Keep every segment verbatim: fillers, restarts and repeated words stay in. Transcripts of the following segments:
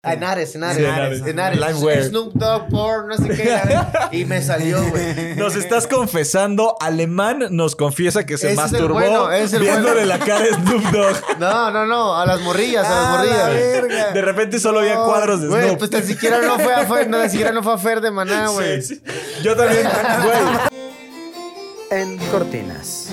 Ah, en Ares, en Ares. Sí, en Ares. En Ares. Liveware. Snoop Dogg, por no sé qué. Y me salió, güey. Nos estás confesando. Alemán nos confiesa que se Ese es el masturbó bueno, ese es el viéndole bueno. la cara a Snoop Dogg. No, no, no. A las morrillas, a las Ah, morrillas. la verga. De repente solo había No, cuadros de güey, Snoop. pues ni siquiera no fue a Fer, no, ni siquiera no fue a Fer de Maná, güey. Sí, sí. Yo también, güey. En cortinas.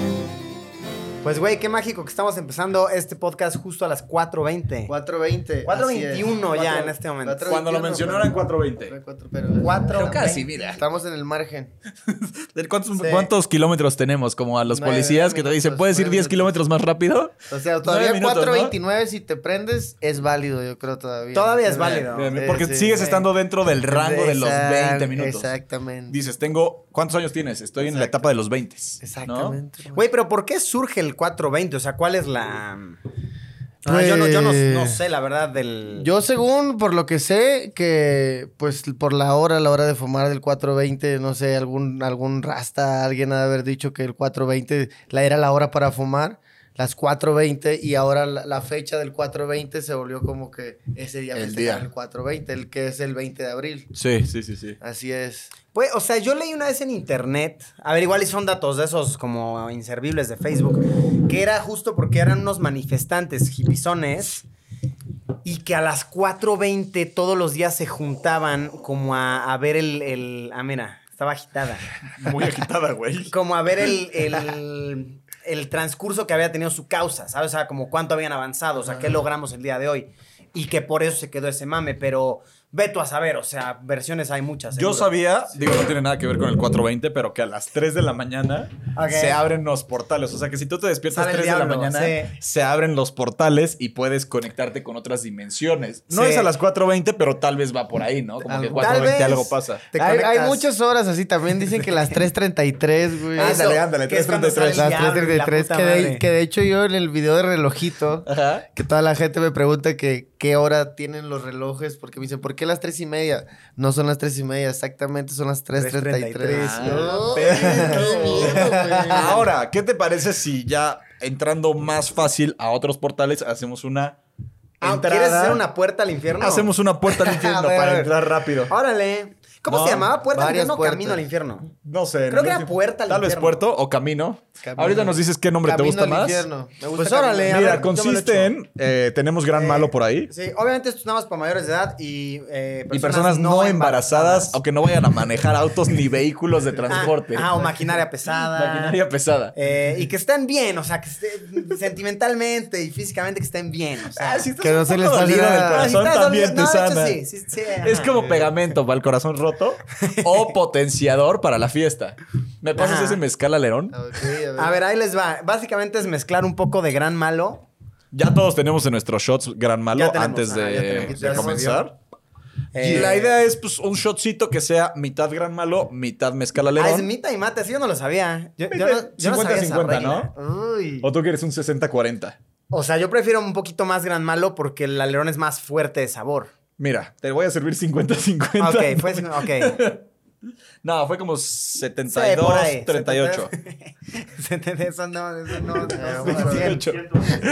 Pues, güey, qué mágico que estamos empezando este podcast justo a las cuatro veinte. cuatro veinte. cuatro así es. veintiuno ya Cuatro- en este momento. cuatro Cuando lo veintiuno, mencionó pero- eran cuatro veinte. cuatro, pero, cuatro Pero casi, veinte. mira. Estamos en el margen. ¿Cuántos, Sí. ¿Cuántos kilómetros tenemos? Como a los Nueve policías que te dicen, minutos, ¿puedes ir nueve diez minutos. kilómetros más rápido? O sea, todavía Nueve minutos, cuatro ¿no? veintinueve si te prendes es válido, yo creo todavía. Todavía es Sí, válido. sí, Porque sí, sigues sí. estando dentro del rango de los Exact- veinte minutos. Exactamente. Dices, tengo... ¿Cuántos años tienes? Estoy en la Exacto. etapa de los veinte. Exactamente. güey. Güey, pero ¿por qué surge el cuatro veinte? O sea, ¿cuál es la...? Ah, yo no, yo no, no sé, la verdad, del... Yo según, por lo que sé, que pues por la hora, la hora de fumar del cuatro veinte, no sé, algún, algún rasta, alguien ha de haber dicho que el cuatro veinte la, era la hora para fumar, las cuatro veinte, y ahora la, la fecha del cuatro veinte se volvió como que ese día El festejar día. el cuatro veinte, el que es el veinte de abril. Sí, sí, sí, sí. Así es. Pues, o sea, yo leí una vez en internet, a ver, igual y son datos de esos como inservibles de Facebook, que era justo porque eran unos manifestantes hipizones y que a las cuatro veinte todos los días se juntaban como a, a ver el, el... Ah, mira, estaba agitada. Muy agitada, güey. Como a ver el, el, el transcurso que había tenido su causa, ¿sabes? O sea, como cuánto habían avanzado, o sea, qué logramos el día de hoy. Y que por eso se quedó ese mame, pero ve tú a saber, o sea, versiones hay muchas. Yo seguro. sabía, digo, no tiene nada que ver con el cuatro veinte, pero que a las tres de la mañana Ok. se abren los portales. O sea, que si tú te despiertas Sale el tres de la diablo, mañana, sí. se abren los portales y puedes conectarte con otras dimensiones. No Sí. es a las cuatro veinte, pero tal vez va por ahí, ¿no? Como que Tal cuatro veinte vez. algo pasa. Te Hay, hay conectas. muchas horas así, también dicen que las tres treinta y tres, güey. Ah, Ándale, eso, ándale, que es cuando tres treinta y tres. sale Las el tres diablo y la treinta y tres, puta que de, madre. que de hecho yo en el video de relojito, Ajá. que toda la gente me pregunta que qué hora tienen los relojes, porque me dicen, ¿por qué las tres y media? No son las tres y media, exactamente son las tres treinta y tres. Ah, No, perro. qué miedo, güey. Ahora, ¿qué te parece si ya entrando más fácil a otros portales hacemos una Ah, entrada? ¿quieres hacer una puerta al infierno? Hacemos una puerta al infierno A ver, a para ver. entrar rápido. Órale. ¿Cómo No, se llamaba? ¿Puerta al varias infierno o puertas. camino al infierno? No sé. Creo no que sé. era puerta al Tal vez infierno. puerto o camino. Camino. Ahorita nos dices qué nombre te Camino gusta al más. infierno. Me gusta Pues Camino órale, al a Mira, ver, yo me lo consiste echo. en... eh, tenemos gran Eh, malo por ahí. Sí, obviamente esto es nada más para mayores de edad y eh, Y personas no embarazadas, aunque no vayan a manejar autos ni vehículos de transporte. Ah, ah, o maquinaria pesada. Maquinaria pesada. Eh, y que estén bien, o sea, que estén sentimentalmente y físicamente que estén bien. O sea, Ah, si estás Que no un se poco les pase dolido nada. del Ah, corazón, si estás también dolido- te no, de hecho, sana. sí, sí, sí, Es ajá. como pegamento para el corazón roto o potenciador para la fiesta. ¿Me pasas Ajá. ese mezcal alerón? Ok, a ver. A ver, ahí les va. Básicamente es mezclar un poco de gran malo. Ya todos tenemos en nuestros shots gran malo Ya tenemos, antes ajá, de, ya tenemos. de Ya se comenzar. Y Eh, la idea es pues un shotcito que sea mitad gran malo, mitad mezcal Ah, alerón. es mita y mate, sí, yo no lo sabía. Yo, yo Vete, no, yo no sabía esa cincuenta, regla. ¿no? Uy. ¿O tú quieres un sesenta cuarenta? O sea, yo prefiero un poquito más gran malo porque el alerón es más fuerte de sabor. Mira, te voy a servir cincuenta cincuenta. Ok, fue... Ok. No, fue como Sí, setenta y dos, por ahí. treinta y ocho. setenta Eso no, eso no. no, vamos a ver. cien.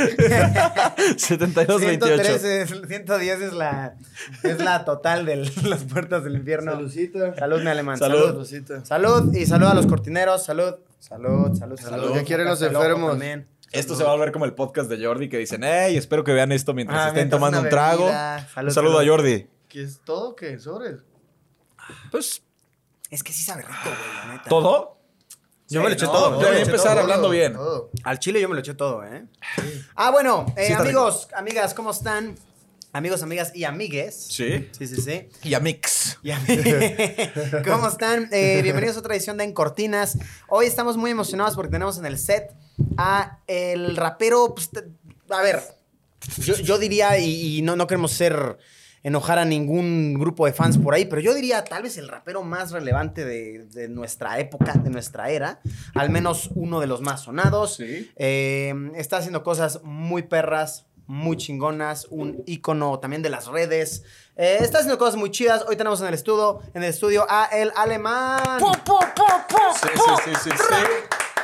setenta y dos, ciento veintiocho. trece, es- ciento diez es la, es la total de las puertas del infierno. Saludcita. Salud, mi alemán. Salud. Salud. Saludcita. Salud y salud a los cortineros. Salud. Salud, salud, salud. Salud. Ya quieren los Hasta el ojo enfermos. también. Esto se va a volver como el podcast de Jordi que dicen, hey, espero que vean esto mientras Ah, estén mientras tomando una un trago. bebida. Salud, un saludo salud. a Jordi. ¿Qué es todo? ¿Qué? ¿Sobres? Pues, Es que sí sabe rico, güey, la neta. ¿todo? Yo me lo eché no, todo. yo yo voy me a lo eché empezar todo. hablando bien. Todo. Al chile yo me lo eché todo, ¿eh? Ah, bueno, eh, Sí está amigos, amigas, ¿cómo están? Amigos, amigas y amigues. Sí. Sí, sí, sí. Y a Mix. Y ami- ¿Cómo están? Eh, bienvenidos a otra edición de En Cortinas. Hoy estamos muy emocionados porque tenemos en el set a el rapero... pues, te- a ver, yo, yo diría, y, y no, no queremos ser... enojar a ningún grupo de fans por ahí, pero yo diría tal vez el rapero más relevante de, de nuestra época, de nuestra era, al menos uno de los más sonados. Sí. Eh, está haciendo cosas muy perras, muy chingonas, un ícono también de las redes. Eh, está haciendo cosas muy chidas. Hoy tenemos en el estudio, en el estudio a el alemán. Sí, sí, sí, sí, sí.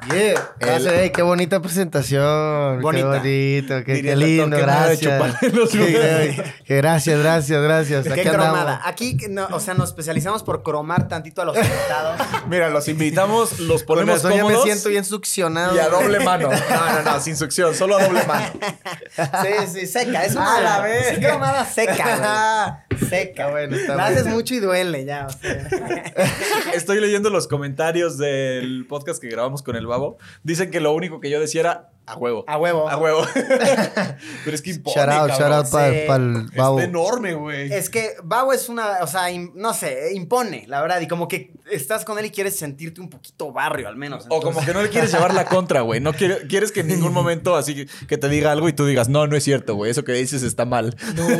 Yeah. Gracias, ey, qué bonita presentación. Bonita. Qué bonito, qué, Diría qué el doctor lindo, que nada de gracias. chuparle los Qué- huevos. qué gracias, gracias, gracias. Qué Aquí cromada. andamos. Aquí, no, o sea, nos especializamos por cromar tantito a los invitados. Mira, los invitamos, los Con ponemos eso ya me cómodos siento bien succionado. y a doble mano. No, no, no, sin succión, solo a doble mano. Sí, sí, seca. Es una Ah, la verga. es cromada seca, güey. Seca. Está bueno, está La bueno. haces mucho y duele ya. O sea. Estoy leyendo los comentarios del podcast que grabamos con el Babo. Dicen que lo único que yo decía era a huevo. A huevo. A huevo. Pero es que impone, Shout out, cabrón. shout out para Sí. el babo. Está enorme, güey. Es que Babo es una, o sea, im- no sé, impone, la verdad. Y como que estás con él y quieres sentirte un poquito barrio, al menos. O como que no le quieres llevar la contra, güey. No quiere- quieres que en ningún momento así que, que te diga algo y tú digas, no, no es cierto, güey. Eso que dices está mal.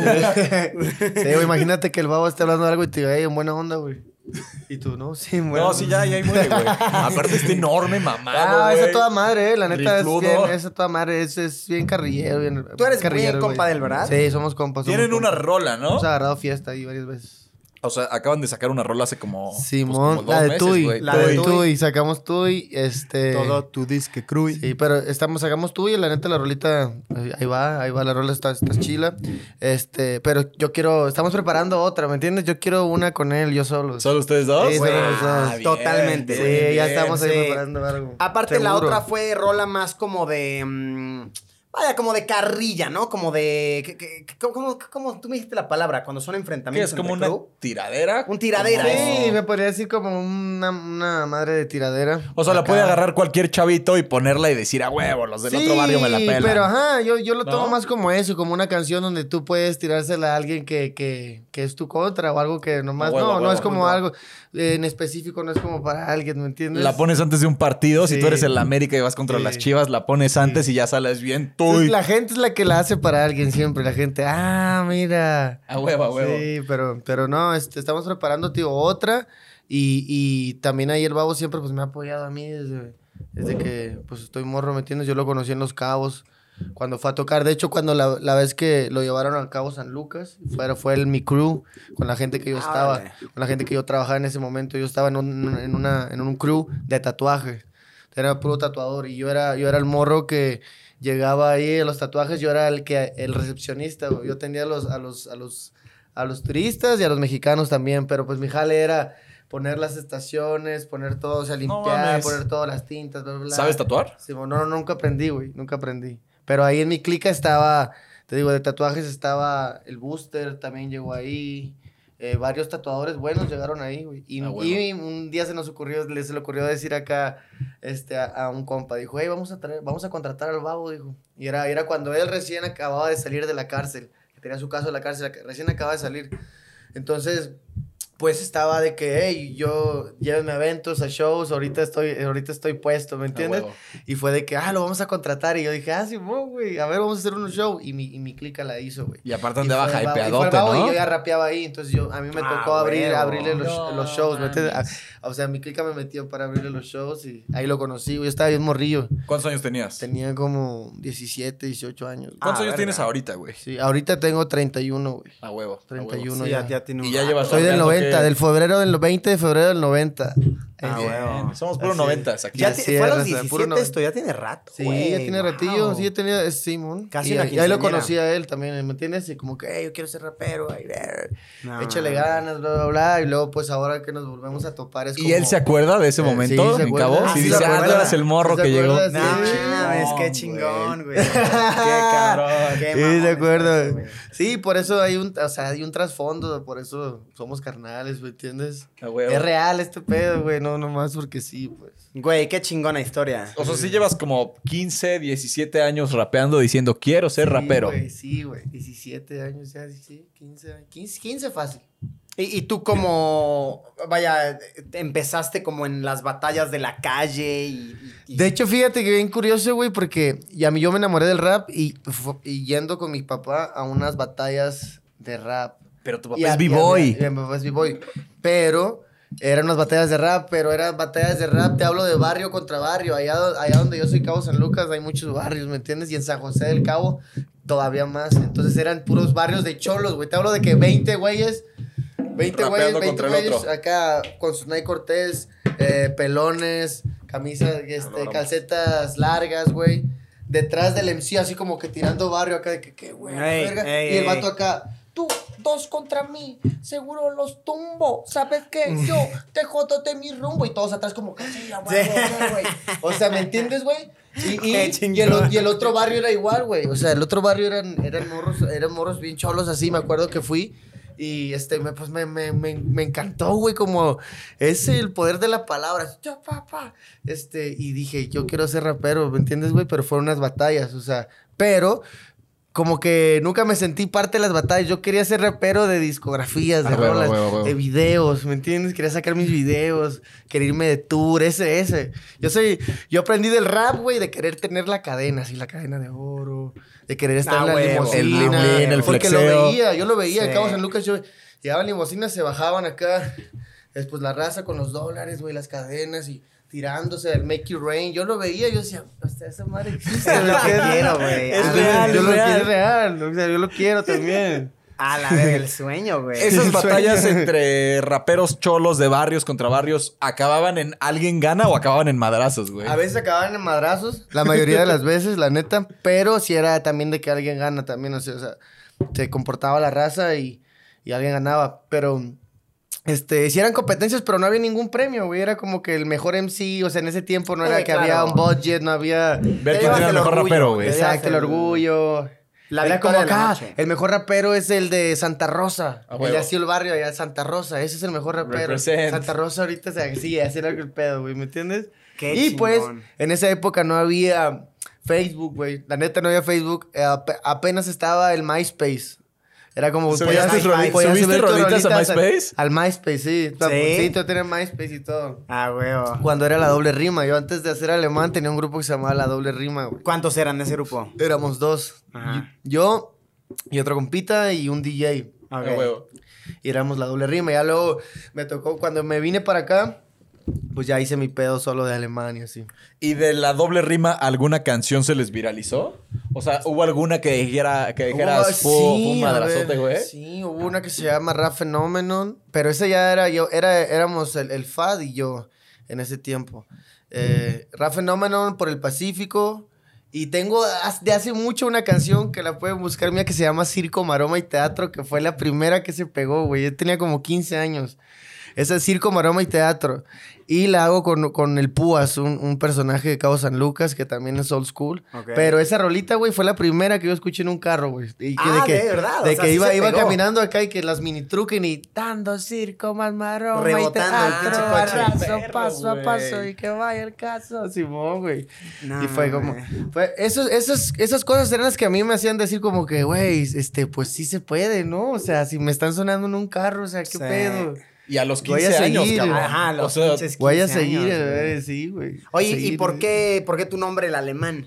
Sí, güey, imagínate que el babo esté hablando de algo y te diga, hey, en buena onda, güey. Y tú, no, sí, en buena No, onda. sí, ya, ya ahí muere, güey. Aparte está enorme, mamado, Ah, güey. esa toda madre, eh. La neta Rifludo. es bien, esa toda madre es, es bien carrillero, bien. Tú eres carrillero, muy compa güey. del, ¿verdad? Sí, somos compas. somos Tienen una compas. rola, ¿no? Hemos agarrado fiesta ahí varias veces. O sea, acaban de sacar una rola hace como... pues, Simón, como dos la de meses, Tui, güey. la Tui. de Tui. Tui, sacamos Tui, este... Todo tu disque cruy. Sí, pero estamos, sacamos Tui y la neta la rolita, ahí ahí va, ahí va, la rola está, está chila. Este, pero yo quiero, estamos preparando otra, ¿me entiendes? Yo quiero una con él, yo solo. ¿Solo ustedes dos? Sí, solo Güey, los dos. bien, totalmente. Sí, bien, ya bien. estamos ahí sí. preparando algo. Aparte, la Seguro. otra fue rola más como de. mm, vaya, como de carrilla, ¿no? Como de. que- que- que- ¿Cómo, cómo tú me dijiste la palabra? Cuando son ¿Qué enfrentamientos. es como entre una crew. tiradera? Un tiradera, Como- Sí, me podría decir como una, una madre de tiradera. O sea, la Acá. puede agarrar cualquier chavito y ponerla y decir, a huevo, los del Sí, otro barrio me la pelan. pero ajá, yo, yo lo tomo ¿No? más como eso, como una canción donde tú puedes tirársela a alguien que, que, que es tu contra o algo que nomás... A huevo, no, a no huevo, es como punto. algo eh, en específico, no es como para alguien, ¿me entiendes? La pones antes de un partido. Si Sí. tú eres el América y vas contra Sí. las Chivas, la pones antes y ya sales bien. Entonces, Tuy. la gente es la que la hace para alguien siempre. La gente, ah, mira. A huevo, a huevo. Sí, pero, pero no, este, estamos preparando, tío, otra. Y, y también ahí el Babo siempre pues me ha apoyado a mí desde, desde que pues estoy morro, ¿me entiendes? Yo lo conocí en Los Cabos cuando fue a tocar. De hecho, cuando la, la vez que lo llevaron al Cabo San Lucas, fue, fue el, mi crew, con la gente que yo Ah, estaba, órale. con la gente que yo trabajaba en ese momento. Yo estaba en un, en una, en un crew de tatuajes. Era puro tatuador y yo era, yo era el morro que llegaba ahí a los tatuajes. Yo era el que el recepcionista, güey. Yo atendía a los, a los, a los, a los turistas y a los mexicanos también, pero pues mi jale era poner las estaciones, poner todo, o sea, limpiar, mames. poner todas las tintas, bla, bla, bla. ¿Sabes tatuar? Sí, no, no, nunca aprendí, güey, nunca aprendí. Pero ahí en mi clica estaba, te digo, de tatuajes estaba el Booster, también llegó ahí. Eh, varios tatuadores buenos llegaron ahí, güey. Y, Ah, bueno. y un día se nos ocurrió, le- se le ocurrió decir acá este, a, a un compa, dijo, hey, vamos a traer, vamos a contratar al Babo, dijo. Y era, era cuando él recién acababa de salir de la cárcel, que tenía su caso en la cárcel, recién acababa de salir. Entonces, pues estaba de que, hey, yo llévenme a eventos, a shows, ahorita estoy, ahorita estoy puesto, ¿me entiendes? huevo. Y fue de que, ah, lo vamos a contratar. Y yo dije, ah, sí, güey, a ver, vamos a hacer un show. Y mi, y mi clica la hizo, güey. Y aparte Y andaba fue el Babo- y fue el hypeadote, Babo ¿no? Y yo ya rapeaba ahí, entonces yo, a mí me Ah, tocó abrir, huevo. abrirle los, No los shows, ¿me entiendes? mames. A- o sea, mi clica me metió para abrirle los shows y ahí lo conocí, güey. Yo estaba bien morrillo. ¿Cuántos años tenías? Tenía como diecisiete, dieciocho años. güey. ¿Cuántos Ah, años verga. tienes ahorita, güey? Sí, ahorita tengo treinta y uno, güey. A huevo. a treinta y huevo. uno Sí, ya. ya, ya tiene un Y ya rato. llevas- Soy del Rapeando noventa, que- del febrero del veinte de febrero del noventa. Ah, Eh, huevo. Somos puro Así. noventas aquí. Ya Así ti- es, fue a los raza, diecisiete puro noventa. esto, ya tiene rato, Sí, güey. ya tiene ratillo, Wow. sí, ya tenía, es Simón. Casi y, una ahí- y ahí lo quinceañera. conocí a él también, ¿me entiendes? Y como que, hey, yo quiero ser rapero, ay, ver, No, échale mames. ganas, bla, bla, bla. Y luego, pues, ahora que nos volvemos a topar es ¿Y como... él se acuerda de ese Eh, momento? sí, se ¿En acuerda. Cabo? Ah, Sí, sí, dice, se ah, tú acuerda. eras el morro ¿Se que llegó. acuerda? No Sí. mames, qué güey. chingón, güey. Qué cabrón. Qué Sí, mamón de está acuerdo. eso, güey. Sí, por eso hay un, o sea, hay un trasfondo, por eso somos carnales, ¿me entiendes? A huevo. Es real este pedo, güey, no nomás porque sí, pues. Güey, qué chingona historia. O sea, sí llevas como quince, diecisiete años rapeando diciendo, quiero ser Sí, rapero. güey, sí, güey, diecisiete años ya, sí, quince, quince, quince fácil. Y, y tú como, vaya, empezaste como en las batallas de la calle y... y- De hecho, fíjate que bien curioso, güey, porque y a mí yo me enamoré del rap y, fu- y yendo con mi papá a unas batallas de rap. Pero tu Y papá a- es y a- b-boy. y a- Mi papá es b-boy. Pero eran unas batallas de rap, pero eran batallas de rap, te hablo de barrio contra barrio. Allá, do- allá donde yo soy, Cabo San Lucas, hay muchos barrios, ¿me entiendes? Y en San José del Cabo, todavía más. Entonces eran puros barrios de cholos, güey. Te hablo de que veinte güeyes, veinte güeyes, Rapeando veinte contra el güeyes otro. acá con Sunay Cortés, eh, pelones, camisa, este, calcetas largas, güey. Detrás del M C, así como que tirando barrio acá de que, qué güey, verga. Ey, y el ey. vato acá, tú, dos contra mí, seguro los tumbo. ¿Sabes qué? Yo te jodo de mi rumbo. Y todos atrás como que, sí, ya, güey, güey. O sea, ¿me entiendes, güey? Y, y, Qué y, chingón. el, y el otro barrio era igual, güey. O sea, el otro barrio eran, eran morros, eran morros bien cholos así. Me acuerdo que fui. Y este, me, pues me, me, me, me encantó, güey, como es el poder de la palabra. Yo, papá. Este, y dije, yo quiero ser rapero, ¿me entiendes, güey? Pero fueron unas batallas, o sea, pero como que nunca me sentí parte de las batallas. Yo quería ser rapero de discografías, de Ah, huevo, rolas, huevo, huevo. de videos, ¿me entiendes? Quería sacar mis videos, quería irme de tour, ese, ese. Yo soy, yo aprendí del rap, güey, de querer tener la cadena, así, la cadena de oro, de querer estar Ah, en la huevo. El limusina. bling, el porque lo flexeo. veía, yo lo veía, Sí. en Cabo San Lucas, yo llegaban limusinas, se bajaban acá, después la raza con los dólares, güey, las cadenas y tirándose el Make It Rain. Yo lo veía, yo decía, hasta esa madre existe. Es lo que ¿me quiero, entiendes? güey. Es Ah, real, yo es lo real. quiero real. O sea, yo lo quiero también. A la verga, el sueño, güey. Esas El batallas sueño. entre raperos cholos de barrios contra barrios, ¿acababan en alguien gana o acababan en madrazos, güey? A veces acababan en madrazos, la mayoría de las veces, la neta. Pero si era también de que alguien gana también, o sea, o sea se comportaba la raza y, y alguien ganaba. Pero, este, si eran competencias, pero no había ningún premio, güey. Era como que el mejor M C, o sea, en ese tiempo no era Eh, que claro. había un budget, no había... Ver Te quién llevas era el el mejor orgullo, rapero, güey. te Exacto, el el- orgullo. La Era como victoria de la acá, noche. el mejor rapero es el de Santa Rosa. A el huevo. de así el barrio allá, Santa Rosa. Ese es el mejor rapero. Represent. Santa Rosa ahorita, o sea, sí, así era el pedo, güey, ¿me entiendes? Qué y pues, chingón. en esa época no había Facebook, güey. La neta no había Facebook. Eh, ap- apenas estaba el MySpace. Era como... ¿Subiste podías- roli- podías subiste subir tus rolitas a rolitas al- MySpace? Al MySpace, sí. ¿Sí? Sí, tú tenías MySpace y todo. Ah, güey. Cuando era la doble rima. Yo antes de hacer alemán tenía un grupo que se llamaba La Doble Rima, güey. ¿Cuántos eran de ese grupo? Éramos dos. Ajá. Yo y otro compita y un D J. A Ok. huevo. Y éramos la doble rima. Ya luego me tocó, cuando me vine para acá, pues ya hice mi pedo solo de Alemania, así. ¿Y de la doble rima alguna canción se les viralizó? O sea, ¿hubo alguna que dijera, que dijeras, fue fue un a madrazote, ver, güey? Sí, hubo una que se llama Rap Phenomenon, pero esa ya era yo, era, éramos el, el F A D y yo en ese tiempo. Eh, Rap Phenomenon por el Pacífico. Y tengo haz- de hace mucho una canción que la pueden buscar mía que se llama Circo, Maroma y Teatro, que fue la primera que se pegó, güey. Yo tenía como quince años. Esa es Circo, Maroma y Teatro. Y la hago con, con el Púas, un, un personaje de Cabo San Lucas, que también es old school. Ok. Pero esa rolita, güey, fue la primera que yo escuché en un carro, güey. Y que- Ah, de que, ¿de verdad? O De sea, que sí iba, se iba pegó. caminando acá y que las mini truquen y dando circo, más maroma Rebotando el y pinche teatro, coche. arraso, Perro, paso a güey. paso y que vaya el caso. Simón, güey. No, Y fue como... güey. Fue, esos, esos, esas cosas eran las que a mí me hacían decir como que, güey, este, pues sí se puede, ¿no? O sea, si me están sonando en un carro, o sea, ¿qué Sí. pedo? Y a los Voy a quince años, seguir. cabrón. Ajá, los o sea, pinches Voy a quince seguir, años, eh, güey. sí, güey. Oye, ¿y Seguir, por güey. qué, por qué tu nombre, el alemán?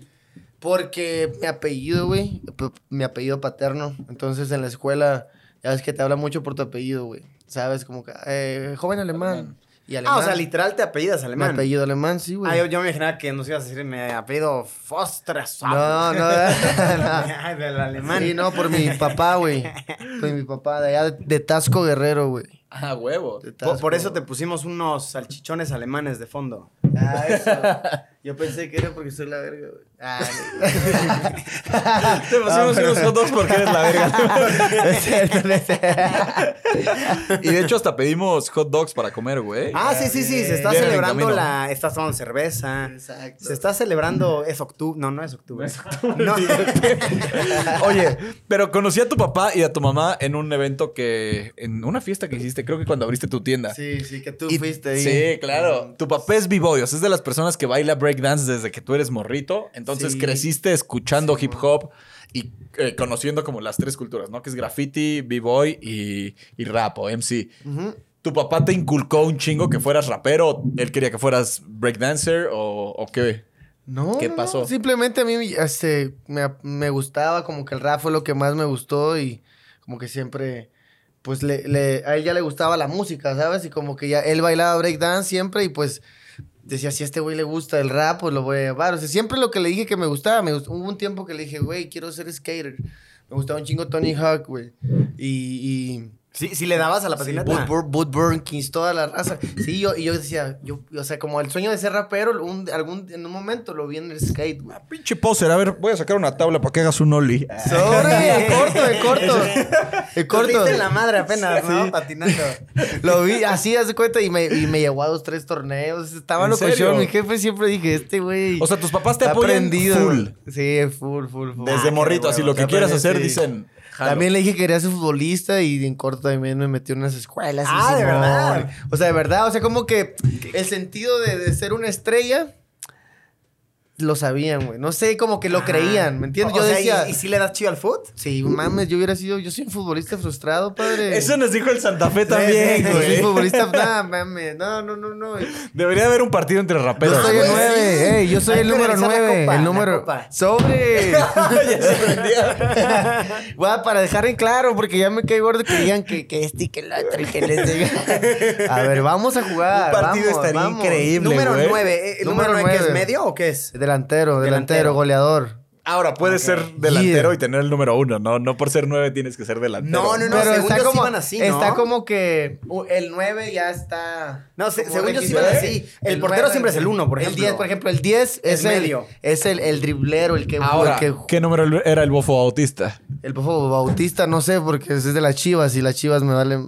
Porque mi apellido, güey, p- mi apellido paterno. Entonces en la escuela, ya ves que te habla mucho por tu apellido, güey. ¿Sabes? Como que, eh, joven alemán. Alemán. Y alemán. Ah, o sea, literal te apellidas Mi alemán. apellido alemán, sí, güey. Ah, yo, yo me imaginaba que nos ibas a decir mi apellido Foster. No, no, no. Ay, del alemán. Sí, no, por mi papá, güey. Por mi papá, de allá de, de Tasco Guerrero, güey. Ah, huevo. De Por, por Tasco. eso te pusimos unos salchichones alemanes de fondo. Ah, eso. Yo pensé que era porque soy la verga, güey. Ah, Te pusimos unos hot dogs porque eres la verga. no. Es cierto, no es cierto. Y de hecho hasta pedimos hot dogs para comer, güey. Ah, sí, sí, sí. Se está Vienen en celebrando camino. la... Estás tomando cerveza. Exacto. Se está celebrando... Es octubre. No, no es octubre. No. Oye, pero conocí a tu papá y a tu mamá en un evento que... En una fiesta que hiciste, creo que cuando abriste tu tienda. Sí, sí, que tú Y- fuiste ahí. Sí, claro. Tu papá es b-boy, o sea, es de las personas que baila breakdance desde que tú eres morrito. Entonces Sí. creciste escuchando Sí, hip hop y eh, conociendo como las tres culturas, ¿no? Que es graffiti, b-boy y, y rap o M C. Ujú. ¿Tu papá te inculcó un chingo que fueras rapero? ¿Él quería que fueras breakdancer o, o qué? No, ¿Qué no, pasó? no. Simplemente a mí este, me, me gustaba, como que el rap fue lo que más me gustó y como que siempre, pues le, le- a él ya le gustaba la música, ¿sabes? Y como que ya él bailaba breakdance siempre y pues decía, si a este güey le gusta el rap, pues lo voy a llevar. O sea, siempre lo que le dije que me gustaba, me gust- hubo un tiempo que le dije, güey, quiero ser skater. Me gustaba un chingo Tony Hawk, güey. Y, y, ¿Sí, sí le dabas a la patineta? Bud, Bud Burkins, toda la raza. Sí, yo, y yo decía, yo, o sea, como el sueño de ser rapero, un, algún, en un momento lo vi en el skate, güey. Ah, pinche poser. A ver, voy a sacar una tabla para que hagas un ollie. Sobre, en corto, en corto. En corto. Te en la madre apenas, ¿no? Sí. Patinando. Lo vi así, haz de cuenta, y me, y me llevó a dos, tres torneos. Estaba ¿En locochón. serio? Mi jefe siempre dije, este güey. O sea, tus papás te está apoyan prendido. full. Sí, full, full, full. Desde Ah, morrito, qué así huevo, lo que está quieras aprendido, hacer, sí. dicen. jalo. También le dije que quería ser futbolista y en corto también me metió en unas escuelas. y Ah, ¿de Simón. verdad? O sea, de verdad. O sea, como que el sentido de, de ser una estrella lo sabían, güey. No sé, como que lo Ajá. creían, ¿me entiendes? O Yo sea, decía... ¿y, y si le das chido al foot? Sí, mames, yo hubiera sido... Yo soy un futbolista frustrado, padre. Eso nos dijo el Santa Fe también, Yo soy güey. futbolista... Nah, mames. No, no, no, no. Debería haber un partido entre raperos. Yo soy el güey. nueve. Ey, yo soy Hay el que número organizar la nueve. copa, El la número... copa. ¡Sobre! Ya se prendió. Bueno, para dejar en claro, porque ya me cae gordo que digan que, que este y que el otro y que les diga. A ver, vamos a jugar. Un partido vamos, estaría vamos. increíble. Número güey. nueve. ¿El Número número nueve qué es? nueve. ¿Medio o qué es? Delantero, delantero, Delantero. goleador. Ahora, puedes ser delantero y tener el número uno, ¿no? No por ser nueve tienes que ser delantero. No, no, no. Pero según está yo sí como, iban así, ¿no? está como que uh, el nueve ya está... No, se- como según yo sí registrado. iban así. El portero nueve, siempre es el uno, por El ejemplo. diez, por ejemplo, el diez es, Es el medio. Es el, el driblero, el que... Ahora, el que ¿qué número era el Bofo Bautista? El Bofo Bautista, no sé, porque es de las Chivas y las Chivas me valen.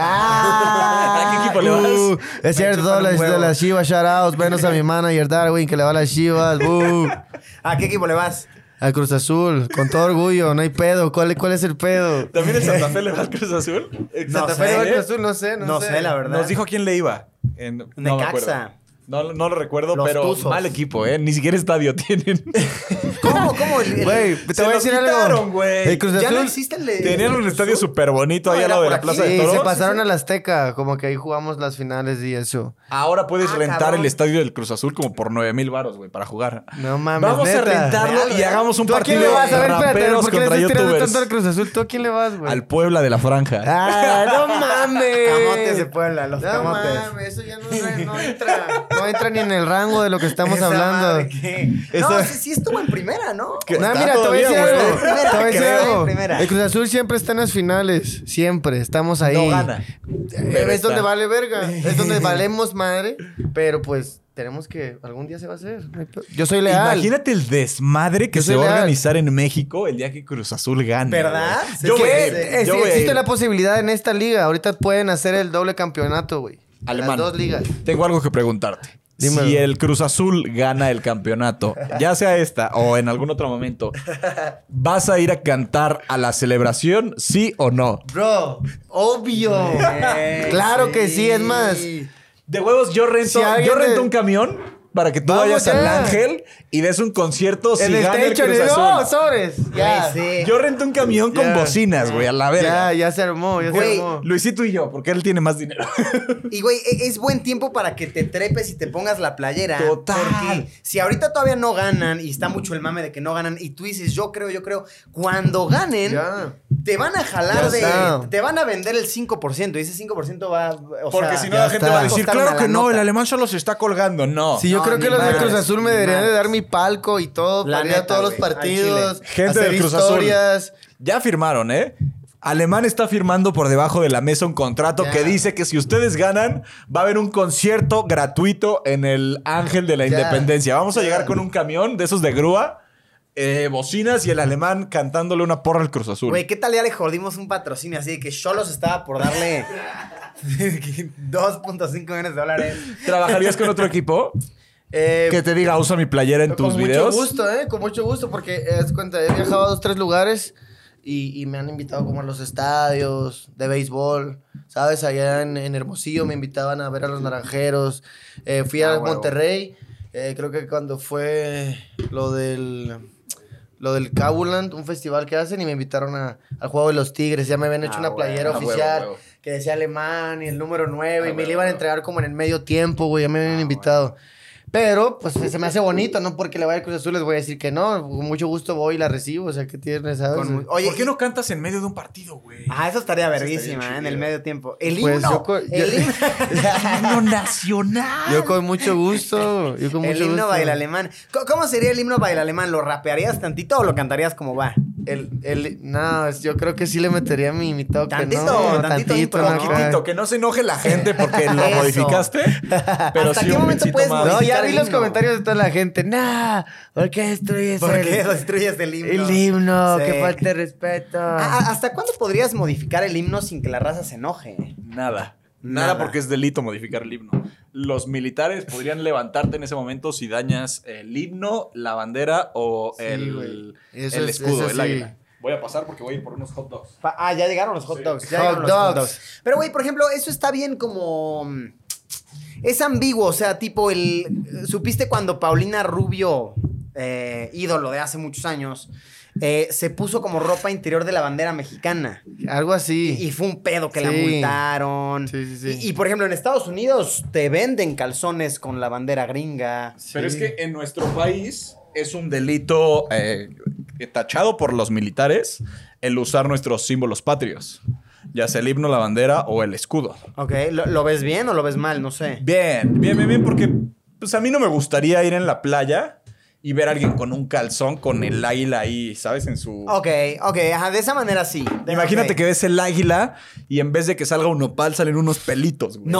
¿A qué equipo le vas? Uh, es cierto, chupan un las, de huevo. las Chivas, shout out. Menos a mi manager Darwin, que le va a las Chivas. Uh. ¿A qué equipo le vas? Al Cruz Azul, con todo orgullo, no hay pedo. ¿Cuál, cuál es el pedo? ¿También el Santa Fe le va al Cruz Azul? No Santa sé. Fe le va al Cruz Azul, no sé, no, No sé, la verdad. Nos dijo a quién le iba. En, no me Necaxa. acuerdo. No, no lo recuerdo, Los pero Tuzos. mal equipo, ¿eh? Ni siquiera estadio tienen. ¿Cómo? ¿Cómo? El- el- Güey, te Se voy a los decir quitaron, algo. güey. El Cruz ya Azul. no existe el de... Tenían un estadio súper bonito No, ahí al era lado de por la aquí. Plaza de Sí, Toros. se pasaron al Azteca, como que ahí jugamos las finales y eso. Ahora puedes Ah, rentar cabrón. el estadio del Cruz Azul como por nueve mil baros, güey, para jugar. No mames, Vamos a neta. rentarlo Real, y real. hagamos un ¿Tú a quién partido le vas? A de ver, espérate, raperos ¿por qué le contra estás tirando youtubers. tanto al Cruz Azul? ¿Tú a quién le vas, güey? Al Puebla de la Franja. ¡Ah, no mames! Camotes de Puebla, los no camotes. mames, eso ya no, no entra. No entra ni en el rango de lo que estamos Esa hablando. madre, ¿qué? Eso- No, sí, sí estuvo en primera, ¿no? Que No, está mira, te voy a decir todavía, algo. güey. Primera, Te voy a decir creo, algo. ¿eh? Primera. El Cruz Azul siempre está en las finales. Siempre. Estamos ahí. No gana. Eh, Pero es está. donde vale verga. Es donde valemos madre. Pero pues tenemos que... Algún día se va a hacer. No hay pe- Yo soy leal. Imagínate el desmadre que Yo se soy va a leal. organizar en México el día que Cruz Azul gane. ¿Verdad? güey. Sí, Yo sí, voy a sí. ir. Es- Yo voy a existe ir. la posibilidad en esta liga. Ahorita pueden hacer el doble campeonato, güey. Alemán. Las dos ligas. Tengo algo que preguntarte. Dímelo. Si el Cruz Azul gana el campeonato, ya sea esta o en algún otro momento, ¿vas a ir a cantar a la celebración, sí o no? Bro, obvio. Eh, Claro que sí, es más. De huevos, yo rento, Si alguien yo rento de- un camión para que tú Vamos vayas ya. al Ángel y des un concierto si El gana el station. Cruz No, Azul. sobres. Ya. Güey, sí. Yo rento un camión con Ya. bocinas, güey, a la verga. Ya, ya se armó, ya Güey, se armó. Luisito y yo, porque él tiene más dinero. Y, güey, e- es buen tiempo para que te trepes y te pongas la playera. Total. Porque si ahorita todavía no ganan y está mucho el mame de que no ganan y tú dices, yo creo, yo creo, cuando ganen, Ya. te van a jalar Ya de... está. Te van a vender el cinco por ciento y ese cinco por ciento va... O Porque sea, si no ya la gente está. va a decir, Costar claro una que no, nota. el alemán solo se está colgando. No. Sí, yo No, creo que ni los de madres, Cruz Azul me ni deberían de madres. dar mi palco y todo La para ir a neta, todos los güey, al partidos. Gente hacer del Cruz historias. Azul. Ya firmaron, ¿eh? Alemán está firmando por debajo de la mesa un contrato Ya. que dice que si ustedes ganan, va a haber un concierto gratuito en el Ángel de la Ya. Independencia. Vamos a Ya. llegar con un camión de esos de grúa, eh, bocinas y el alemán cantándole una porra al Cruz Azul. Güey, ¿qué tal ya le jodimos un patrocinio así de que Cholos estaba por darle dos punto cinco millones de dólares? ¿Trabajarías con otro equipo? Eh, Que te diga, usa mi playera en tus con videos. mucho gusto, ¿eh? Con mucho gusto, porque eh, haz cuenta, he viajado a dos, tres lugares y, y me han invitado como a los estadios de béisbol, ¿sabes? Allá en, en Hermosillo me invitaban a ver a los Naranjeros. Eh, fui Ah, a huevo. Monterrey, eh, creo que cuando fue lo del... Lo del Cabuland, un festival que hacen, y me invitaron a, al juego de los Tigres. Ya me habían hecho Ah, una huevo, playera ah, huevo, oficial huevo. que decía alemán y el número nueve, Ah, y me huevo, la iban a huevo. entregar como en el medio tiempo, güey. Ya me habían Ah, invitado. Pero, pues se me hace bonito, ¿no? Porque le vaya al Cruz Azul, les voy a decir que no. Con mucho gusto voy y la recibo. O sea, ¿qué tienes, sabes? Con mu- Oye, ¿Por qué no cantas en medio de un partido, güey? Ah, eso estaría Eso estaría verguísima, ¿eh? En chido. el medio tiempo. El Pues himno. yo co- el yo- himno, ¡Himno nacional! Yo con mucho gusto. Yo con el mucho himno gusto. baile alemán. ¿Cómo- ¿Cómo sería el himno baile alemán? ¿Lo rapearías tantito o lo cantarías como va? El, el, no, yo creo que sí le metería mi, mi toque, Tantito, ¿no? tantito impro. ¿no? Poquitito, que no se enoje la gente porque lo Eso. modificaste. Pero ¿Hasta sí qué un momento beatcito puedes más. No, ya modificar vi el los himno? comentarios de toda la gente. Nah, ¿por qué destruyes ¿Por el, qué destruyes el himno? el himno? Sí. Que falta de respeto. Ah, ¿Hasta cuándo podrías modificar el himno sin que la raza se enoje? Nada. Nada. Nada porque es delito modificar el himno. Los militares podrían levantarte en ese momento si dañas el himno, la bandera o Sí, el, güey. Eso el es- escudo, eso el sí. águila. Voy a pasar porque voy a ir por unos hot dogs. Pa- Ah, ya llegaron los hot Sí. dogs. Ya Hot llegaron los hot dogs. dogs. Pero, güey, por ejemplo, eso está bien como... mm, es ambiguo, o sea, tipo el... ¿Supiste cuando Paulina Rubio, eh, ídolo de hace muchos años, eh, se puso como ropa interior de la bandera mexicana? Algo así. Y, y fue un pedo que la Sí. multaron. Sí, sí, sí. Y, y, por ejemplo, en Estados Unidos te venden calzones con la bandera gringa. Pero es Sí. que en nuestro país es un delito eh, tachado por los militares el usar nuestros símbolos patrios. Ya sea el himno, la bandera o el escudo. Ok, ¿lo, lo ves bien o lo ves mal? No sé. Bien, bien, bien, bien, porque pues a mí no me gustaría ir en la playa y ver a alguien con un calzón con el águila ahí, ¿sabes? En su... Ok, ok, ajá, de esa manera sí. De- Imagínate ok. que ves el águila y en vez de que salga un nopal salen unos pelitos, güey.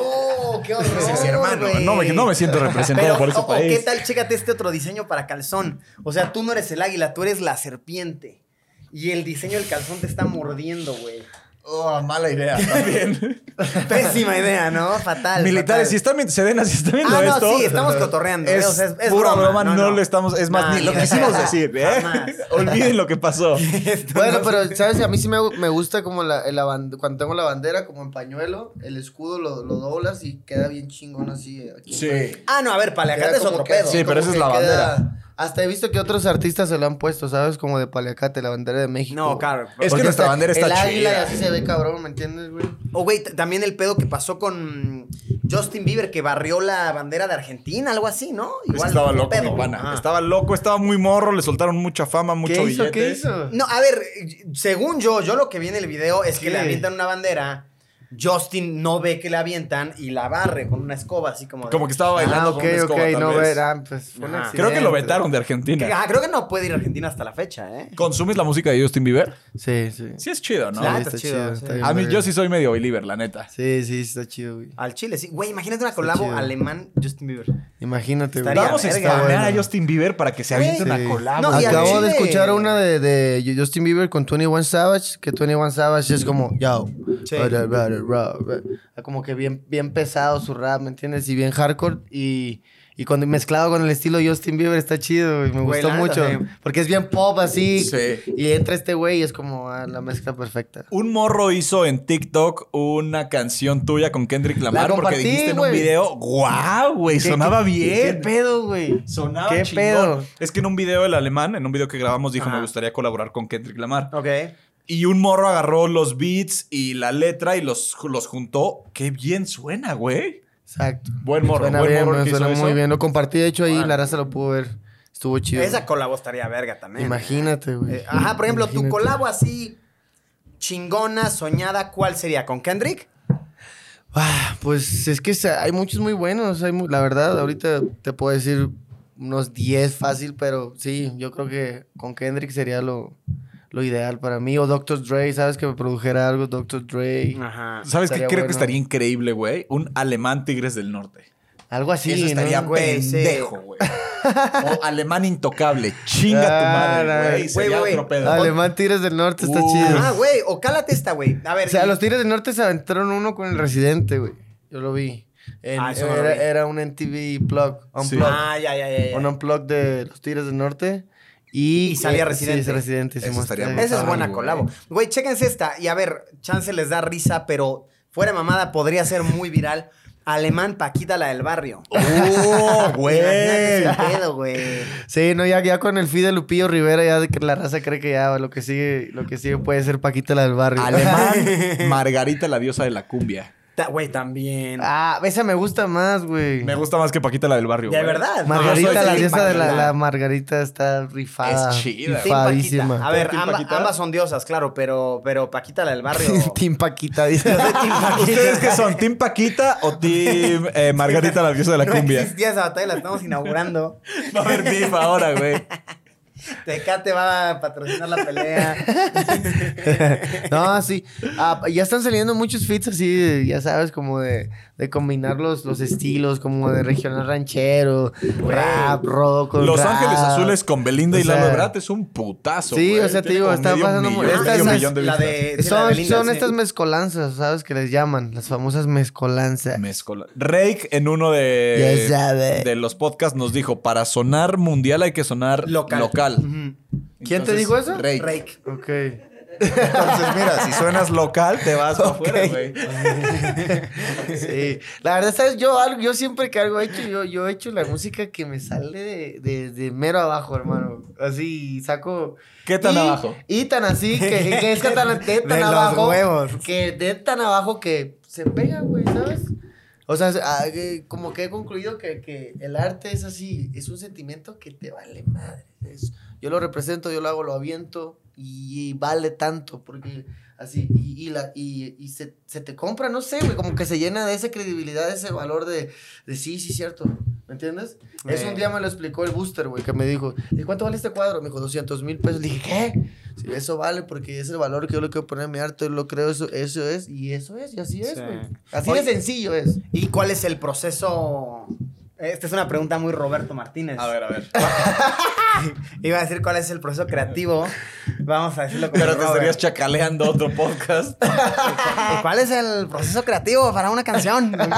No, qué horror. Sí, sí, hermano. güey. No me, no me siento representado Pero, por ese o- o país. ¿qué tal? Chécate este otro diseño para calzón. O sea, tú no eres el águila, tú eres la serpiente. Y el diseño del calzón te está mordiendo, güey. Oh, mala idea también. Pésima idea, ¿no? Fatal. Militares, fatal. si están, vi- Sedena, si están viendo Ah, no, esto. sí, estamos cotorreando. Es, ¿eh? O sea, es, es pura broma. broma, no, le estamos. Es más, No, ni lo ni de quisimos pedo. decir, ¿eh? Jamás. Olviden lo que pasó. Bueno, pero, ¿sabes? A mí sí me, me gusta como la, la ban- cuando tengo la bandera como en pañuelo, el escudo lo, lo doblas y queda bien chingón así. aquí. Sí. Ah, no, a ver, paliacate Queda es como otro que- pedo. Sí, pero como esa es que la queda- bandera. Hasta he visto que otros artistas se lo han puesto, ¿sabes? Como de paliacate, la bandera de México. No, claro. Es que Porque nuestra está- bandera está el águila y chida. así se ve cabrón, ¿me entiendes, güey? O, güey, t- también el pedo que pasó con Justin Bieber, que barrió la bandera de Argentina, algo así, ¿no? Es que estaba fue loco, pedo. mi pana. Ah. Estaba loco, estaba muy morro, le soltaron mucha fama, mucho ¿Qué billete. hizo? ¿Qué hizo? No, a ver, según yo, yo lo que vi en el video es que ¿Qué? le avientan una bandera, Justin no ve que le avientan y la barre con una escoba, así como de- Como que estaba bailando Ah, con ok, una escoba, ok, tal no vez. verán, pues fue un Ajá. accidente. Creo que lo vetaron de Que- Argentina. ah, creo que no puede ir a Argentina hasta la fecha, ¿eh? ¿Consumes la música de Justin Bieber? Sí, sí. Sí es chido, ¿no? Sí, Sí, está está chido, chido. sí. está bien A mí verga. yo sí soy medio believer, la neta. Sí, sí, está chido, güey. Al Chile, sí. Güey, imagínate una colabo chido. alemán-Justin Bieber. Imagínate, güey. Estaría Vamos a verga. spamear bueno. a Justin Bieber para que se aviente Güey. una Sí. colabo. No, y al Acabo de Chile- escuchar una de, de Justin Bieber con veintiuno Savage, que veintiuno Savage es como, yo, Sí. ra, ra, ra, ra, ra. como que bien, bien pesado su rap, ¿me entiendes? Y bien hardcore, y, y cuando mezclado con el estilo Justin Bieber está chido, y me Güey, gustó la neta, mucho, sí. porque es bien pop así, Sí. y entra este güey y es como ah, la mezcla perfecta. Un morro hizo en TikTok una canción tuya con Kendrick Lamar porque compartí, dijiste en un güey. video, ¡guau, güey! ¿Qué- Sonaba qué- bien. ¿Qué pedo, güey? Sonaba ¿Qué chingón. pedo? Es que en un video el alemán, en un video que grabamos, dijo, Ajá. me gustaría colaborar con Kendrick Lamar. Ok. Y un morro agarró los beats y la letra y los, los juntó. ¡Qué bien suena, güey! Exacto. Buen morro, Suena buen bien, morro el que suena hizo muy eso. bien. Lo compartí, de hecho, ahí Órale. la raza lo pudo ver. Estuvo chido. Esa colabo estaría verga también. Imagínate, güey. Eh, ajá, por ejemplo, tu Imagínate. colabo así chingona, soñada, ¿cuál sería? ¿Con Kendrick? Ah, pues es que sa- hay muchos muy buenos. Hay mu- la verdad, ahorita te puedo decir unos diez fácil, pero sí, yo creo que con Kendrick sería lo, lo ideal para mí. O doctor Dre, ¿sabes? Que me produjera algo, doctor Dre. Ajá. ¿Sabes qué Estaría creo bueno. que estaría increíble, güey? Un alemán Tigres del Norte. Algo así, Eso estaría ¿no? güey, sí. pendejo, güey. O alemán intocable. Chinga tu madre, Ah, güey. no. Sería Güey, güey, otro pedo. Alemán Tigres del Norte está Uh. chido. Ah, güey, o cálate esta, güey. A ver. O sea, y- los Tigres del Norte se aventaron uno con el Residente, güey. Yo lo vi. En- Ah, eso no lo era, vi. era un M T V plug, Sí. unplug. Ah, ya, ya, ya. ya. Un unplug de los Tigres del Norte. Y, Y salía eh, Residente. Sí, Residente. Eso sí, estaría muestra- muy Esa es Ah, buena güey. colabo. Güey, chéquense esta. Y a ver, chance les da risa, pero fuera de mamada podría ser muy viral. Alemán Paquita, la del barrio. ¡Oh, güey! Imagínate ese pedo, güey. Sí, no, ya, ya con el feed de Lupillo Rivera, ya de que la raza cree que ya lo que sigue, lo que sigue puede ser Paquita la del barrio. Alemán, Margarita, la diosa de la cumbia. Ta- Güey, también. Ah, esa me gusta más, güey. Me gusta más que Paquita, la del barrio. De güey. verdad. Margarita, No, soy la Team diosa de la, Paquita. la Margarita está rifada. Es chida. Team Paquita. Rifadísima. A ver, ¿Team amba- Paquita? ambas son diosas, claro, pero, pero Paquita, la del barrio. Team Paquita, dice. ¿Ustedes qué son? ¿Team Paquita o Team eh, Margarita, la diosa de la No cumbia? existía esa batalla, la estamos inaugurando. Va a haber beef ahora, güey. Tecate va a patrocinar la pelea. No, sí. Ah, ya están saliendo muchos feats así, ya sabes, como de, de combinar los, los estilos, como de regional ranchero, rap, rock con Los rap. Ángeles Azules con Belinda O y Lalo sea, Ebrard es un putazo, sí, güey. o sea, te Tiene digo, como está medio pasando millón, muy- medio esta es millón de la vistas. de- Sí, la Son, Belinda, son sí. estas mezcolanzas, ¿sabes? Que les llaman, las famosas mezcolanzas. Mezcola. Rake en uno de, Ya sabe. de los podcasts nos dijo, para sonar mundial hay que sonar Local. local. Ujú. ¿Quién te Entonces, dijo eso? Rake. Rake. Ok. Entonces, mira, si suenas local, te vas para Ok. afuera, güey. Sí. La verdad, ¿sabes? Yo, algo, yo siempre que algo he hecho, yo, yo he hecho la música que me sale de, de, de mero abajo, hermano. Así, saco... ¿Qué tan y- abajo? Y tan así, que, que es que tan, de tan De los abajo... huevos. Que de tan abajo que se pega, güey, ¿sabes? O sea, ah, eh, como que he concluido que, que el arte es así, es un sentimiento que te vale madre. Es- yo lo represento, yo lo hago, lo aviento y, vale tanto, porque así, y, y, la, y, y se, se te compra, no sé, güey, como que se llena de esa credibilidad, de ese valor de, de sí, sí, cierto, ¿me entiendes? Eh. Eso un día me lo explicó el Booster, güey, que me dijo, ¿y cuánto vale este cuadro? Me dijo, doscientos mil pesos. Le dije, ¿qué? Sí, eso vale porque es el valor que yo le quiero poner a mi arte, yo lo creo, eso, eso es, y eso es, y así es, Sí. güey. Así Oye, de sencillo es. ¿Y cuál es el proceso? Esta es una pregunta muy Roberto Martínez. A ver, a ver. Iba a decir cuál es el proceso creativo. Vamos a decirlo como Pero te Robert. estarías chacaleando otro podcast. ¿Y cuál es el proceso creativo para una canción? Un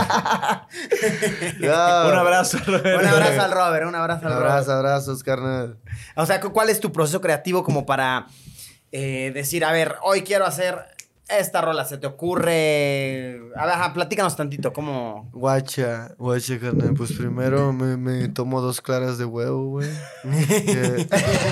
abrazo, Roberto. Un abrazo al Robert, un abrazo al Abrazos, Robert. abrazos, carnal. O sea, ¿cu- ¿cuál es tu proceso creativo como para eh, decir, a ver, hoy quiero hacer esta rola? ¿Se te ocurre? A ver, ajá, platícanos tantito, ¿cómo? Guacha, guacha, carnal. Pues primero me, me tomo dos claras de huevo, güey. Que-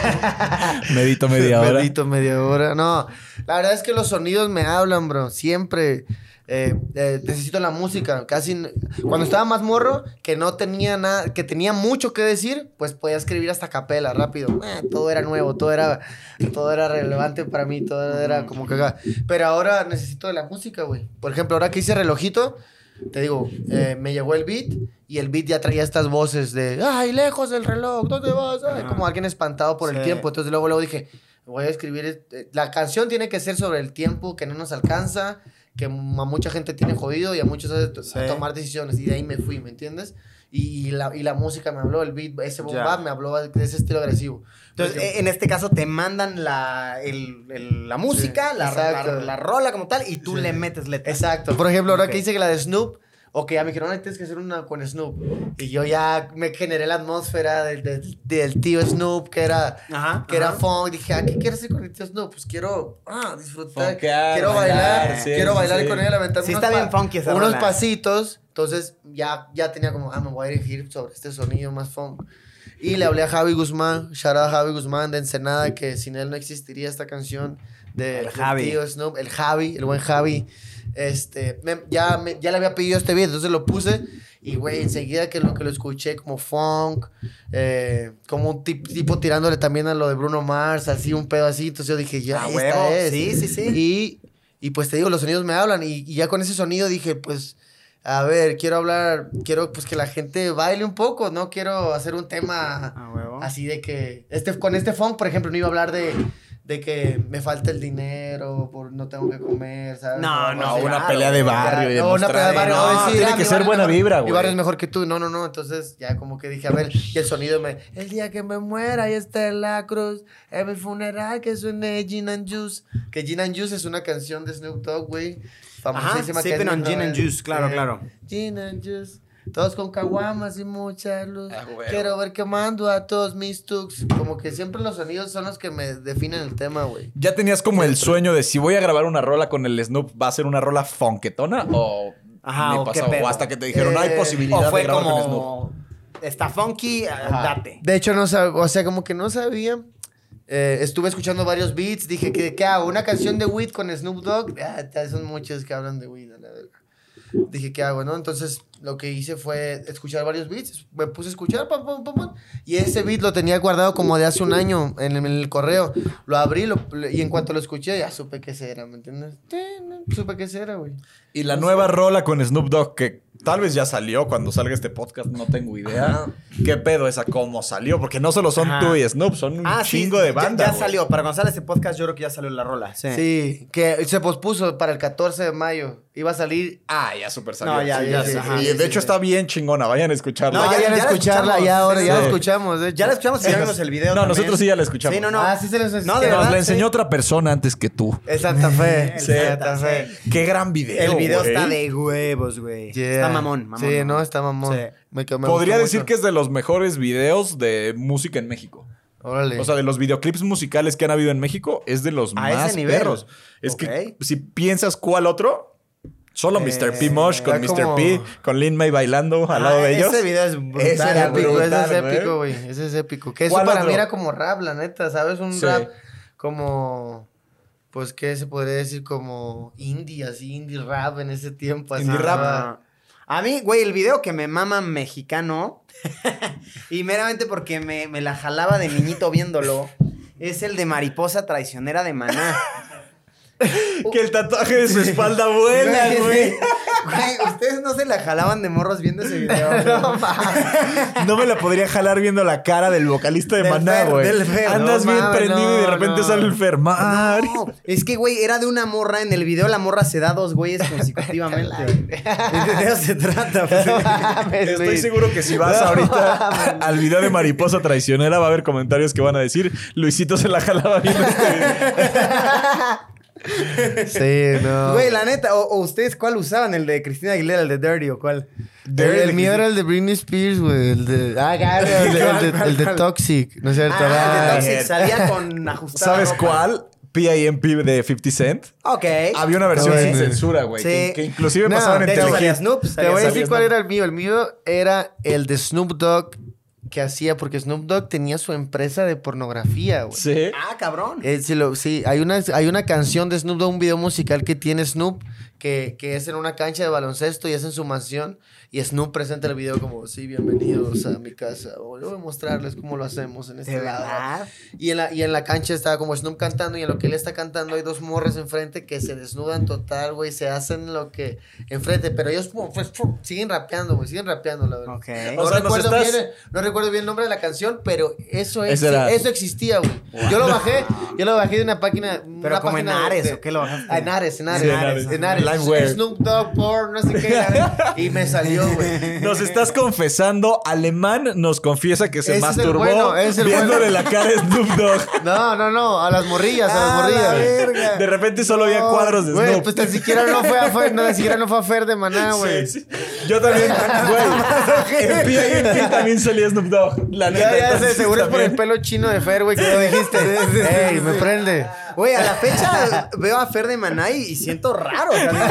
Medito media hora. Medito media hora. No, la verdad es que los sonidos me hablan, bro. Siempre eh, eh, necesito la música. Casi n- cuando estaba más morro, que no tenía nada, que tenía mucho que decir, pues podía escribir hasta capela, rápido. Eh, todo era nuevo, todo era, todo era relevante para mí, todo era como que acá. Pero ahora necesito de la música, güey. Por ejemplo, ahora que hice relojito. Te digo, eh, me llegó el beat y el beat ya traía estas voces de ay, lejos del reloj, ¿dónde vas? Ay, Ajá. como alguien espantado por Sí. el tiempo. Entonces luego, luego dije, voy a escribir, eh, la canción tiene que ser sobre el tiempo que no nos alcanza, que a mucha gente tiene jodido y a muchos hace to- Sí. a tomar decisiones. Y de ahí me fui, ¿me entiendes? Y, y la, y la música me habló, el beat, ese boom Ya. bap me habló de ese estilo agresivo. Entonces, Por ejemplo, en este caso te mandan la, el- el- la música, Sí, la, la, exacto. la rola como tal, y tú Sí. le metes letras. Exacto. Por ejemplo, ahora Ok. que hice que la de Snoop, o que ya me dijeron, "Ay, tienes que hacer una con Snoop." Y yo ya me generé la atmósfera del, del, del tío Snoop, que era, Ajá, que era ajá. funk. Dije, ah, ¿qué quiero hacer con el tío Snoop? Pues quiero ah, disfrutar. Funkear, quiero bailar, bailar, sí, quiero sí, bailar sí. con él, aventar Sí, unos, está bien funky esa unos rola. pasitos. Entonces ya, ya tenía como, ah, me voy a dirigir sobre este sonido más funk. Y le hablé a Javi Guzmán, shout out a Javi Guzmán de Ensenada, que sin él no existiría esta canción de El del Javi. tío Snoop, el Javi, el buen Javi. Este, me- ya, me- ya le había pedido este beat, entonces lo puse. Y, güey, enseguida que lo, que lo escuché como funk, eh, como un tip- tipo tirándole también a lo de Bruno Mars, así, un pedo así. Entonces yo dije, ya, Ah, esta huevo. es. Sí, sí, sí. Y, y pues te digo, los sonidos me hablan. Y, y ya con ese sonido dije, pues, a ver, quiero hablar, quiero pues que la gente baile un poco, ¿no? Quiero hacer un tema Ah, huevo. así de que, este, con este funk, por ejemplo, no iba a hablar de, de que me falta el dinero, por no tengo que comer, ¿sabes? No, O no, así, una claro, pelea de barrio y No, una demostrar, pelea de barrio. no, no, decir, tiene ah, que mi ser barrio es buena mejor- vibra, Mi güey. barrio es mejor que tú. No, no, no. Entonces ya como que dije, a ver, y el sonido me... El día que me muera, ahí está en la cruz, en mi funeral que suene Gin and Juice. Que Gin and Juice es una canción de Snoop Dogg, güey. Famosísima. que es Sipping on mi Gin and brother. Juice, claro, Eh, claro. Gin and Juice. Todos con caguamas y mucha luz. Ah, güey. Quiero ver quemando a todos mis tucs. Como que siempre los sonidos son los que me definen el tema, güey. ¿Ya tenías como el sueño de si voy a grabar una rola con el Snoop, va a ser una rola funketona? ¿O Ajá, ni o qué pasó? pedo? O hasta que te dijeron, no hay Eh, posibilidad O fue de grabar con Snoop. como, está funky, Ajá. date. De hecho, no sabía, o sea, como que no sabía. Eh, estuve escuchando varios beats. Dije, ¿qué, qué hago? ¿Una canción de weed con Snoop Dogg? Ah, ya son muchos que hablan de weed, a la verga. Dije, ¿qué hago, no? Entonces, lo que hice fue escuchar varios beats. Me puse a escuchar, pam, pam, pam, pam. Y ese beat lo tenía guardado como de hace un año en el, en el correo. Lo abrí lo- y en cuanto lo escuché, ya supe qué ese era, ¿me entiendes? Sí, no, supe qué ese era, güey. Y la nueva rola con Snoop Dogg, que Tal vez ya salió cuando salga este podcast, no tengo idea. ¿Qué pedo esa cómo salió? Porque no solo son Ajá. tú y Snoop, son un Ah, sí, chingo de ya- banda. Ya, güey. salió. Para cuando sale este podcast, yo creo que ya salió la rola. Sí. Sí, que se pospuso para el catorce de mayo. Iba a salir. Ah, ya súper salió. No, ya, Sí, ya, sí, sí, sí. ajá, Y sí, de sí, hecho sí. está bien chingona. Vayan a escucharla. No, No, ya- ya, ya la la escucharla, escuchamos. ya ahora, Sí, ya sí. la escuchamos. De hecho. Ya la escuchamos y ya vimos el video. No, también. nosotros sí ya la escuchamos. Sí, no, no. Ah, sí se los No, de Nos verdad, la enseñó sí. otra persona antes que tú. Es Santa Fe. El Sí, Santa Santa Fe. Qué gran video. El video güey. está de huevos, güey. Yeah. Está mamón, mamón. Sí, mamón. no, está mamón. Sí. Me, me Podría gustó decir mucho. que es de los mejores videos de música en México. Órale. O sea, de los videoclips musicales que han habido en México, es de los A más ese nivel. perros. Es Ok. que si piensas cuál otro, solo Eh, mister P. Mosh con era mister como- P, con Lin May bailando al Ah, lado de ellos. Ese video es brutal. Ese Ese era es épico, brutal, ese es güey. épico, güey. Ese es épico. Que eso ¿Cuál para otro? mí era como rap, la neta, ¿sabes? Un Sí. rap como. Pues, ¿qué se podría decir? Como indie, así, indie rap en ese tiempo. Así, Indie rap. estaba- A mí, güey, el video que me mama mexicano, y meramente porque me, me la jalaba de niñito viéndolo, es el de Mariposa Traicionera de Maná. Que el tatuaje de su espalda vuela, güey. Güey, ustedes no se la jalaban de morros viendo ese video. No, No me la podría jalar viendo la cara del vocalista de Del Maná, Fer, güey. del Fer. Andas No bien mames, prendido y de no, repente no. sale el Fermar. No, es que, güey, era de una morra. En el video la morra se da dos güeyes consecutivamente. De video se trata. pues. Estoy seguro que si vas ahorita al video de Mariposa Traicionera va a haber comentarios que van a decir Luisito se la jalaba viendo este video. Sí, no. Güey, la neta, o, o ustedes cuál usaban, el de Cristina Aguilera, el de Dirty o cuál? El, el mío era el de Britney Spears, güey. El de. Ah, claro, el de, el de, el de Toxic. ¿No es cierto? Ah, el de Ah, Toxic bien. salía con ajustada ¿Sabes ropa. cuál? P I M P de fifty Cent. Ok. Había una versión Ok. sin censura, güey. Sí. Que, que inclusive No, pasaban en de hecho, Telehit. salía Snoop. Te salía- voy a salía decir cuál Snoop. era el mío. El mío era el de Snoop Dogg que hacía, porque Snoop Dogg tenía su empresa de pornografía, güey. Sí. Ah, cabrón. Eh, sí, lo- sí, hay una, hay una canción de Snoop Dogg, un video musical que tiene Snoop, que, que es en una cancha de baloncesto y es en su mansión. Y Snoop presenta el video como, sí, bienvenidos a mi casa. O yo voy a mostrarles cómo lo hacemos en este ¿De lado. verdad? Y en, la, y en la cancha estaba como Snoop cantando y en lo que él está cantando hay dos morras enfrente que se desnudan total, güey. Se hacen lo que enfrente, pero ellos como, pues, pum, siguen rapeando, güey. Siguen rapeando, la verdad. Ok. No, O sea, nos recuerdo estás- bien, no recuerdo bien el nombre de la canción, pero eso, es, Ese era- eso existía, güey. Yo lo bajé, yo lo bajé de una página. Pero una como en página Ares, de- ¿o qué lo bajaste? Ah, en Ares, en Ares. Sí, en en Ares. Ares. En Ares. Liveware. Snoop Dogg, porn, no sé qué. Y me salió, güey. Nos estás confesando. Alemán nos confiesa que se Ese es el masturbó bueno, ese es el viéndole bueno. la cara a Snoop Dogg. No, no, no, a las morrillas, a las Ah, morrillas. la verga. De repente solo había No, cuadros de güey, Snoop. pues tan siquiera no fue a Fer, no, ni siquiera no fue a Fer de Maná, güey. Sí, sí. Yo también, güey. En P I M P también salía Snoop Dogg. La neta. Ya, ya sé, entonces seguro es por el también- pelo chino de Fer, güey, que lo dijiste. Ey, me prende. Güey, a la fecha veo a Fer de Maná y, y siento raro. O sea, digo,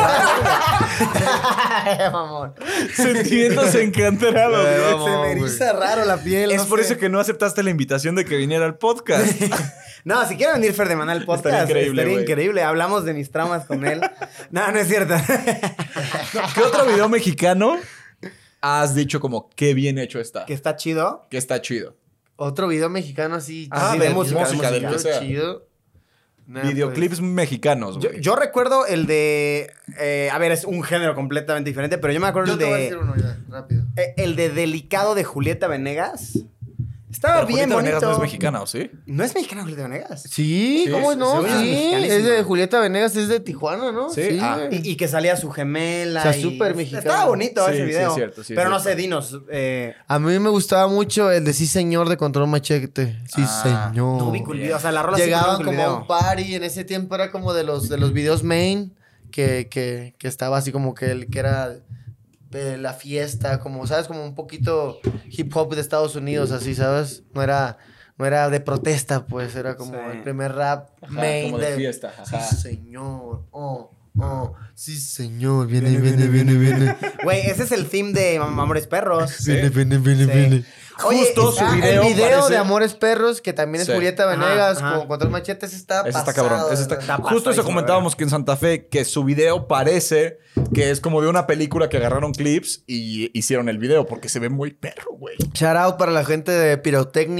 Mamón. Sentimientos encantados, Ay, güey. vamos. se me güey. eriza raro la piel. Es no por sé. eso que no aceptaste la invitación de que viniera al podcast. No, si quiere venir Fer de Maná al podcast, Estaría estaría increíble, increíble. güey. increíble. Hablamos de mis traumas con él. No, no es cierto. ¿Qué otro video mexicano has dicho como qué bien hecho está? Que está chido. Que está chido. Otro video mexicano así. Ah, así de música, de chido, música. que sea. chido. Nah, Videoclips mexicanos, Yo, güey. yo recuerdo el de... eh, a ver, es un género completamente diferente, pero yo me pues, acuerdo yo el te voy a de... decir uno ya, rápido. eh, el de Delicado de Julieta Venegas. Estaba Pero bien Julieta bonito. Venegas no es mexicana, ¿o sí? ¿No es mexicana Julieta Venegas? Sí, Sí, ¿cómo sí, no? según yo es Sí, mexicanísima. es de Julieta Venegas, es de Tijuana, ¿no? Sí, ah. güey. Y, y que salía su gemela. O sea, y- súper mexicano. Estaba bonito Sí, ese sí, video. es cierto, sí, es pero no cierto. sé, dinos. Eh, A mí me gustaba mucho el de Sí Señor de Control Machete. Sí, Ah, señor. no ubico el video. O sea, la rola sí Llegaban ubico el como a video. un party. En ese tiempo era como de los, de los videos main. Que, que, que estaba así como que, el, que era de la fiesta. Como, ¿sabes? Como un poquito hip hop de Estados Unidos, así, ¿sabes? No era, no era de protesta, pues. Era como Sí. el primer rap main. como de fiesta, ajá. Sí, señor. Oh, oh. Sí, señor. Viene, viene, viene, viene. Güey, ese es el theme de Am- Amores Perros. Viene, viene, viene, Sí. viene. Oye, Justo su está- video El video parece- de Amores Perros, que también es Sí. Julieta Ajá, Venegas, ajá. con Control Machete, ese está Ese está pasado, cabrón. Ese está... ¿verdad? Está Justo eso pasadísimo, comentábamos que en Santa Fe, que su video parece que es como de una película que agarraron clips y hicieron el video, porque se ve muy perro, güey. Shout out para la gente de Pirotecnia,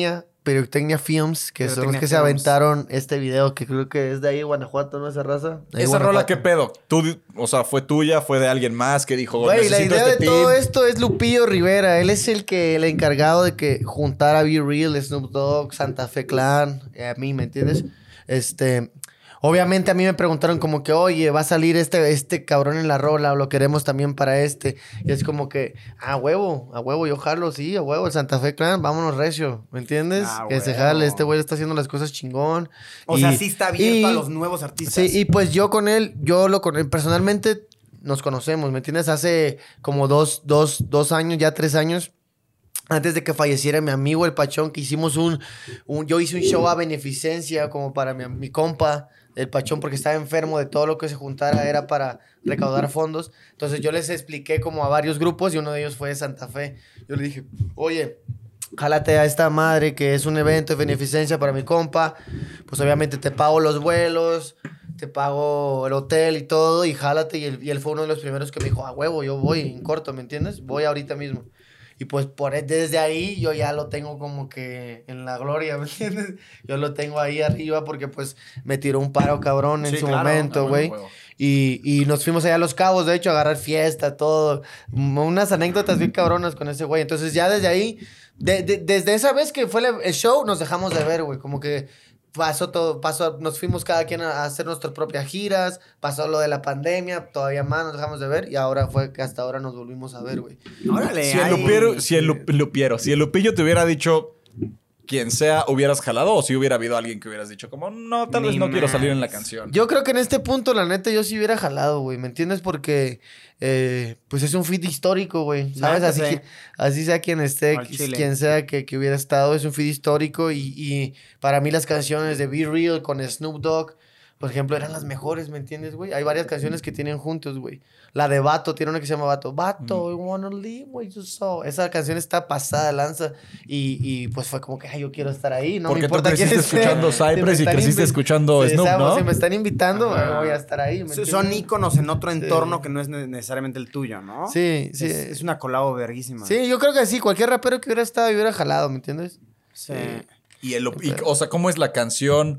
Pirotecnia Films, que son los Pirotecnia que se Films. aventaron este video, que creo que es de ahí, Guanajuato, ¿no? Esa raza. De ahí, ¿Esa rola Guanajuato. qué pedo? ¿Tú, o sea, fue tuya? ¿Fue de alguien más que dijo, Güey, la necesito idea este de todo team? esto es Lupillo Rivera. Él es el que el encargado de que juntara Be Real, Snoop Dogg, Santa Fe Clan, eh, a mí, ¿me entiendes? Este, obviamente a mí me preguntaron como que, oye, va a salir este, este cabrón en la rola, o lo queremos también para este. Y es como que, a huevo, a huevo, yo jalo, sí, a huevo, el Santa Fe Clan, vámonos recio, ¿me entiendes? Ah, que se huevo. jale, este güey está haciendo las cosas chingón. O Y- sea, sí está abierto y- a los nuevos artistas. Sí, y pues yo con él, yo lo con él personalmente nos conocemos, ¿me entiendes? Hace como dos, dos, dos años, ya tres años, antes de que falleciera mi amigo el Pachón, que hicimos un, un yo hice un show a beneficencia como para mi, mi compa, el Pachón, porque estaba enfermo, de todo lo que se juntara era para recaudar fondos. Entonces yo les expliqué como a varios grupos y uno de ellos fue de Santa Fe. Yo le dije, oye, jálate a esta madre que es un evento de beneficencia para mi compa. Pues obviamente te pago los vuelos, te pago el hotel y todo, y jálate. Y él, y él fue uno de los primeros que me dijo, a huevo, yo voy en corto, ¿me entiendes? Voy ahorita mismo. Y pues por desde ahí yo ya lo tengo como que en la gloria, ¿me entiendes? Yo lo tengo ahí arriba porque pues me tiró un paro cabrón en Sí, su claro. momento, Ah, güey. huevo, huevo. Y, y nos fuimos allá a Los Cabos, de hecho, a agarrar fiesta, todo. M- Unas anécdotas bien cabronas con ese güey. Entonces ya desde ahí, de- de- desde esa vez que fue el el show, nos dejamos de ver, güey. Como que pasó todo, pasó, nos fuimos cada quien a hacer nuestras propias giras, pasó lo de la pandemia, todavía más nos dejamos de ver y ahora fue que hasta ahora nos volvimos a ver, güey. Órale, Si el hay- Lupiero, si el Lup- Lupiero, si el Lupillo te hubiera dicho quien sea, ¿hubieras jalado? ¿O si hubiera habido alguien que hubieras dicho como, no, tal vez Ni no quiero salir en la más. canción? Yo creo que en este punto, la neta, yo sí hubiera jalado, güey, ¿me entiendes? Porque, eh, pues es un feat histórico, güey, ¿sabes? Neta, Así, sí. que, así sea quien esté, Al chile. quien sea que, que hubiera estado, es un feat histórico y, y para mí las canciones de Be Real con Snoop Dogg, por ejemplo, eran las mejores, ¿me entiendes, güey? Hay varias canciones que tienen juntos, güey. La de Vato, tiene una que se llama Vato. Vato, I wanna live what you saw. Esa canción está pasada de lanza y, y pues fue como que, ay, yo quiero estar ahí. No Porque me tú importa quién creciste esté. escuchando Si me Cypress y están creciste invi- escuchando Sí, Snoop, ¿sabes? ¿no? Si me están invitando, Ajá. voy a estar ahí. ¿me Son entiendes? íconos en otro Sí. entorno que no es ne- necesariamente el tuyo, ¿no? Sí, sí. Es, es una colabo verguísima. Sí, yo creo que sí. Cualquier rapero que hubiera estado hubiera jalado, ¿me entiendes? Sí. Y el, Lup- y, o sea, ¿cómo es la canción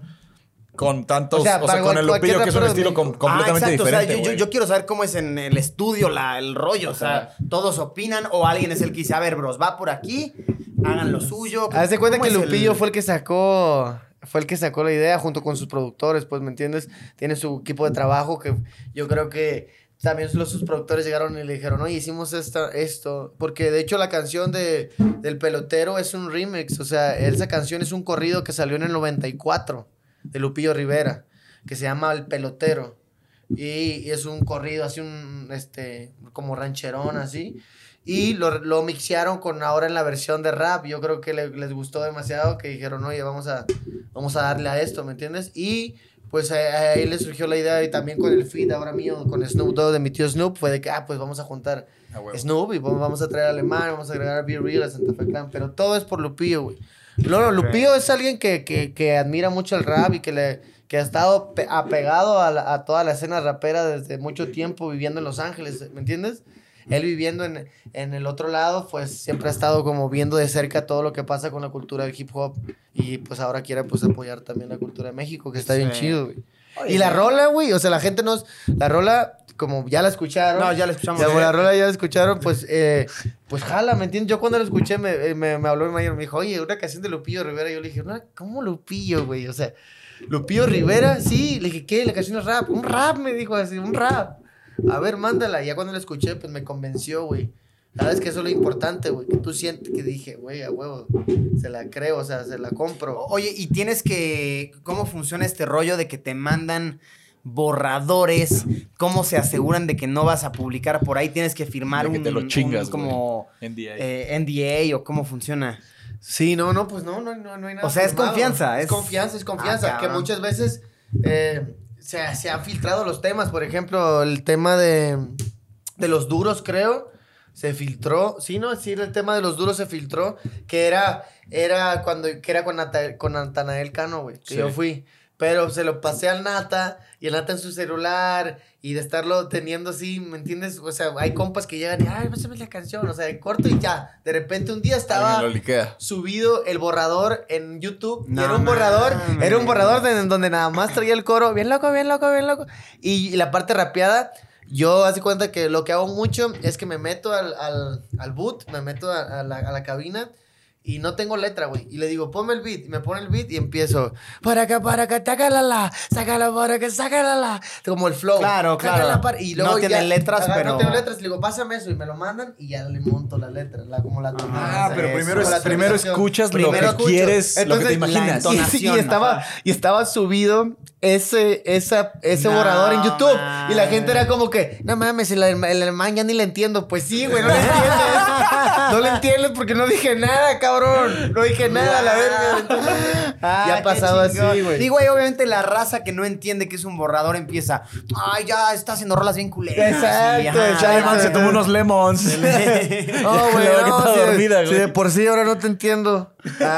con tantos, O o sea, sea, para con el cualquier Lupillo, que es un rapero de estilo com- México. completamente Ah, exacto, diferente, o sea, yo, yo, güey? yo quiero saber cómo es en el estudio la, el rollo. O sea, todos opinan o alguien es el que dice, a ver, bros, va por aquí, hagan lo suyo. Haz de cuenta ¿Cómo que es Lupillo el- fue el que sacó... Fue el que sacó la idea junto con sus productores, pues, ¿me entiendes? Tiene su equipo de trabajo que yo creo que también los, sus productores llegaron y le dijeron, oye, hicimos esta, esto. Porque de hecho la canción de, del Pelotero es un remix. O sea, esa canción es un corrido que salió en el noventa y cuatro de Lupillo Rivera, que se llama El Pelotero. Y, y es un corrido así, un, este, como rancherón así. Y lo, lo mixearon con ahora en la versión de rap. Yo creo que le- les gustó demasiado que dijeron, oye, vamos a, vamos a darle a esto, ¿me entiendes? Y pues a- ahí le surgió la idea y también con el feed ahora mío, con Snoop Dogg, de mi tío Snoop, fue de que, ah, pues vamos a juntar Ah, huevo. Snoop y pues vamos a traer a Alemán, vamos a agregar a Be Real, a Santa Fe Clan, pero todo es por Lupillo, güey. No, no, Lupillo es alguien que, que, que admira mucho el rap y que, le, que ha estado pe- apegado a, la- a toda la escena rapera desde mucho tiempo viviendo en Los Ángeles, ¿me entiendes? Él viviendo en, en el otro lado, pues siempre ha estado como viendo de cerca todo lo que pasa con la cultura del hip hop y pues ahora quiere pues apoyar también la cultura de México, que está bien Sí. chido, güey. Oye, Y la sí. rola, güey, o sea, la gente nos... La rola, como ya la escucharon. No, ya la escuchamos. Ya, Sí. la rola ya la escucharon, pues, eh, pues jala, ¿me entiendes? Yo cuando la escuché me, eh, me, me habló mi mayor, me dijo, oye, una canción de Lupillo Rivera. Yo le dije, no, ¿cómo Lupillo, güey? O sea, Lupillo Rivera, sí. Le dije, ¿qué? La canción es rap. Un rap, me dijo así, un rap. A ver, mándala. Y ya cuando la escuché, pues me convenció, güey. ¿Sabes que eso es lo importante, güey? Que tú sientes que dije, güey, a huevo, se la creo, o sea, se la compro. Oye, y tienes que... ¿Cómo funciona este rollo de que te mandan borradores? ¿Cómo se aseguran de que no vas a publicar por ahí? Tienes que firmar De que un... te lo chingas, un como N D A. eh, N D A o cómo funciona. Sí, no, no, pues no, no, no, no hay nada. O sea, es firmado. confianza, Es, es- confianza, es confianza. Ah, que cabrón. muchas veces eh, se, se han filtrado los temas. Por ejemplo, el tema de, de los duros, creo, se filtró. Sí, no, sí, el tema de los duros se filtró. Que era, era cuando, que era con, Nata- con Natanael Cano, güey. Que Sí. yo fui. Pero se lo pasé al Nata y el Nata en su celular y de estarlo teniendo así, ¿me entiendes? O sea, hay compas que llegan y, ay, pásame la canción, o sea, en corto y ya. De repente un día estaba Lo liquea. subido el borrador en YouTube No y era un borrador, mames. era un borrador de, donde nada más traía el coro, bien loco, bien loco, bien loco. Y, y la parte rapeada, yo hace cuenta que lo que hago mucho es que me meto al, al, al boot, me meto a, a, la, a la cabina. Y no tengo letra, güey. Y le digo, ponme el beat. Y me pone el beat y empiezo. Para acá, para acá, tácala, sácala, para acá, sácala. Como el flow. Claro, claro. Sácala, para- Y luego No ya- tienen letras, Ajá, pero- No tengo letras. Le digo, pásame eso. Y me lo mandan y ya le monto la letra. La, como la Ah, pero Eso, primero, como la es, primero traducción. escuchas Primero lo que escucho. quieres, lo que Entonces, te imaginas. la Y, sí, y entonación, estaba, ajá. y estaba subido ese, esa, ese No borrador en YouTube. mames. Y la gente era como que, no mames, el, el alemán ya ni le entiendo. Pues sí, güey, no le entiendes. No le entiendes porque no dije nada, cabrón. No dije nada, la verga. Entonces, Ah, ya ha qué pasado así, chingón. güey. Y, güey, obviamente la raza que no entiende que es un borrador empieza, ay, ya está haciendo rolas bien culeras. Exacto, Y, ajá, exacto. Alemán se tomó unos lemons. No, güey, Luego que no, está si de- dormida, si güey. de por sí ahora no te entiendo.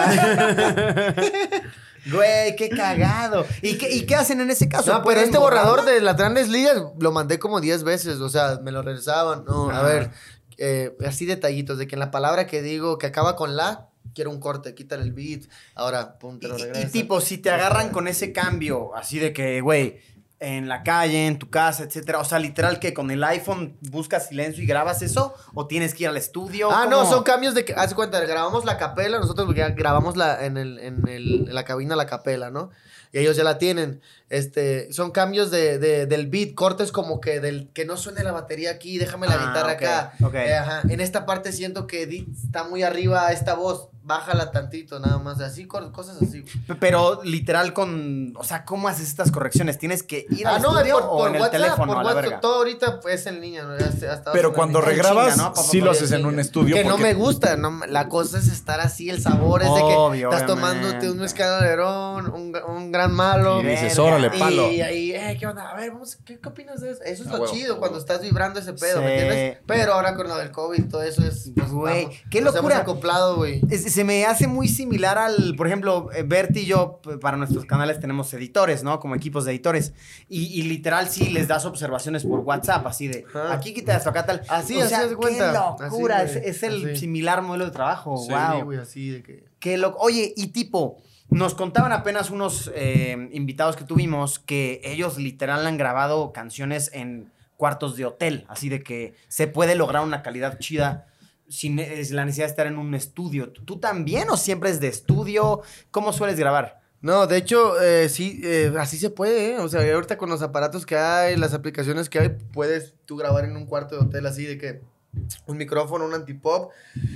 Güey, qué cagado. ¿Y qué, ¿Y qué hacen en ese caso? No, pero ¿Pueden este borrador borrarlo? de las grandes ligas lo mandé como diez veces. O sea, me lo regresaban. No, a Ajá. ver, eh, así detallitos de que en la palabra que digo que acaba con la, quiero un corte, quítale el beat. Ahora, pum, te lo Y, regresa. y tipo, si te agarran con ese cambio, así de que, güey, en la calle, en tu casa, etcétera. O sea, literal que con el iPhone buscas silencio y grabas eso, o tienes que ir al estudio. Ah, ¿Cómo? no, son cambios de que, haz de cuenta, grabamos la capela, nosotros ya grabamos la, en, el, en, el, en la cabina la capela, ¿no? Y ellos ya la tienen. Este, son cambios de, de, del beat, cortes como que del que no suene la batería aquí, déjame la Ah, guitarra ok, acá. ok. Eh, ajá. En esta parte siento que di- está muy arriba esta voz, bájala tantito, nada más, así, cor- cosas así. P- Pero literal con, o sea, ¿cómo haces estas correcciones? ¿Tienes que ir Ah, al no, estudio por, o por en el WhatsApp, teléfono por a la WhatsApp, verga? todo ahorita pues en línea, ¿no? Ya está- hasta Pero ahora cuando en línea. regrabas, chinga, ¿no? Pa, pa, sí pa, lo pa, haces en chinga. un estudio. Que no porque- me gusta, no, la cosa es estar así, el sabor es de que Obvio, estás obviamente. tomándote un mezcalerón, un, un gran malo. Y dices, Verga. órale, palo. Y ahí, eh, ¿qué onda? A ver, vamos, ¿qué, qué opinas de eso? Eso es A lo huevo, chido, a cuando huevo. estás vibrando ese pedo, Sí. ¿me entiendes? Pero ahora con lo del COVID, todo eso es... pues, Güey, vamos, qué nos locura. hemos acoplado, güey. Es- Se me hace muy similar al, por ejemplo, eh, Berti y yo, p- para nuestros canales tenemos editores, ¿no? Como equipos de editores. Y, y literal sí les das observaciones por WhatsApp, así de, Ajá. aquí quita esto, acá tal. Así, o así sea, haz de cuenta. qué locura. Así, es, güey, es el así. similar modelo de trabajo, Sí, wow. güey, así de que... Qué loco. Oye, y tipo, nos contaban apenas unos eh, invitados que tuvimos que ellos literal han grabado canciones en cuartos de hotel, así de que se puede lograr una calidad chida sin eh, la necesidad de estar en un estudio. ¿Tú, tú también o siempre es de estudio? ¿Cómo sueles grabar? No, de hecho, eh, sí, eh, así se puede, ¿eh? O sea, ahorita con los aparatos que hay, las aplicaciones que hay, puedes tú grabar en un cuarto de hotel así de que un micrófono, un antipop,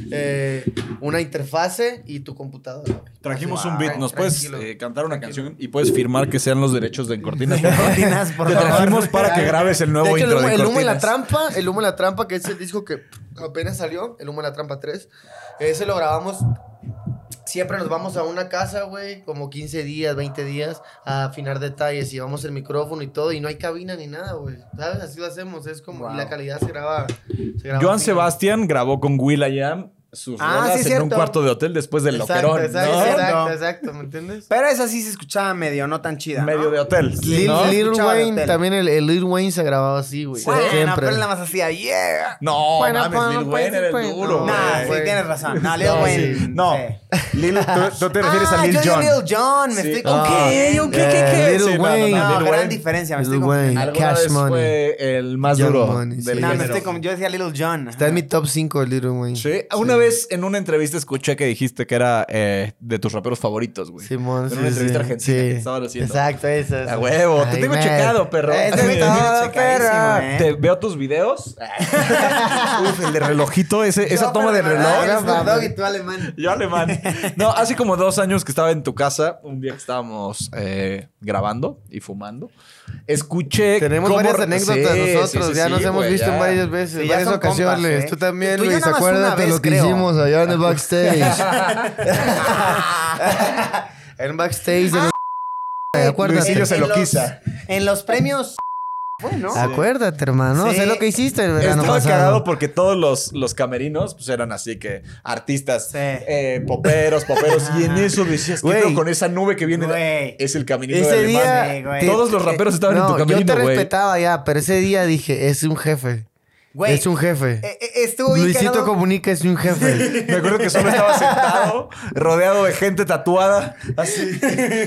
eh, una interfase y tu computadora. güey. Trajimos Así, un beat. ¿Nos puedes tranquilo. eh, cantar una Tranquilo. canción y puedes firmar que sean los derechos de Cortinas? por favor? Cortinas, por Te favor. trajimos para que grabes el nuevo De hecho, el intro humo, de el humo en la Cortinas. trampa, el humo en la trampa, que es el disco que apenas salió, el humo en la trampa tres, ese lo grabamos. Siempre nos vamos a una casa, güey, como quince días, veinte días, a afinar detalles. Y llevamos el micrófono y todo, y no hay cabina ni nada, güey. ¿Sabes? Así lo hacemos, es como... Wow. Y la calidad se graba... Se graba Joan así. Sebastián grabó con Will.i.am sus Ah, rolas sí, es en un cierto. cuarto de hotel después del Exacto, loquerón. exacto, ¿no? exacto, exacto, ¿me entiendes? Pero esa sí se escuchaba medio, no tan chida, ¿no? Medio de hotel. Lil, ¿no? Lil Escuchaba de Wayne, hotel. también el, el Lil Wayne se grababa así, güey. Bueno, Siempre. pero él nada más hacía, yeah. No, Bueno, mames, pues, Lil pues, Wayne era pues, el duro, no, güey. Nah, sí, güey. tienes razón. No, Lil No, Wayne. sí. No. sí. Lil, tú, tú te refieres ah, a Lil yo digo Jon. Lil Jon, me Sí. estoy Ah, confundiendo. ¿qué, qué, qué? Lil Sí, no, no, no, Wayne. No, Lil gran Wayne. diferencia, me Lil estoy Wayne. confundiendo. Alguna Cash vez Money. fue el más Young duro Money, del sí. No, me género. estoy con- yo decía Lil Jon. Está en mi top cinco el Lil Wayne. Sí, una vez en una entrevista escuché que dijiste que era eh, de tus raperos favoritos, güey. Simón, En sí, una entrevista sí, argentina sí. que estaban haciendo. Exacto, eso. eso. A huevo, te Ay, tengo man. checado, perro. Eso me es tiene todo, checadísimo, perro. eh. Te veo tus videos. Uf, el de relojito, ese, esa Yo, toma de pero, reloj. ah, eres Ahora, Bulldog mames. y tú alemán. Yo alemán. No, hace como dos años que estaba en tu casa, un día que estábamos eh, grabando y fumando, escuché Tenemos cómo- varias anécdotas Sí, nosotros, sí, sí, ya sí, nos hemos güey, visto ya. varias veces, Sí, ya varias son ocasiones. compas, ¿eh? Tú también, Tú y yo Luis, nada más una acuérdate vez, lo que creo. hicimos allá en el backstage. En backstage. de los- ¿Te acuerdas? Luisillo se En lo los- quisa. En los premios fue, ¿no? Acuérdate, hermano. Sí. Sé lo que hiciste el verano Estaba pasado. cagado porque todos los, los camerinos pues eran así que artistas, Sí. eh, poperos, poperos. Y en eso decías, ¿qué Güey. pedo con esa nube que viene? de- Güey. Es el caminito Ese de día... Alemán. Sí, güey. te- Todos los raperos estaban en tu camerino, Yo te güey. respetaba ya, pero ese día dije, es un jefe. Güey, Es un jefe. eh, eh, estuvo bien Luisito cagado. Comunica es un jefe. Me acuerdo que solo estaba sentado, rodeado de gente tatuada, así.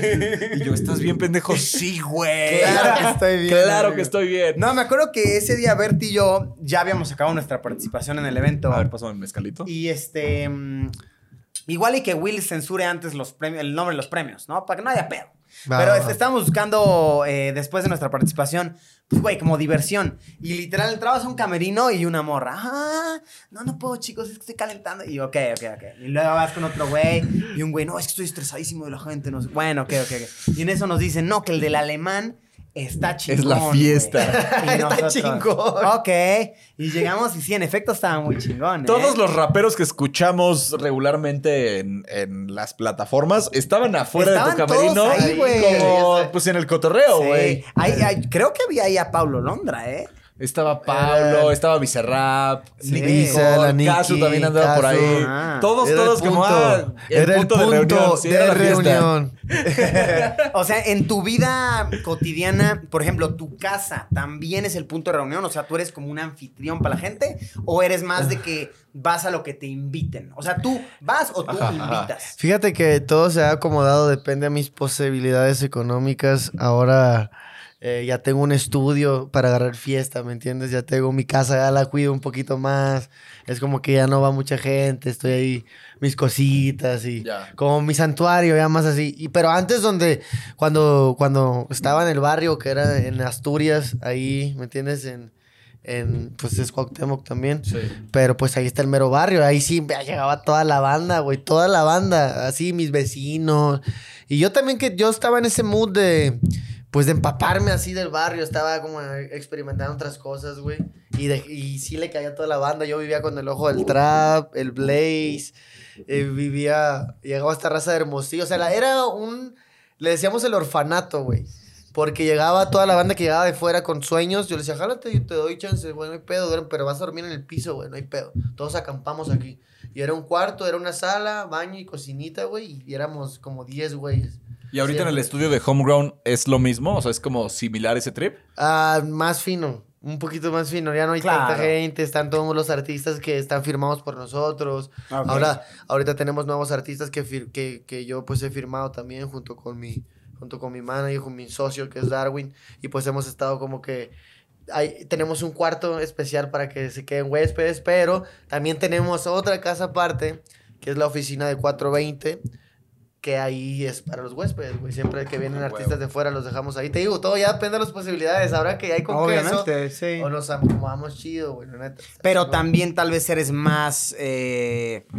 Y yo, ¿estás bien, pendejo? Sí, güey. Claro que estoy bien, Claro amigo. que estoy bien. No, me acuerdo que ese día Berti y yo ya habíamos acabado nuestra participación en el evento. A ver, pásame el mezcalito. Y este. mm, igual y que Will censure antes los premios, el nombre de los premios, ¿no? Para que no haya pedo. Va, Pero va, este, va. estábamos buscando, eh, después de nuestra participación, pues, güey, como diversión. Y literal entrabas a un camerino y una morra. Ah, no, no puedo, chicos, es que estoy calentando. Y yo, ok, ok, ok. Y luego vas con otro güey. Y un güey, no, es que estoy estresadísimo de la gente. No sé. Bueno, ok, ok, ok. Y en eso nos dicen, no, que el del alemán está chingón. Es la fiesta. güey. Y Está nosotros, chingón. Ok. Y llegamos y sí, en efecto estaba muy chingón. ¿eh? Todos los raperos que escuchamos regularmente en, en las plataformas estaban afuera de tu Estaban camerino. todos ahí, güey. Como, pues en el cotorreo, Sí. güey. Ahí- ahí- creo que había ahí a Pablo Londra, ¿eh? Estaba Pablo, Eh, estaba Bizarrap, Sí. Nicky Visa, la Nicole, Casu Nicki, también andaba por Casu. ahí. Ah. Todos, Era el todos como punto. ah, el Era punto de reunión. Sí, de era la fiesta. reunión. O sea, en tu vida cotidiana, por ejemplo, tu casa también es el punto de reunión. O sea, tú eres como un anfitrión para la gente, o eres más de que vas a lo que te inviten. O sea, tú vas o tú Ajá, ajá. invitas. Fíjate que todo se ha acomodado, depende de mis posibilidades económicas. Ahora eh, ya tengo un estudio para agarrar fiesta, ¿me entiendes? Ya tengo mi casa, ya la cuido un poquito más. Es como que ya no va mucha gente, estoy ahí, mis cositas y Ya. como mi santuario, ya más así. Y, pero antes donde, cuando, cuando estaba en el barrio, que era en Asturias, ahí, ¿me entiendes? En, en pues es Cuauhtémoc también. Sí. Pero pues ahí está el mero barrio. Ahí sí ya llegaba toda la banda, güey. Toda la banda. Así, mis vecinos. Y yo también que yo estaba en ese mood de... Pues de empaparme así del barrio. Estaba como experimentando otras cosas, güey. Y, de- y sí le caía a toda la banda. Yo vivía con el Ojo del Trap, el Blaze. eh, vivía... Llegaba esta raza de Hermosillo. O sea, la- era un... Le decíamos el orfanato, güey. Porque llegaba toda la banda que llegaba de fuera con sueños. Yo les decía, jálate, yo te doy chance, güey, no hay pedo, duerme, pero vas a dormir en el piso, güey, no hay pedo. Todos acampamos aquí. Y era un cuarto, era una sala, baño y cocinita, güey, y éramos como diez güeyes. Y ahorita en el Siempre. estudio de Homegrown es lo mismo, o sea, es como similar ese trip. Ah, más fino, un poquito más fino. Ya no hay Claro. tanta gente, están todos los artistas que están firmados por nosotros. Ok. Ahora, ahorita tenemos nuevos artistas que, fir- que, que yo pues he firmado también junto con mi, junto con mi manager, con mi socio que es Darwin. Y pues hemos estado como que... Hay, tenemos un cuarto especial para que se queden huéspedes, pero también tenemos otra casa aparte, que es la oficina de cuatrocientos veinte, que ahí es para los huéspedes, güey. Siempre que vienen Ah, artistas huevo. de fuera los dejamos ahí. Te digo, todo ya depende de las posibilidades. Ahora que hay con Obviamente, queso, sí. o nos acomodamos chido, güey, la neta. Pero Así, ¿no? también tal vez eres más eh,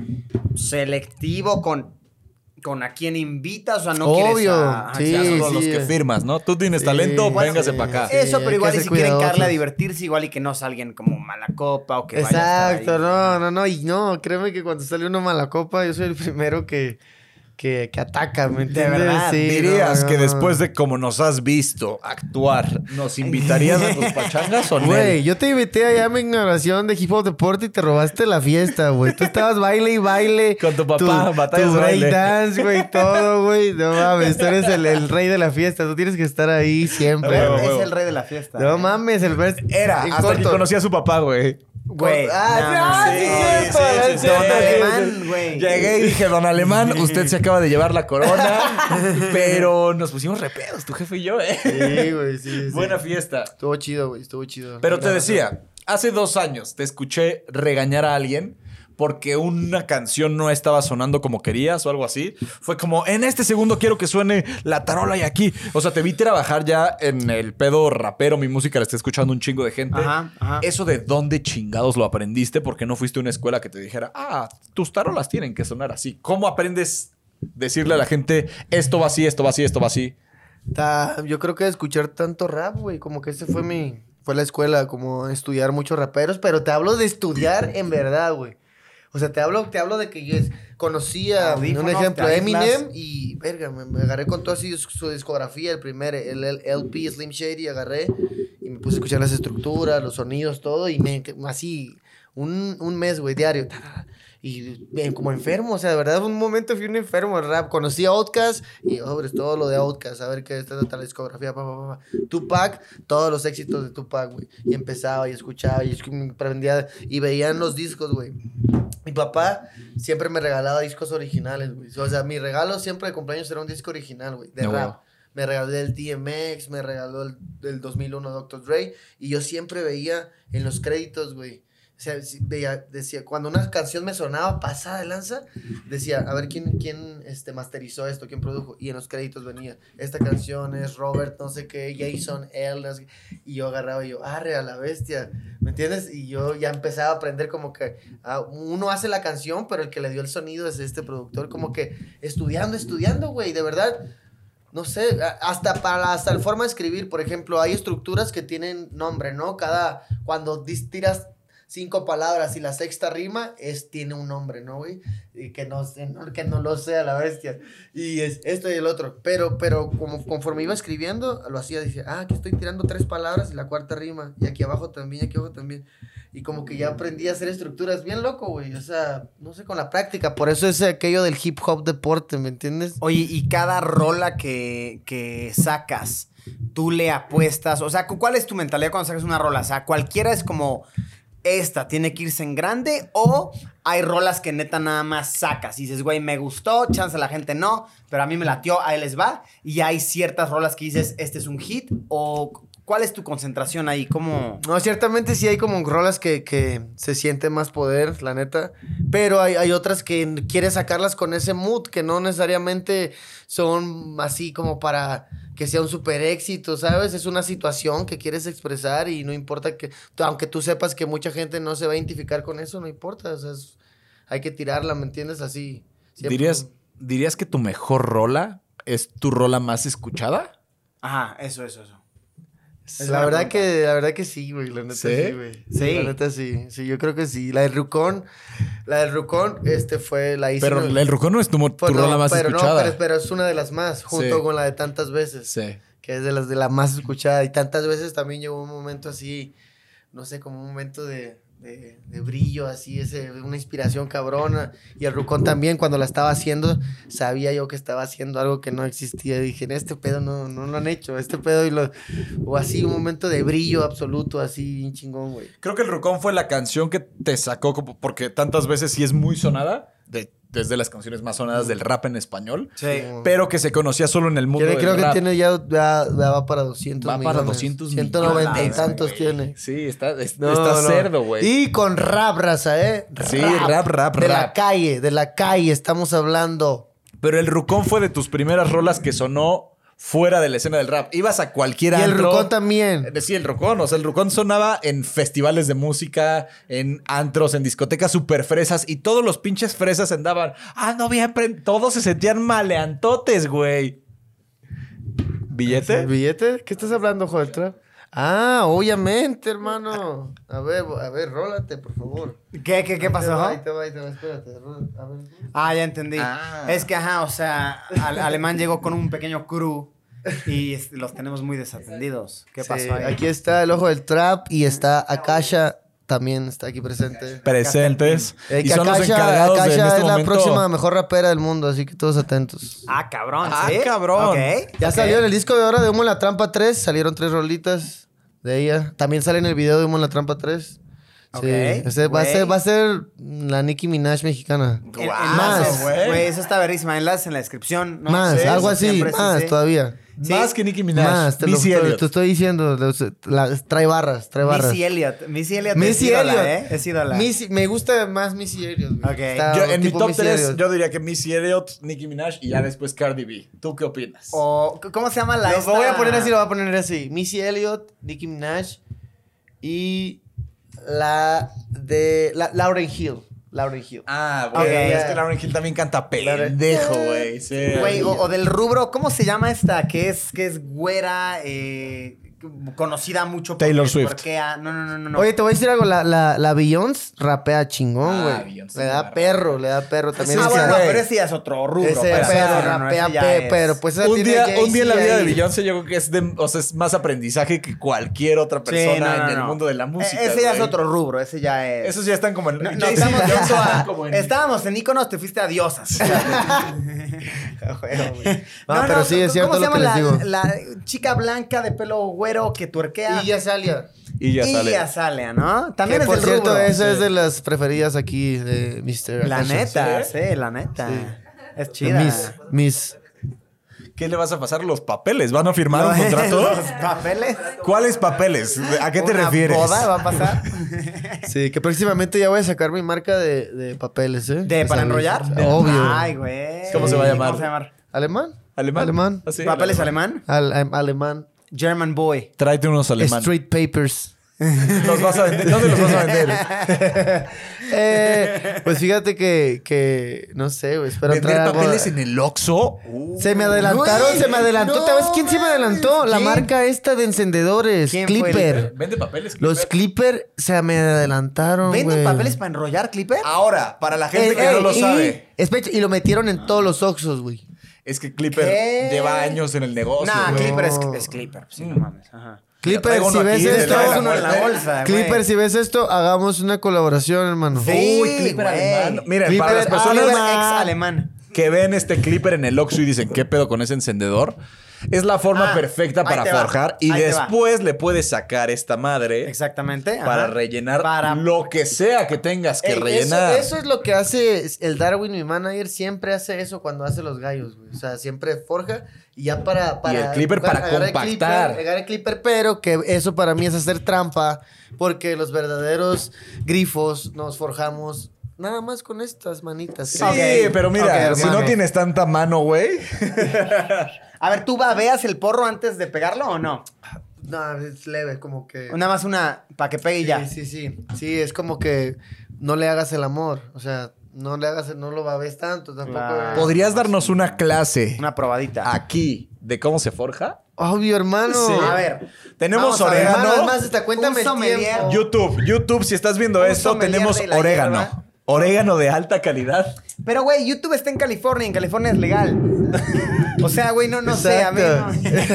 selectivo con, con a quién invitas. O sea, no Obvio, quieres a... sí, Ya sí, son los sí. que firmas, ¿no? Tú tienes Sí, talento, bueno, véngase sí. para acá. Sí, Eso, hay pero que igual y ser si quieren cuidadosos. caerle a divertirse, igual y que no salgan como mala copa o que vaya a estar Exacto, ahí. no, no, no. Y no, créeme que cuando sale uno mala copa, yo soy el primero que, que, que ataca, ¿me entiendes? verdad, Sí, ¿Dirías no, que no. después de como nos has visto actuar, nos invitarías a tus pachangas o no? Güey, yo te invité allá a mi ignoración de Hip Hop Deporte y te robaste la fiesta, güey. Tú estabas baile y baile. Con tu papá, tu, batallas tu de baile. breakdance, güey, todo, güey. No mames, tú eres el, el rey de la fiesta. Tú tienes que estar ahí siempre, Huevo, güey. Es huevo. el rey de la fiesta. No ¿eh? mames, el best. Era, en Hasta que corto. conocí a su papá, güey. Güey. Ah, no, ah, no, sí, sí, cierto, sí, sí, sí, Don sí, Alemán, sí. güey. Llegué y dije, don Alemán, usted se acaba de llevar la corona, pero nos pusimos repedos, tu jefe y yo, ¿eh? Sí, güey, sí, sí. Buena fiesta. Estuvo chido, güey, estuvo chido. Pero te Mira, decía, hace dos años te escuché regañar a alguien porque una canción no estaba sonando como querías o algo así. Fue como, en este segundo quiero que suene la tarola y aquí. O sea, te vi trabajar ya en el pedo rapero, mi música la está escuchando un chingo de gente. Ajá, ajá. ¿Eso de dónde chingados lo aprendiste? Porque no fuiste a una escuela que te dijera, ah, tus tarolas tienen que sonar así. ¿Cómo aprendes decirle a la gente, esto va así, esto va así, esto va así? Ta- yo creo que escuchar tanto rap, güey, como que ese fue mi... Fue la escuela, como estudiar muchos raperos, pero te hablo de estudiar en verdad, güey. O sea, te hablo, te hablo de que yo es- conocí a, Audífonos, un ejemplo, te Eminem aíslas. y, verga, me, me agarré con toda su, su discografía, el primer, el, el L P Slim Shady, agarré y me puse a escuchar las estructuras, los sonidos, todo, y me, así, un, un mes, güey, diario. ta, ta, Y eh, como enfermo, o sea, de verdad, un momento fui un enfermo del rap. Conocí a Outkast y, sobre todo lo de Outkast, a ver qué está la discografía, pa, pa, pa, pa. Tupac, todos los éxitos de Tupac, güey. Y empezaba y escuchaba y escu- aprendía y veían los discos, güey. Mi papá siempre me regalaba discos originales, güey. O sea, mi regalo siempre de cumpleaños era un disco original, güey, de No, rap. wow. Me regaló el D M X, me regaló el del dos mil uno doctor Dre. Y yo siempre veía en los créditos, güey. O sea, sí, veía, decía, cuando una canción me sonaba pasada de lanza, decía, a ver quién, quién este, masterizó esto, quién produjo. Y en los créditos venía, esta canción es Robert, no sé qué, Jason L. no sé qué. Y yo agarraba y yo, arre a la bestia, ¿me entiendes? Y yo ya empezaba a aprender como que ah, uno hace la canción, pero el que le dio el sonido es este productor, como que estudiando, estudiando, güey, de verdad. No sé, a- hasta para hasta la forma de escribir, por ejemplo, hay estructuras que tienen nombre, ¿no? Cada, cuando dis- tiras cinco palabras y la sexta rima, es, tiene un nombre, ¿no, güey? Y que no, sé, no- que no lo sea la bestia. Y es esto y el otro. Pero, pero como, conforme iba escribiendo, lo hacía, decía, ah, aquí estoy tirando tres palabras y la cuarta rima. Y aquí abajo también, y aquí abajo también. Y como que ya aprendí a hacer estructuras bien loco, güey. O sea, no sé, con la práctica. Por eso es aquello del hip hop deporte, ¿me entiendes? Oye, y cada rola que, que sacas, tú le apuestas. O sea, cu- ¿cuál es tu mentalidad cuando sacas una rola? O sea, cualquiera es como, esta tiene que irse en grande, o hay rolas que neta nada más sacas y dices, güey, me gustó, chance a la gente no, pero a mí me latió, ahí les va. Y hay ciertas rolas que dices, este es un hit, o ¿cuál es tu concentración ahí? ¿Cómo? No, ciertamente sí hay como rolas que, que se siente más poder, la neta. Pero hay, hay otras que quieres sacarlas con ese mood, que no necesariamente son así como para que sea un super éxito, ¿sabes? Es una situación que quieres expresar y no importa que, tú- aunque tú sepas que mucha gente no se va a identificar con eso, no importa. O sea, es- hay que tirarla, ¿me entiendes? Así. siempre. ¿Dirías, ¿Dirías que tu mejor rola es tu rola más escuchada? Ajá, eso, eso, eso. Es La buena verdad pregunta. que, la verdad que sí, güey, la neta ¿Sí? sí, güey. Sí. La neta sí, sí, yo creo que sí. La del Rucón, la del Rucón, este fue, la hice. Pero en- el Rucón no es tu, mo- tu pues no, rola más pero escuchada. No, pero, pero es una de las más, junto Sí. con la de tantas veces. Sí. Que es de las de la más escuchada. Y tantas veces también llegó un momento así, no sé, como un momento de, de, de brillo, así, ese, una inspiración cabrona. Y el Rucón también, cuando la estaba haciendo, sabía yo que estaba haciendo algo que no existía. Y dije, en este pedo no, no lo han hecho, este pedo y lo... O así, un momento de brillo absoluto, así, bien chingón, güey. Creo que el Rucón fue la canción que te sacó, como- porque tantas veces sí es muy sonada, de, desde las canciones más sonadas del rap en español, Sí. pero que se conocía solo en el mundo Tiene- del creo que rap. tiene ya, ya, ya va para doscientos Va millones. para doscientos ciento noventa y millones, tantos güey. tiene. Sí, está, es- No, está no. cerdo, güey. Y con rap, raza, ¿eh? Sí, rap, rap, De la rap. calle, de la calle estamos hablando. Pero el Rucón fue de tus primeras rolas que sonó fuera de la escena del rap. Ibas a cualquier Y el antro. Rucón también. Eh, Sí, el Rucón. O sea, el Rucón sonaba en festivales de música, en antros, en discotecas super fresas. Y todos los pinches fresas andaban. Ah, no, bien. pre- Todos se sentían maleantotes, güey. ¿Billete? ¿El billete? ¿Qué estás hablando, Joel Trap? Ah, obviamente, hermano. A ver, a ver, rólate, por favor. ¿Qué, qué, qué pasó? Ahí te va, ahí te va, espérate. ró- A ver. Ah, ya entendí. Ah. Es que, ajá, o sea, al- Alemán llegó con un pequeño crew y este, los tenemos muy desatendidos. ¿Qué Sí, pasó ahí? aquí está el ojo del trap y está Akasha, también está aquí presente. Presentes. Eh, y que son los Akasha, encargados de en Akasha este es la momento. próxima mejor rapera del mundo, así que todos atentos. Ah, cabrón, Ah, ¿sí? cabrón. Ok, Ya ok. salió en el disco de ahora de Humo en la Trampa tres, salieron tres rolitas de ella. También sale en el video de Humo en la Trampa tres. Sí, Ok, ese va, a güey. ser, va a ser la Nicki Minaj mexicana. En- Guau, enlaces, güey. güey, eso está verísima. Enlaces en la descripción, ¿no? Más, Sí, algo eso así, siempre, sí, más sí. todavía. Sí. Más que Nicki Minaj. Más, te lo Missy te- Elliott. te estoy diciendo. de- la- trae barras, trae barras. Missy Elliott. Missy Elliott es Missy ídola, Elliott. ¿eh? Es ídola. Missy- me gusta más Missy Elliott. güey. Ok. Está Yo, en mi tipo top Missy tres, Elliott. yo diría que Missy Elliott, Nicki Minaj y ya después Cardi B. ¿Tú qué opinas? O, ¿cómo se llama la Lo esta? voy a poner así, lo voy a poner así. Missy Elliott, Nicki Minaj y la de la, Lauryn Hill. Lauryn Hill. Ah, güey, güey. es Es que Lauryn Hill también canta pendejo, güey. Sí. Güey, o, o del rubro, ¿cómo se llama esta? Que es, que es güera, eh, conocida mucho por Taylor Swift. tuerquea. No, no, no, no, no. Oye, te voy a decir algo. La, la, la Beyoncé rapea chingón, güey. Ah, Beyoncé le da rapea. perro, le da perro. También ah, esa- bueno, no, güey. pero ese ya es otro rubro. ese pero- perro no, no, no, rapea, ese ya pe- es- pero pues esa Un tiene día, Jay-Z un día en la vida de ahí. Beyoncé yo creo que es, de, o sea, es más aprendizaje que cualquier otra Sí, persona no, no, en el no. mundo de la música. E- Ese ya es güey. otro rubro, ese ya es... Esos ya están como en... No, no, Jay-Z estamos y Beyoncé yendo a- están como en- Estábamos en íconos, te fuiste a diosas. O sea, No, pero sí, es cierto ¿cómo se lo que llama les la, digo. la chica blanca de pelo güero que tuerquea? Y ya salía. Y ya sale. Iggy Azalea, ¿no? También Que, es por del cierto, rubro. esa es Sí. de las preferidas aquí de mister La Attention. neta, ¿Sí? sí, la neta. Sí. Es De chida. Miss, Miss. ¿Qué le vas a pasar? ¿Los papeles? ¿Van a firmar un Los contrato? papeles. ¿Cuáles papeles? ¿A qué te ¿Una refieres? boda va a pasar? Sí, que próximamente ya voy a sacar mi marca de, de papeles, ¿eh? ¿De Ya para sabes. enrollar? Obvio. Ay, güey. ¿Cómo se va a llamar? ¿Cómo se va a llamar? ¿Alemán? ¿Alemán? Alemán. ¿Ah, sí? ¿Papeles alemán? Al- am- alemán. German boy. Tráete unos alemanes. Street Papers. ¿Los vas a vender? ¿Dónde los vas a vender? Eh, pues fíjate que, que no sé, güey. Espero ¿Vender traer algo- papeles en el Oxxo? Se me adelantaron, Güey, se me adelantó. no, ¿Sabes quién se me adelantó? La ¿quién? marca esta de encendedores. ¿Quién fue el- Clipper. ¿Vende papeles? Los Clipper se me adelantaron, güey. ¿Venden papeles para enrollar, Clipper? Ahora, para la gente Eh, que eh, no lo y- sabe, espera, y lo metieron en todos los Oxxos, güey. es que Clipper ¿Qué? lleva años en el negocio. Nah, güey. Clipper es, es Clipper. Sí, no mames. Ajá. Clipper, traigo si uno ves aquí de esto, la uno en la bolsa, güey. Clipper, si ves esto, hagamos una colaboración, hermano. Sí, Uy, Clipper güey. alemán. Miren, Clipper para las personas Clipper ex alemán. que ven este Clipper en el Oxxo y dicen, ¿qué pedo con ese encendedor? Es la forma Ah, perfecta ahí para te va, forjar y ahí te va. después le puedes sacar esta madre Exactamente. para ajá. rellenar Para- lo que sea que tengas que Ey, rellenar. Eso, eso es lo que hace el Darwin, mi manager, siempre hace eso cuando hace los gallos, güey. O sea, siempre forja y ya para... para Y el clipper para agarrar el compactar. clipper, agarrar el clipper, pero que eso para mí es hacer trampa porque los verdaderos grifos nos forjamos nada más con estas manitas. Sí, Ok. pero mira, Ok, si hermano. no tienes tanta mano, güey. A ver, ¿tú babeas el porro antes de pegarlo o no? No, es leve, como que... Nada más una para que pegue y ya. Sí, sí, sí. Sí, es como que no le hagas el amor. O sea, no le hagas, no lo babes tanto tampoco. Claro. ¿Podrías darnos una clase Una probadita. aquí de cómo se forja? Obvio, hermano. Sí. A ver. Tenemos Vamos a ver, orégano. Hermano, es más, hasta cuéntame Un el sommelier. tiempo. YouTube, YouTube, si estás viendo Un esto, sommelier tenemos de la orégano. hierba. Orégano de alta calidad. Pero, güey, YouTube está en California. En California es legal. O sea, güey, no, no sé. A mí no.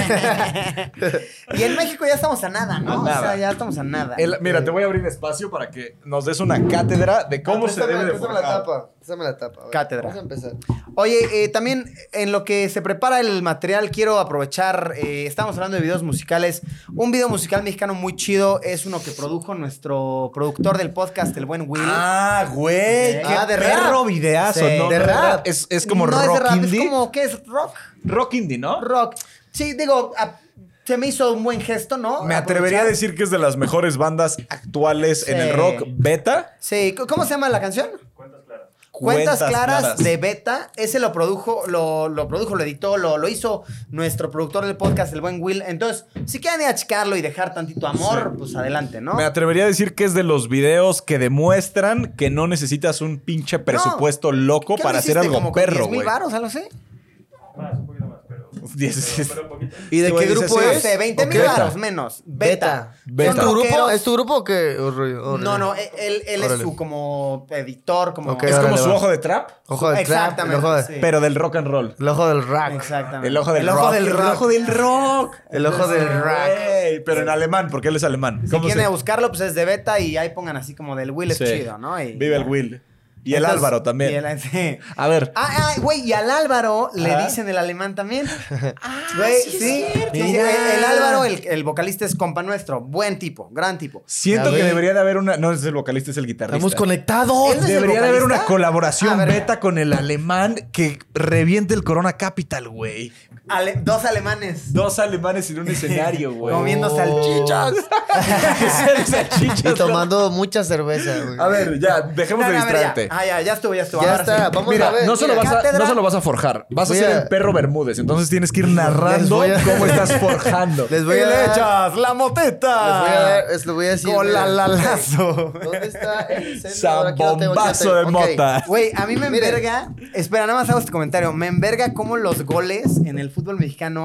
Y en México ya estamos a nada, ¿no? A O sea, nada. ya estamos a nada. El- mira, te voy a abrir espacio para que nos des una cátedra de cómo se Préstame- debe de préstame la forjar. tapa. Préstame la tapa. a ver. Cátedra. Vamos a empezar. Oye, eh, también en lo que se prepara el material, quiero aprovechar, eh, estamos hablando de videos musicales. Un video musical mexicano muy chido es uno que produjo nuestro productor del podcast, el buen Will. Ah, güey. Qué Ah, de perro rap. videazo, Sí. ¿no? De rap. Es, es como no rock es de rap, indie. es como, ¿qué es? ¿Rock? Rock indie, ¿no? Rock. Sí, digo, a- se me hizo un buen gesto, ¿no? Me atrevería a Aprovechar. decir que es de las mejores bandas actuales en Sí. el rock beta. Sí, ¿cómo se llama la canción? Cuentas claras, de Beta. Ese lo produjo, lo, lo produjo, lo editó, lo, lo hizo nuestro productor del podcast, el buen Will. Entonces, si quieren ir a checarlo y dejar tantito amor, pues adelante, ¿no? Me atrevería a decir que es de los videos que demuestran que no necesitas un pinche presupuesto loco ¿Qué para lo hacer hiciste? algo ¿Como con perro, diez mil güey. varos, algo así? Diez- ¿Y de Sí, qué güey, grupo dice, No es? sé, veinte ¿O mil qué? varos menos. Beta. Beta. ¿Es Son tu grupo? rockeros. ¿Es tu grupo o qué? O rollo- o No, rollo. no, él, él- él es Órale. su como editor, como... Ok, Es como órale, su va. ojo de trap, Ojo del trap, el Exactamente, ojo, de- sí. pero del rock and roll. el ojo del rack. Exactamente. El ojo del el rock. Ojo del rock. El ojo del rock. El ojo del rack. Güey, pero en alemán, porque él es alemán. Si ¿Cómo quieren se- buscarlo, pues es de Beta y ahí pongan así como del Will es Sí. chido, ¿no? Y- Vive el Will. Y el Entonces, Álvaro también. y el- sí. A ver. Ah, ah, güey, y al Álvaro le Ajá. dicen el alemán también. Güey, sí. sí, sí, Mira. el, el Álvaro, el, el vocalista es compa nuestro. Buen tipo, gran tipo. Siento Ya que ve. debería de haber una. No es el vocalista, es el guitarrista. Estamos conectados. Él no es el Debería de haber una vocalista? colaboración A ver. beta con el alemán que reviente el Corona Capital, güey. Ale- dos alemanes. Dos alemanes en un escenario, güey. Comiendo Oh. salchichas. Y tomando mucha cerveza, güey. A ver, ya, dejemos No, de no, a ver, ya. distraerte. Ah, ya, ya estuvo, ya estuvo. Ya Ahora está, sí. vamos Mira, a ver. no solo, mira. vas a, cátedra. no solo vas a forjar, vas a Voy ser a- el perro Bermúdez. Entonces tienes que ir narrando voy a- cómo estás forjando. Les voy a Y le dar- echas la Les moteta. voy a dar, les voy a decir. Con la mira. lalazo. ¿Dónde está el encendedor? Aquí lo tengo, aquí lo Zambombazo tengo. de Ok. mota. Güey, a mí me Miren. enverga. Espera, nada más hago este comentario. Me enverga cómo los goles en el fútbol mexicano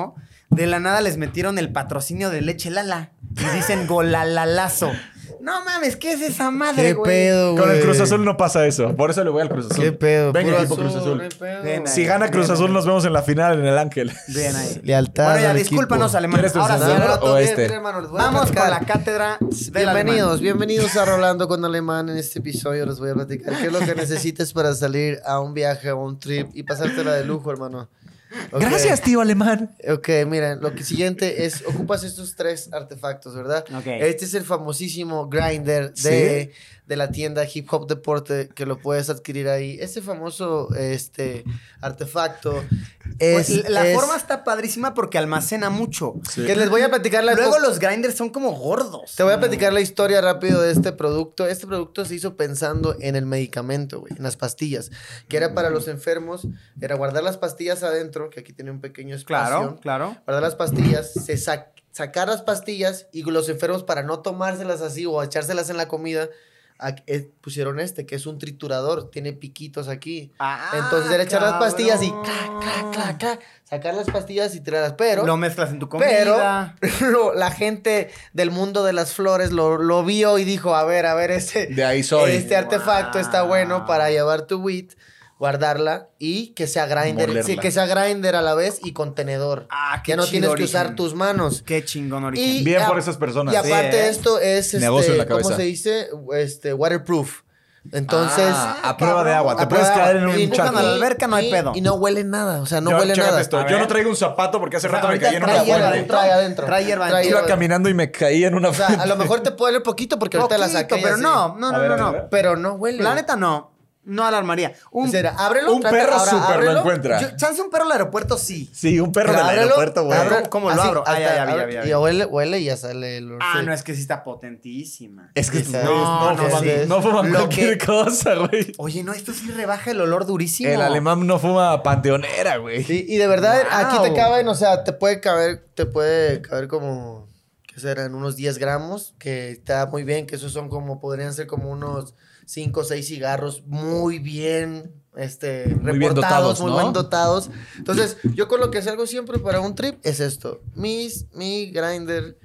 de la nada les metieron el patrocinio de Leche Lala. Y dicen golalalazo. No mames, ¿qué es esa madre, ¿Qué güey? pedo, güey? Con el Cruz Azul no pasa eso. Por eso le voy al Cruz Azul. ¿Qué pedo? Venga, Puro equipo Cruz Azul. no hay pedo. Ven ahí. Si gana Cruz Bien, Azul, bien. nos vemos en la final en el Ángel. Bien ahí. Lealtad Bueno, ya, al discúlpanos, equipo. alemán. ¿Quieres tu Ahora sí, senador ahora o todo bien. este? Bien, hermano, les voy a Vamos con platicar. la cátedra del Bienvenidos, alemán. bienvenidos a Rolando con Alemán. En este episodio les voy a platicar qué es lo que necesites para salir a un viaje, a un trip y pasártela de lujo, hermano. Ok. Gracias, tío alemán. Ok, miren, lo que siguiente es, ocupas estos tres artefactos, ¿verdad? Ok. Este es el famosísimo grinder de, de la tienda Hip Hop Deporte, que lo puedes adquirir ahí. Este famoso este, artefacto es... Pues, la es- forma está padrísima porque almacena mucho. Que les voy a platicar la... Luego los grinders son como gordos. Te voy a platicar la historia rápido de este producto. Este producto se hizo pensando en el medicamento, güey, en las pastillas, que era para los enfermos, era guardar las pastillas adentro, que aquí tiene un pequeño espacio. Claro, claro. Guardar las pastillas, se sac- sacar las pastillas y los enfermos para no tomárselas así o echárselas en la comida, a- eh, pusieron este, que es un triturador, tiene piquitos aquí. Ah, Entonces era echar las pastillas y cabrón. clac, clac, clac, clac, sacar las pastillas y tirarlas, pero... Lo mezclas en tu comida. Pero lo- la gente del mundo de las flores lo, lo vio y dijo, a ver, a ver, este, De ahí soy. este artefacto está Wow. bueno para llevar tu weed, guardarla y que sea grinder, Molerla. sí, que sea grinder a la vez y contenedor. Ah, qué Ya no chido tienes que origen. usar tus manos. Qué chingón origen. Y- Bien a- por esas personas. Y aparte Sí, ¿eh? esto es, Negocio en la este, ¿cómo cabeza. se dice? Este, waterproof. Entonces... Ah, a prueba de agua. Te a puedes prueba- caer en y- un charco. a la y- alberca, no hay y- pedo. Y no huele nada, o sea, no Yo- huele chécate nada. esto. A Yo ver. no traigo un zapato porque hace rato me ahorita caí en trae una hierba fuente. adentro. Trae adentro. Trae hierba Trae adentro. Iba caminando y me caí en una O sea, fuente. a lo mejor te puede oler poquito porque ahorita la Poquito, saqué. y pero así. no, no, A no, ver, no, a ver, no. a ver. Pero no huele. La neta no. No alarmaría. Un, Será, ábrelo. Un trata- perro ahora, súper lo ábrelo. encuentra. yo- chance un perro al aeropuerto, sí. Sí, un perro Pero del ábrelo, aeropuerto, güey. ábrelo, ¿Cómo- cómo lo así, abro? Ah, ya, hasta- ya vi, ya abre- vi, ya vi. Y huele, huele y ya sale el olor. Ah, sí. no, es que sí está potentísima. Es que Sí, estos no, güeyes no, no, fuman, sí. no fuman Lo cualquier que- cosa, güey. Oye, no, esto sí rebaja el olor durísimo. El alemán no fuma panteonera, güey. Sí, y de verdad, Wow. aquí te caben, o sea, te puede caber, te puede caber como, ¿qué serán? Unos diez gramos, que está muy bien, que esos son como, podrían ser como unos cinco o seis cigarros muy bien, este, Muy bien reportados, dotados, muy ¿no? bien dotados. Entonces, yo con lo que salgo siempre para un trip es esto, mis, mi grinder,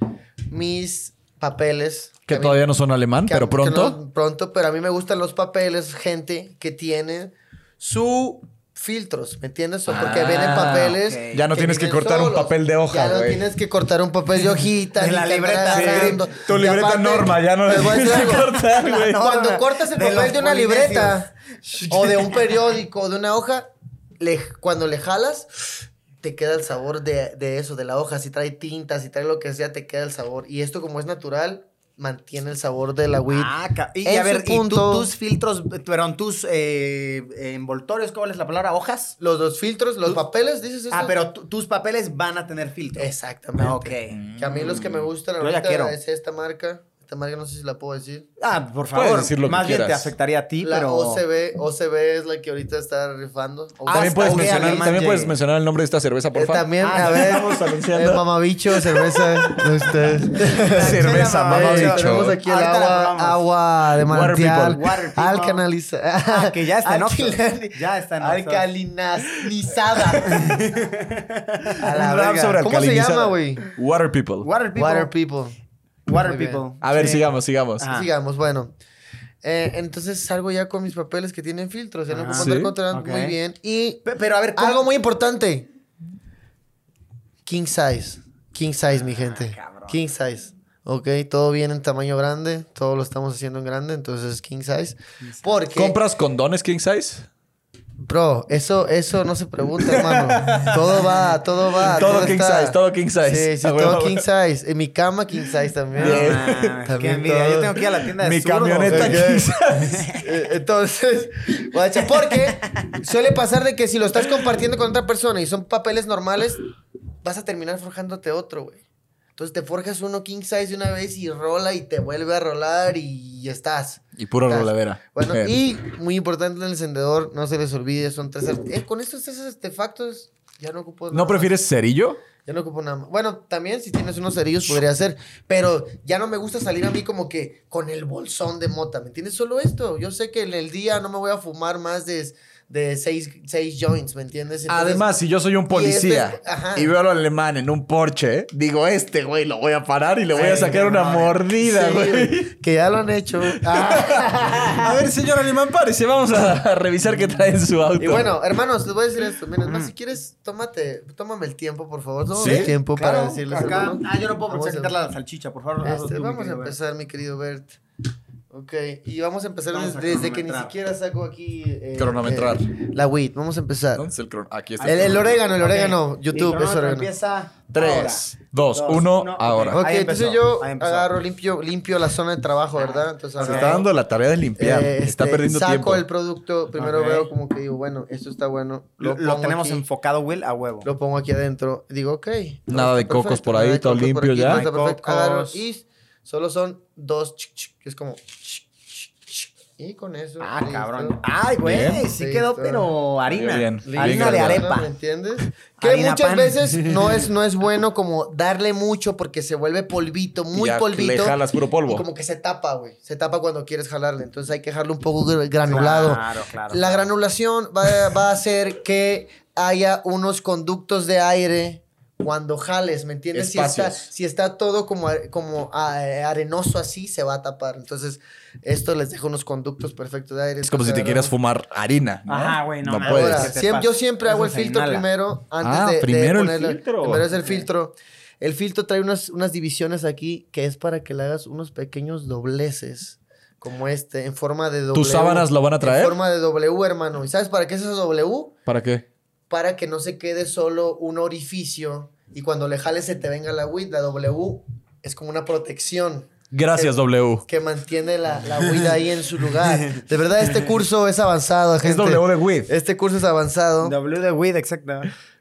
mis papeles. Que a mí- todavía no son alemán, que a- pero que pronto. no- pronto, pero a mí me gustan los papeles, gente que tiene su filtros, ¿me entiendes? O porque Ah, vienen papeles. ok. Ya no tienes que vienen cortar un papel de hoja, Ya no güey. tienes que cortar un papel de hojita. De ni la que andar libreta, sí. agarrando. Tu Y libreta aparte, norma, ya no la les voy a decir tienes que algo. cortar, güey. No, Cuando no, cortas el de papel los de una polinesios. libreta o de un periódico o de una hoja, le, cuando le jalas, te queda el sabor de, de eso, de la hoja. Si trae tinta, si trae lo que sea, te queda el sabor. Y esto, como es natural, mantiene el sabor de la weed. Ah, ca- y, En a ver, su y tú- punto- tus filtros, perdón, tus eh, envoltorios, ¿cuál es la palabra? ¿Hojas? Los dos filtros, los Tú- papeles, dices eso. Ah, pero tu- tus papeles van a tener filtro. Exactamente. Ah, ok. Que a mí los que me gustan Yo ya ahorita quiero. es esta marca. Esta marca no sé si la puedo decir. Ah, por Puedes favor. decir lo que Más bien te quieras. afectaría a ti, La pero... O C B. O C B es la que ahorita está rifando. Ah, También, está puedes ok, mencionar, alemán, también puedes llegue. mencionar el nombre de esta cerveza, por Eh, favor. también, Ah, a ver. estamos anunciando. eh, mamabicho, cerveza. Este. Cerveza, mamá, mamá bicho. bicho. Tenemos aquí el Ahorita la agua, probamos. agua de Water manantial. people. Water people. Alcanalizada. Ah, que ya está en Oxxo. Alquilani- Ya está en Oxxo. Alcalinizada. A la Un rap verga. sobre ¿Cómo se alcalinizada. llama, güey? Water people. Water people. Water people. Water Muy bien. people. A ver, Sí. sigamos, sigamos. Ah. Sigamos, bueno. Eh, entonces salgo ya con mis papeles que tienen filtros. Ya no Ajá. puedo andar Sí. controlando Ok. muy bien. Y Pe- Pero a ver, ¿cómo? algo muy importante. King size. King size, mi gente. Ah, cabrón. King size. Ok, todo viene en tamaño grande. Todo lo estamos haciendo en grande. Entonces, king size. Porque, ¿Compras condones king size? bro, eso, eso no se pregunta, hermano. Todo va, todo va. Todo king está. size, todo king size. Sí, sí, Ah, todo bueno, king bueno. size. En mi cama, king size también. No mames, qué También envidia. todo. Yo tengo que ir a la tienda de Mi zurdos. camioneta Ok. king size. Eh, Entonces, guacha, porque suele pasar de que si lo estás compartiendo con otra persona y son papeles normales, vas a terminar forjándote otro, güey. Entonces te forjas uno king size de una vez y rola y te vuelve a rolar y ya estás. Y pura Estás. roladera. Bueno, Bien. y muy importante el encendedor, no se les olvide, son tres... art- Eh, con estos tres artefactos ya no ocupo nada ¿No más. prefieres cerillo? Ya no ocupo nada más. Bueno, también si tienes unos cerillos podría ser, pero ya no me gusta salir a mí como que con el bolsón de mota, ¿me entiendes? Solo esto. Yo sé que en el día no me voy a fumar más de, de seis, seis joints, ¿me entiendes? Entonces, Además, si yo soy un policía y, este, ajá. y veo al alemán en un Porsche, digo, este güey lo voy a parar y le voy Ay, a sacar una madre. mordida, sí, güey. güey, que ya lo han hecho. Ah. A ver, señor alemán, párese, vamos a revisar qué trae en su auto. Y bueno, hermanos, les voy a decir esto. Miren, más si quieres, tómate, tómame el tiempo, por favor. Tómame ¿Sí? el tiempo Claro, para decirles, acá. hermano. Ah, yo no puedo porque Vamos se a- quitar la salchicha, por favor. hazlo Este, tú, mi vamos a querido Bert. empezar, mi querido Bert. Ok, y vamos a empezar Vamos des- a desde que ni cronometrar. siquiera saco aquí... eh, Cronometrar. eh, la weed, vamos a empezar. ¿Dónde está el cron? Aquí está. El, el orégano, el Ok. orégano, Mi YouTube, es cronómetro orégano. empieza Tres, ahora. dos, Dos, uno, uno, ahora. Ok, Ahí entonces empezó, yo ahí empezó. agarro, limpio, limpio la zona de trabajo, ¿verdad? Entonces Se Ok. está dando la tarea de limpiar. eh, está este, perdiendo saco tiempo. el producto, primero Ok. veo como que digo, bueno, esto está bueno. Lo, pongo tenemos aquí, enfocado, Will, a huevo. Lo pongo aquí adentro. Digo, ok. todo Nada está de cocos perfecto, por nada ahí, de todo cocos por limpio aquí, ya. todo está perfecto. Cocos. Agarro y solo son dos, chic, chic, que es como... chic, chic, chic. Y con eso... Ah, listo. cabrón. Ay, güey, Bien. sí Listo. quedó, pero harina. Bien, Listo, Harina de bien, arepa. ¿me entiendes? Que Harina muchas pan. veces no es, no es bueno como darle mucho porque se vuelve polvito, muy Ya polvito. le jalas puro polvo. Y como que se tapa, güey. Se tapa cuando quieres jalarle. Entonces hay que dejarlo un poco gr- granulado. Claro, claro. La granulación va, va a hacer que haya unos conductos de aire cuando jales, ¿me entiendes? Si está, Espacios. si está todo como, a- como a- arenoso así, se va a tapar. Entonces, esto les deja unos conductos perfectos de aire. Es como si te Entonces, quieras agarramos- fumar harina, ¿no? Ajá, güey, no mames. puedes. Ahora, ¿Qué te siempre- pasa? yo siempre hago el Eso se filtro inhala. primero antes Ah, de, de primero el ponerle- filtro. Primero es el filtro. El filtro trae unas, unas divisiones aquí que es para que le hagas unos pequeños dobleces como este en forma de W. ¿Tus sábanas lo van a traer? En forma de W, hermano. ¿Y sabes para qué es eso W? ¿Para qué? Para que no se quede solo un orificio y cuando le jales se te venga la weed. La W es como una protección Gracias, W. que mantiene la, la weed ahí en su lugar. De verdad, este curso es avanzado, gente. Es W de weed. Este curso es avanzado. W de weed, exacto.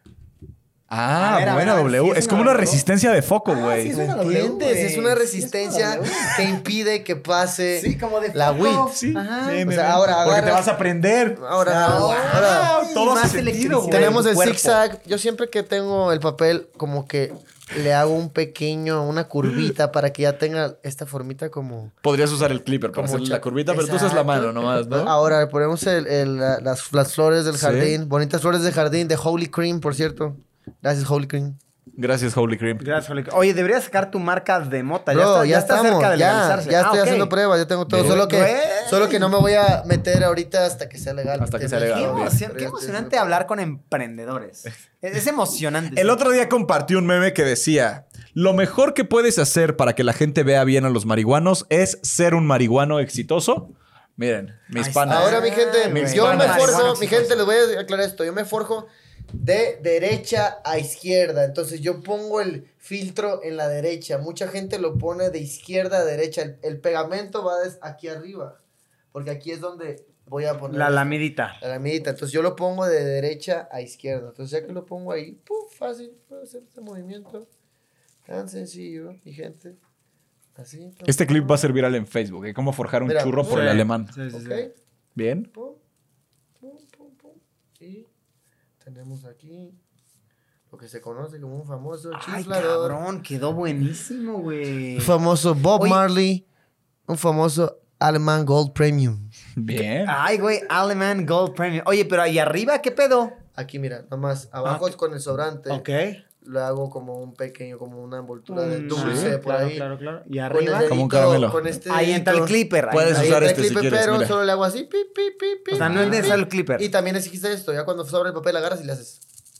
Ah, A ver, a buena ver, a ver, W. ¿sí es es como una una W? resistencia de foco, Ah, güey. sí es ¿Me una W, entiendes? güey. Es una Sí, resistencia es una W. que impide que pase Sí, como de la foco. weed. Sí. Ajá. Bien, O bien, sea, bien. ahora Porque te agarras- vas a aprender. Ahora, Ah, ahora wow. todo Más hace sentido, electricidad güey. tenemos el cuerpo. zigzag. Yo siempre que tengo el papel, como que le hago un pequeño, una curvita para que ya tenga esta formita como... Podrías usar el clipper para como hacer la cha- curvita, pero tú usas la Exacto. mano nomás, ¿no? Ahora le ponemos el- el- la- las, las flores del Sí. jardín. Bonitas flores del jardín de Holy Cream, por cierto. Gracias, Holy Cream. Gracias, Holy Cream. Gracias, Oli. Oye, deberías sacar tu marca de mota. Bro, ya está, ya, ya está estamos, cerca de ya, legalizarse. ya estoy Ah, ok. haciendo pruebas, ya tengo todo. Bien. Solo que, Güey. solo que no me voy a meter ahorita hasta que sea legal. Hasta que sea ¿entiendes? Qué, legal, bien. emoción- Pero qué ya emocionante estoy- hablar con emprendedores. Es, es emocionante. El otro día compartí un meme que decía: lo mejor que puedes hacer para que la gente vea bien a los marihuanos es ser un marihuano exitoso. Miren, mis Ahí panas. está. Ahora, mi gente, Mis yo me panas. forjo, Marihuana mi gente, les voy a aclarar esto. Yo me forjo de derecha a izquierda. Entonces, yo pongo el filtro en la derecha. Mucha gente lo pone de izquierda a derecha. El, el pegamento va des- aquí arriba. Porque aquí es donde voy a poner La lamidita. la lamidita. Entonces, yo lo pongo de derecha a izquierda. Entonces, ya que lo pongo ahí, ¡puf! Fácil. Puedo hacer este movimiento tan sencillo, mi gente. Así. pum, Este clip pum, va a ser viral en Facebook. ¿eh? Cómo forjar un Mira, churro por sí. el alemán. Sí, sí, sí. Ok. Bien. Pum, pum, pum, pum. Y tenemos aquí lo que se conoce como un famoso Ay, chiflador. cabrón, quedó buenísimo, güey. Un famoso Bob Oye. Marley. Un famoso Alemán Gold Premium. Bien. Ay, güey, Alemán Gold Premium. Oye, pero ahí arriba, ¿qué pedo? Aquí, mira, nomás abajo Ah, es con el sobrante. Ok. Lo hago como un pequeño, como una envoltura de Mm, dulce sí, por claro, ahí. claro, claro. Y Con arriba. el Como un dedito, caramelo. Con este Ahí entra el dedito. clipper. ahí. Puedes Ahí usar está el este si clipper, quieres, pero mira. solo le hago así. Pi, pi, pi, pi, O sea, no pi, es necesario el pi. clipper. Y también existe esto. Ya cuando sobra el papel agarras y le haces.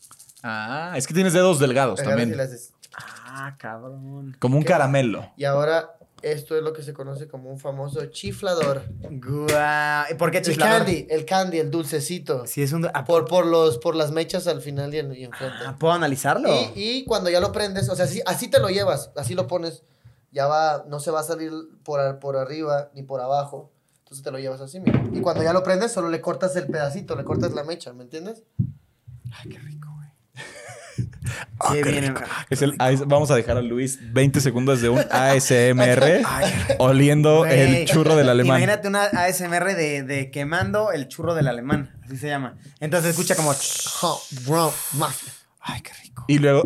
Ah, es que tienes dedos delgados Agarras y también. le haces. Ah, cabrón. Como un ¿Qué? caramelo. Y ahora esto es lo que se conoce como un famoso chiflador. Guau. ¿Y por qué El chiflador? candy, el candy, el dulcecito. Si es un... ah, Por, por, los, por las mechas al final y, en, y enfrente. ah, ¿puedo analizarlo? Y, y cuando ya lo prendes, o sea, así, así te lo llevas, así lo pones, ya va, no se va a salir por, a- por arriba ni por abajo. Entonces te lo llevas así, mira. Y cuando ya lo prendes, solo le cortas el pedacito, le cortas la mecha, ¿me entiendes? Ay, qué rico, güey. Ah, Qué qué bien. rico. Es el, A S vamos a dejar a Luis veinte segundos de un A S M R Ay, oliendo güey. el churro del alemán. Imagínate una A S M R de, de quemando el churro del alemán. Así se llama. Entonces escucha como... Oh, bro, mafia. Ay, qué rico. Y luego,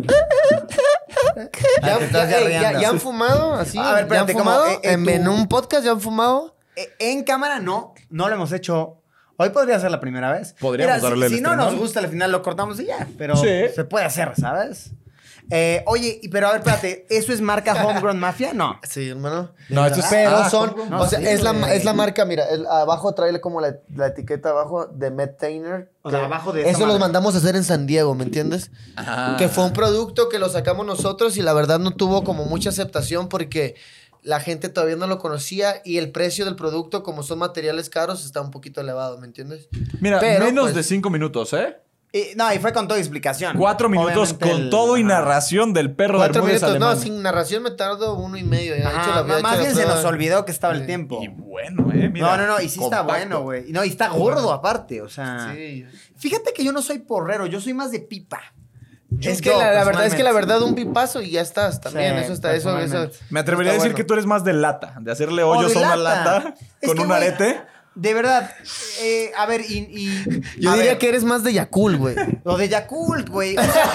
¿Ya, te estás ya- ya ey, ya- riendo. ya han fumado? Así, A ver, ¿ya han espérate, ¿cómo? fumado? Eh, eh, ¿En, tú- en un podcast ya han fumado? Eh, En cámara no, no lo hemos hecho. Hoy podría ser la primera vez. Podríamos Mira, darle si, el si no estrenón. nos gusta al final lo cortamos y ya. Pero Sí. se puede hacer, ¿sabes? Eh, oye, y- pero a ver, espérate. ¿Eso es marca Homegrown Mafia? No. Sí, hermano. No, esto es- Pero ah, son, no, o sea, sí, es, la, güey. es la marca, mira, el- abajo trae como la, la etiqueta abajo de Medtainer. O sea, que abajo de esa Eso los madre. mandamos a hacer en San Diego, ¿me entiendes? Ah. Que fue un producto que lo sacamos nosotros y la verdad no tuvo como mucha aceptación porque la gente todavía no lo conocía y el precio del producto, como son materiales caros, está un poquito elevado, ¿me entiendes? Mira, Pero, menos pues, de cinco minutos, ¿eh? Y- no, y fue con toda explicación. Cuatro minutos Obviamente con el- todo y ajá. narración del perro Cuatro Bermúdez minutos, no, alemán. sin narración me tardo uno y medio. Ya. De Ajá, hecho, la había más hecho la bien se prueba. nos olvidó que estaba el Sí. tiempo. Y bueno, ¿eh? Mira, no, no, no, y sí está compacto. bueno, güey. No, y está gordo aparte, o sea. Sí. Fíjate que yo no soy porrero, yo soy más de pipa. Yo- Es que yo, la, la verdad es que la personalmente. verdad un pipazo y ya estás también. Sí, eso está, eso, eso. personalmente. Me atrevería a está decir bueno. que tú eres más de lata, de hacerle O hoyos de a una lata. lata Es con que, un güey, arete. De verdad, eh, a ver, y. y- Yo a diría ver, que eres más de Yakult, güey. Lo de Yakult, güey. O sea,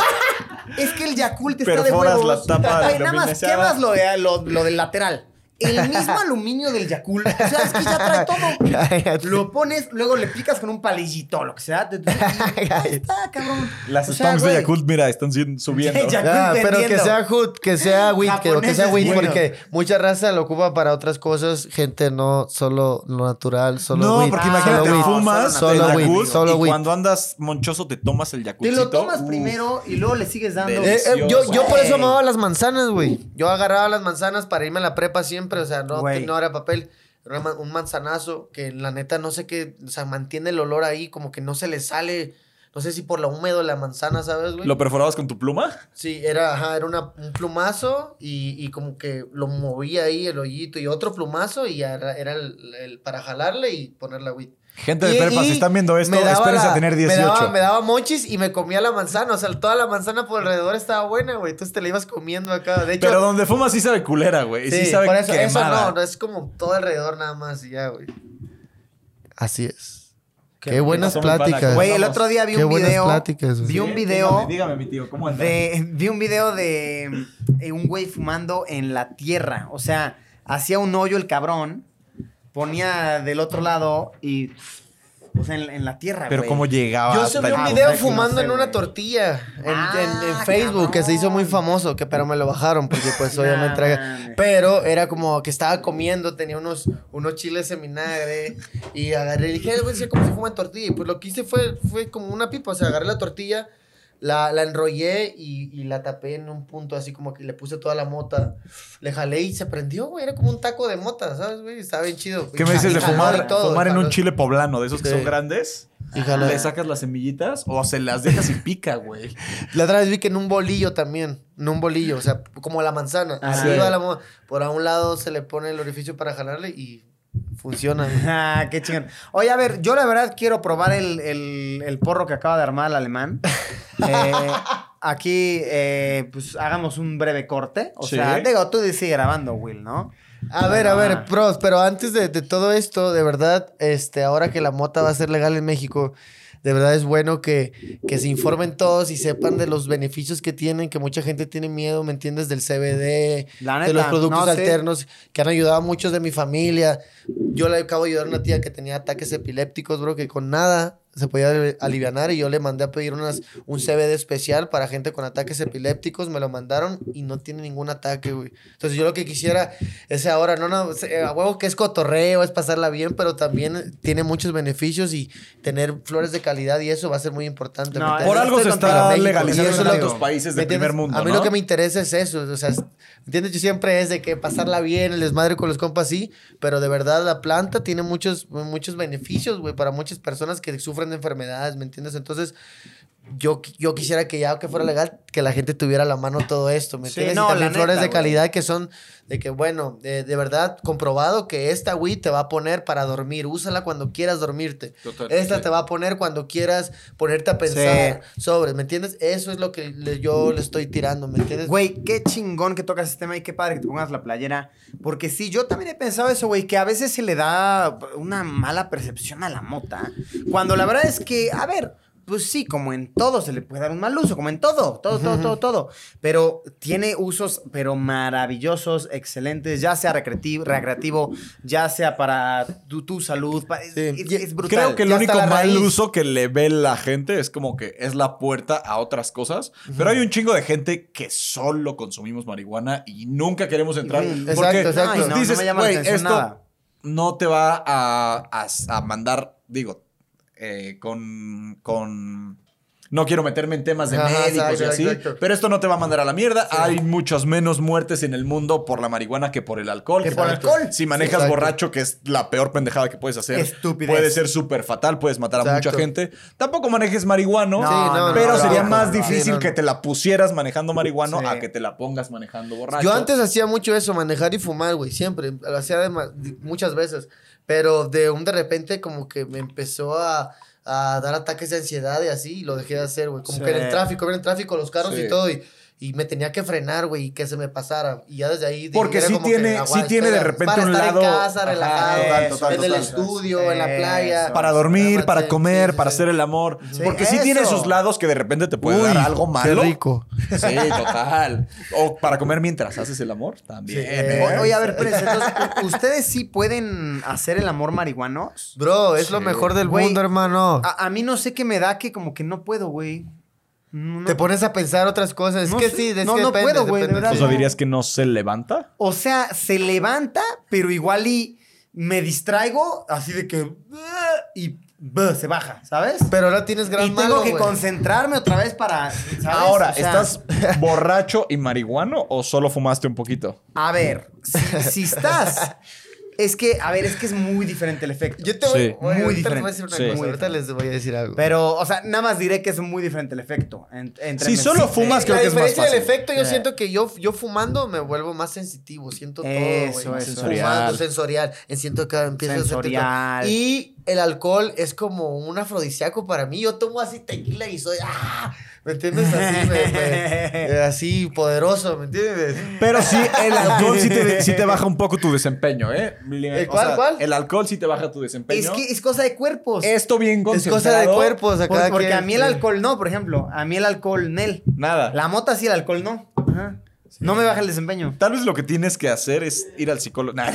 es que el Yakult está de Perforas huevos. la tapa Güey, nada más luminescente. quemas lo, de, lo, lo del lateral. El mismo aluminio del Yakult. O sea, es que ya trae todo. Cállate. Lo pones, luego le picas con un palillito o lo que sea. te- y ahí está, cabrón. Las O sea, stonks de güey, Yakult, mira, están sin- subiendo. Ya- Ah, pero que vendiendo. sea Hood, que sea Wheat, que, que sea Japoneses, Wheat, bueno. porque mucha raza lo ocupa para otras cosas. Gente, no solo lo natural, solo No, Wheat. porque Ah, imagínate, solo Wheat. fumas Solo el Wheat, Yakult solo y Wheat. cuando andas monchoso te tomas el Te Yakultcito. lo tomas Uf. primero y luego le sigues dando. Eh, eh, yo, Delicioso. yo por eso Güey. amaba las manzanas, güey. Yo agarraba las manzanas para irme a la prepa siempre, o sea, no, Güey. no era papel. Era ma- un manzanazo que la neta no sé qué, o sea, mantiene el olor ahí, como que no se le sale, no sé si por lo húmedo de la manzana, ¿sabes, güey? ¿Lo perforabas con tu pluma? Sí, era, ajá, era una, un plumazo y, y como que lo movía ahí el hoyito y otro plumazo y ya era, era el, el- para jalarle y ponerle weed. Gente de Y- prepa, y si están viendo esto, me daba espérense la- a tener Me dieciocho. daba, me daba monchis y me comía la manzana. O sea, toda la manzana por alrededor estaba buena, güey. Entonces te la ibas comiendo acá. De hecho, Pero donde fumas sí sabe culera, güey. Sí, sí, sabe por eso, eso quemada. no, no, es como todo alrededor nada más y ya, güey. Así es. Qué, Qué buenas pasó, mi pana? pláticas. Güey, el Vamos. otro día vi Qué un buenas video. pláticas, Vi güey. un Sí, video. Dígame, dígame, mi tío, ¿cómo anda? De, vi un video de eh, un güey fumando en la tierra. O sea, hacía un hoyo el cabrón, ponía del otro lado y. O sea, en, en la tierra, Pero güey. cómo llegaba Yo hasta subí el- un Ah, video güey, no fumando sé, en una güey. tortilla en, Ah, en- en Facebook que se hizo muy cabrón. famoso, que pero me lo bajaron porque pues Nah, obviamente traga- mames. pero era como que estaba comiendo, tenía unos, unos chiles en vinagre y agarré y dije, güey, sé cómo se fuma en tortilla y pues lo que hice fue, fue como una pipa, o sea, agarré la tortilla, la, la enrollé y, y la tapé en un punto así como que le puse toda la mota, le jalé y se prendió, güey, era como un taco de mota, ¿sabes, güey? Estaba bien chido. ¿Qué me dices Y de jaló fumar, y todo, fumar en jaló. un chile poblano, de esos que Sí. son grandes? Y jaló. Le sacas las semillitas o se las dejas y pica, güey. La otra vez vi que en un bolillo también, en un bolillo, o sea, como la manzana. Ah, Así sí. va la mo- por a un lado se le pone el orificio para jalarle y funciona. güey. Ah, qué chingón. Oye, a ver, yo la verdad quiero probar el, el- el porro que acaba de armar el alemán. Eh, aquí, eh, pues hagamos un breve corte. O Sí. sea, digo, tú sigue grabando, Will, ¿no? A ver, a Ah. ver, pros, pero antes de, de todo esto, de verdad, este, ahora que la mota va a ser legal en México, de verdad es bueno que, que se informen todos y sepan de los beneficios que tienen, que mucha gente tiene miedo, ¿me entiendes? Del C B D, La de neta, los productos no, sí. alternos que han ayudado a muchos de mi familia. Yo le acabo de ayudar a una tía que tenía ataques epilépticos, bro, que con nada se podía alivianar y yo le mandé a pedir unas, un C B D especial para gente con ataques epilépticos, me lo mandaron y no tiene ningún ataque, güey. Entonces yo lo que quisiera es ahora, no, no, se- a huevo que es cotorreo, es pasarla bien, pero también tiene muchos beneficios y tener flores de calidad y eso va a ser muy importante. No, ¿me Por entiendes? algo se estoy está contigo, México, legalizando y eso en es lo otros que- países ¿me del primer entiendes? mundo, A mí ¿no? lo que me interesa es eso, o sea, es- ¿entiendes? Yo siempre es de que pasarla bien, el desmadre con los compas, sí, pero de verdad la planta tiene muchos, muchos beneficios, güey, para muchas personas que sufren de enfermedades, ¿me entiendes? Entonces, yo, yo quisiera que ya que fuera legal, que la gente tuviera a la mano todo esto, ¿me Sí, entiendes? no, y también la flores neta, de güey. calidad que son de que, bueno, de, de verdad comprobado que esta weed te va a poner para dormir, úsala cuando quieras dormirte. Total, esta sí. te va a poner cuando quieras ponerte a pensar sobre, ¿me entiendes? Eso es lo que le- yo le estoy tirando, ¿me entiendes? Güey, qué chingón que tocas este tema y qué padre que te pongas la playera. Porque sí, yo también he pensado eso, güey, que a veces se le da una mala percepción a la mota. Cuando la verdad es que, a ver, pues sí, como en todo se le puede dar un mal uso, como en todo, todo, todo, todo, todo. Pero tiene usos, pero maravillosos, excelentes, ya sea recreativo, recreativo ya sea para tu, tu salud. Pa, Sí. es, es brutal. Creo que el Ya único está la mal raíz. uso que le ve la gente es como que es la puerta a otras cosas. Uh-huh. Pero hay un chingo de gente que solo consumimos marihuana y nunca queremos entrar. Uh-huh. Porque Exacto, exacto. pues, No, dices, no me llama la güey, atención esto nada. no te va a, a, a mandar, digo, eh, con... con no quiero meterme en temas de Ajá, médicos exacto, y así, exacto. pero esto no te va a mandar a la mierda. Sí. Hay muchas menos muertes en el mundo por la marihuana que por el alcohol. Que por el alcohol. Si manejas Sí, borracho, que es la peor pendejada que puedes hacer, Estupidez. puede ser súper fatal, puedes matar a Exacto. mucha gente. Tampoco manejes marihuano, No, Sí, no, no, pero no, sería no, más no, difícil sí, no, no. que te la pusieras manejando marihuano Sí. a que te la pongas manejando borracho. Yo antes hacía mucho eso, manejar y fumar, güey, siempre. Lo hacía de ma- de- muchas veces. Pero de un de repente como que me empezó a, a dar ataques de ansiedad y así, y lo dejé de hacer, güey. Como Sí. que en el tráfico, en el tráfico, los carros Sí. y todo, y, y me tenía que frenar, güey, y que se me pasara. Y ya desde ahí... Porque era sí como tiene- que, ah, sí guau, tiene de espera, repente para un estar lado- en casa, Ajá, relajado, total, total, en el total. estudio, en la playa. Eso. Para dormir, para Sí, comer, sí, para sí. hacer el amor. Sí. Porque sí tiene Eso. esos lados que de repente te puede Uy, dar algo malo. Qué rico. Sí, total. O para comer mientras haces el amor, también. Sí. ¿eh? O- Oye, a ver, espérense. Entonces, ¿ustedes sí pueden hacer el amor marihuanos? Bro, es lo Sí. mejor del Güey, mundo, hermano. A, a mí no sé qué me da que como que no puedo, güey. No, Te pones a pensar otras cosas. No es que sé. sí, es No, que no depende, puedo, güey, de depende. verdad, O sea, no. dirías que no se levanta. O sea, se levanta, pero igual y me distraigo, así de que... Y buh, se baja, ¿sabes? Pero ahora tienes gran Y tengo malo, que güey. concentrarme otra vez para... ¿sabes? Ahora, O sea, ¿estás borracho y marihuano o solo fumaste un poquito? A ver, si, si estás... Es que, a ver, es que es muy diferente el efecto. Yo te voy, Sí. oye, Muy ahorita les voy a diferente. decir una Sí. cosa. Muy Ahorita diferente. les voy a decir algo. Pero, o sea, nada más diré que es muy diferente el efecto. En- entre Si me- solo sí, fumas, sí. creo la que es más diferencia del fácil. efecto, yo Sí. siento que yo, yo fumando me vuelvo más sensitivo. Siento todo, Eso, güey. eso. Fumando, sensorial. Eh, Siento que empiezo Sensorial. a sentir todo. Y el alcohol es como un afrodisíaco para mí. Yo tomo así tequila y soy... ¡Ah! ¿Me entiendes? Así, me- me- eh, así poderoso, ¿me entiendes? Pero sí, el alcohol sí te, sí te baja un poco tu desempeño, ¿eh? ¿El O cuál, sea, cuál? El alcohol sí te baja tu desempeño. Es que es cosa de cuerpos. Esto bien Es concentrado. cosa de cuerpos. A Por- cada porque quien, a mí el sí. alcohol no, por ejemplo. A mí el alcohol, Nel. Nada. La mota sí, el alcohol no. Ajá. No me baja el desempeño. Tal vez lo que tienes que hacer es ir al psicólogo. Nah.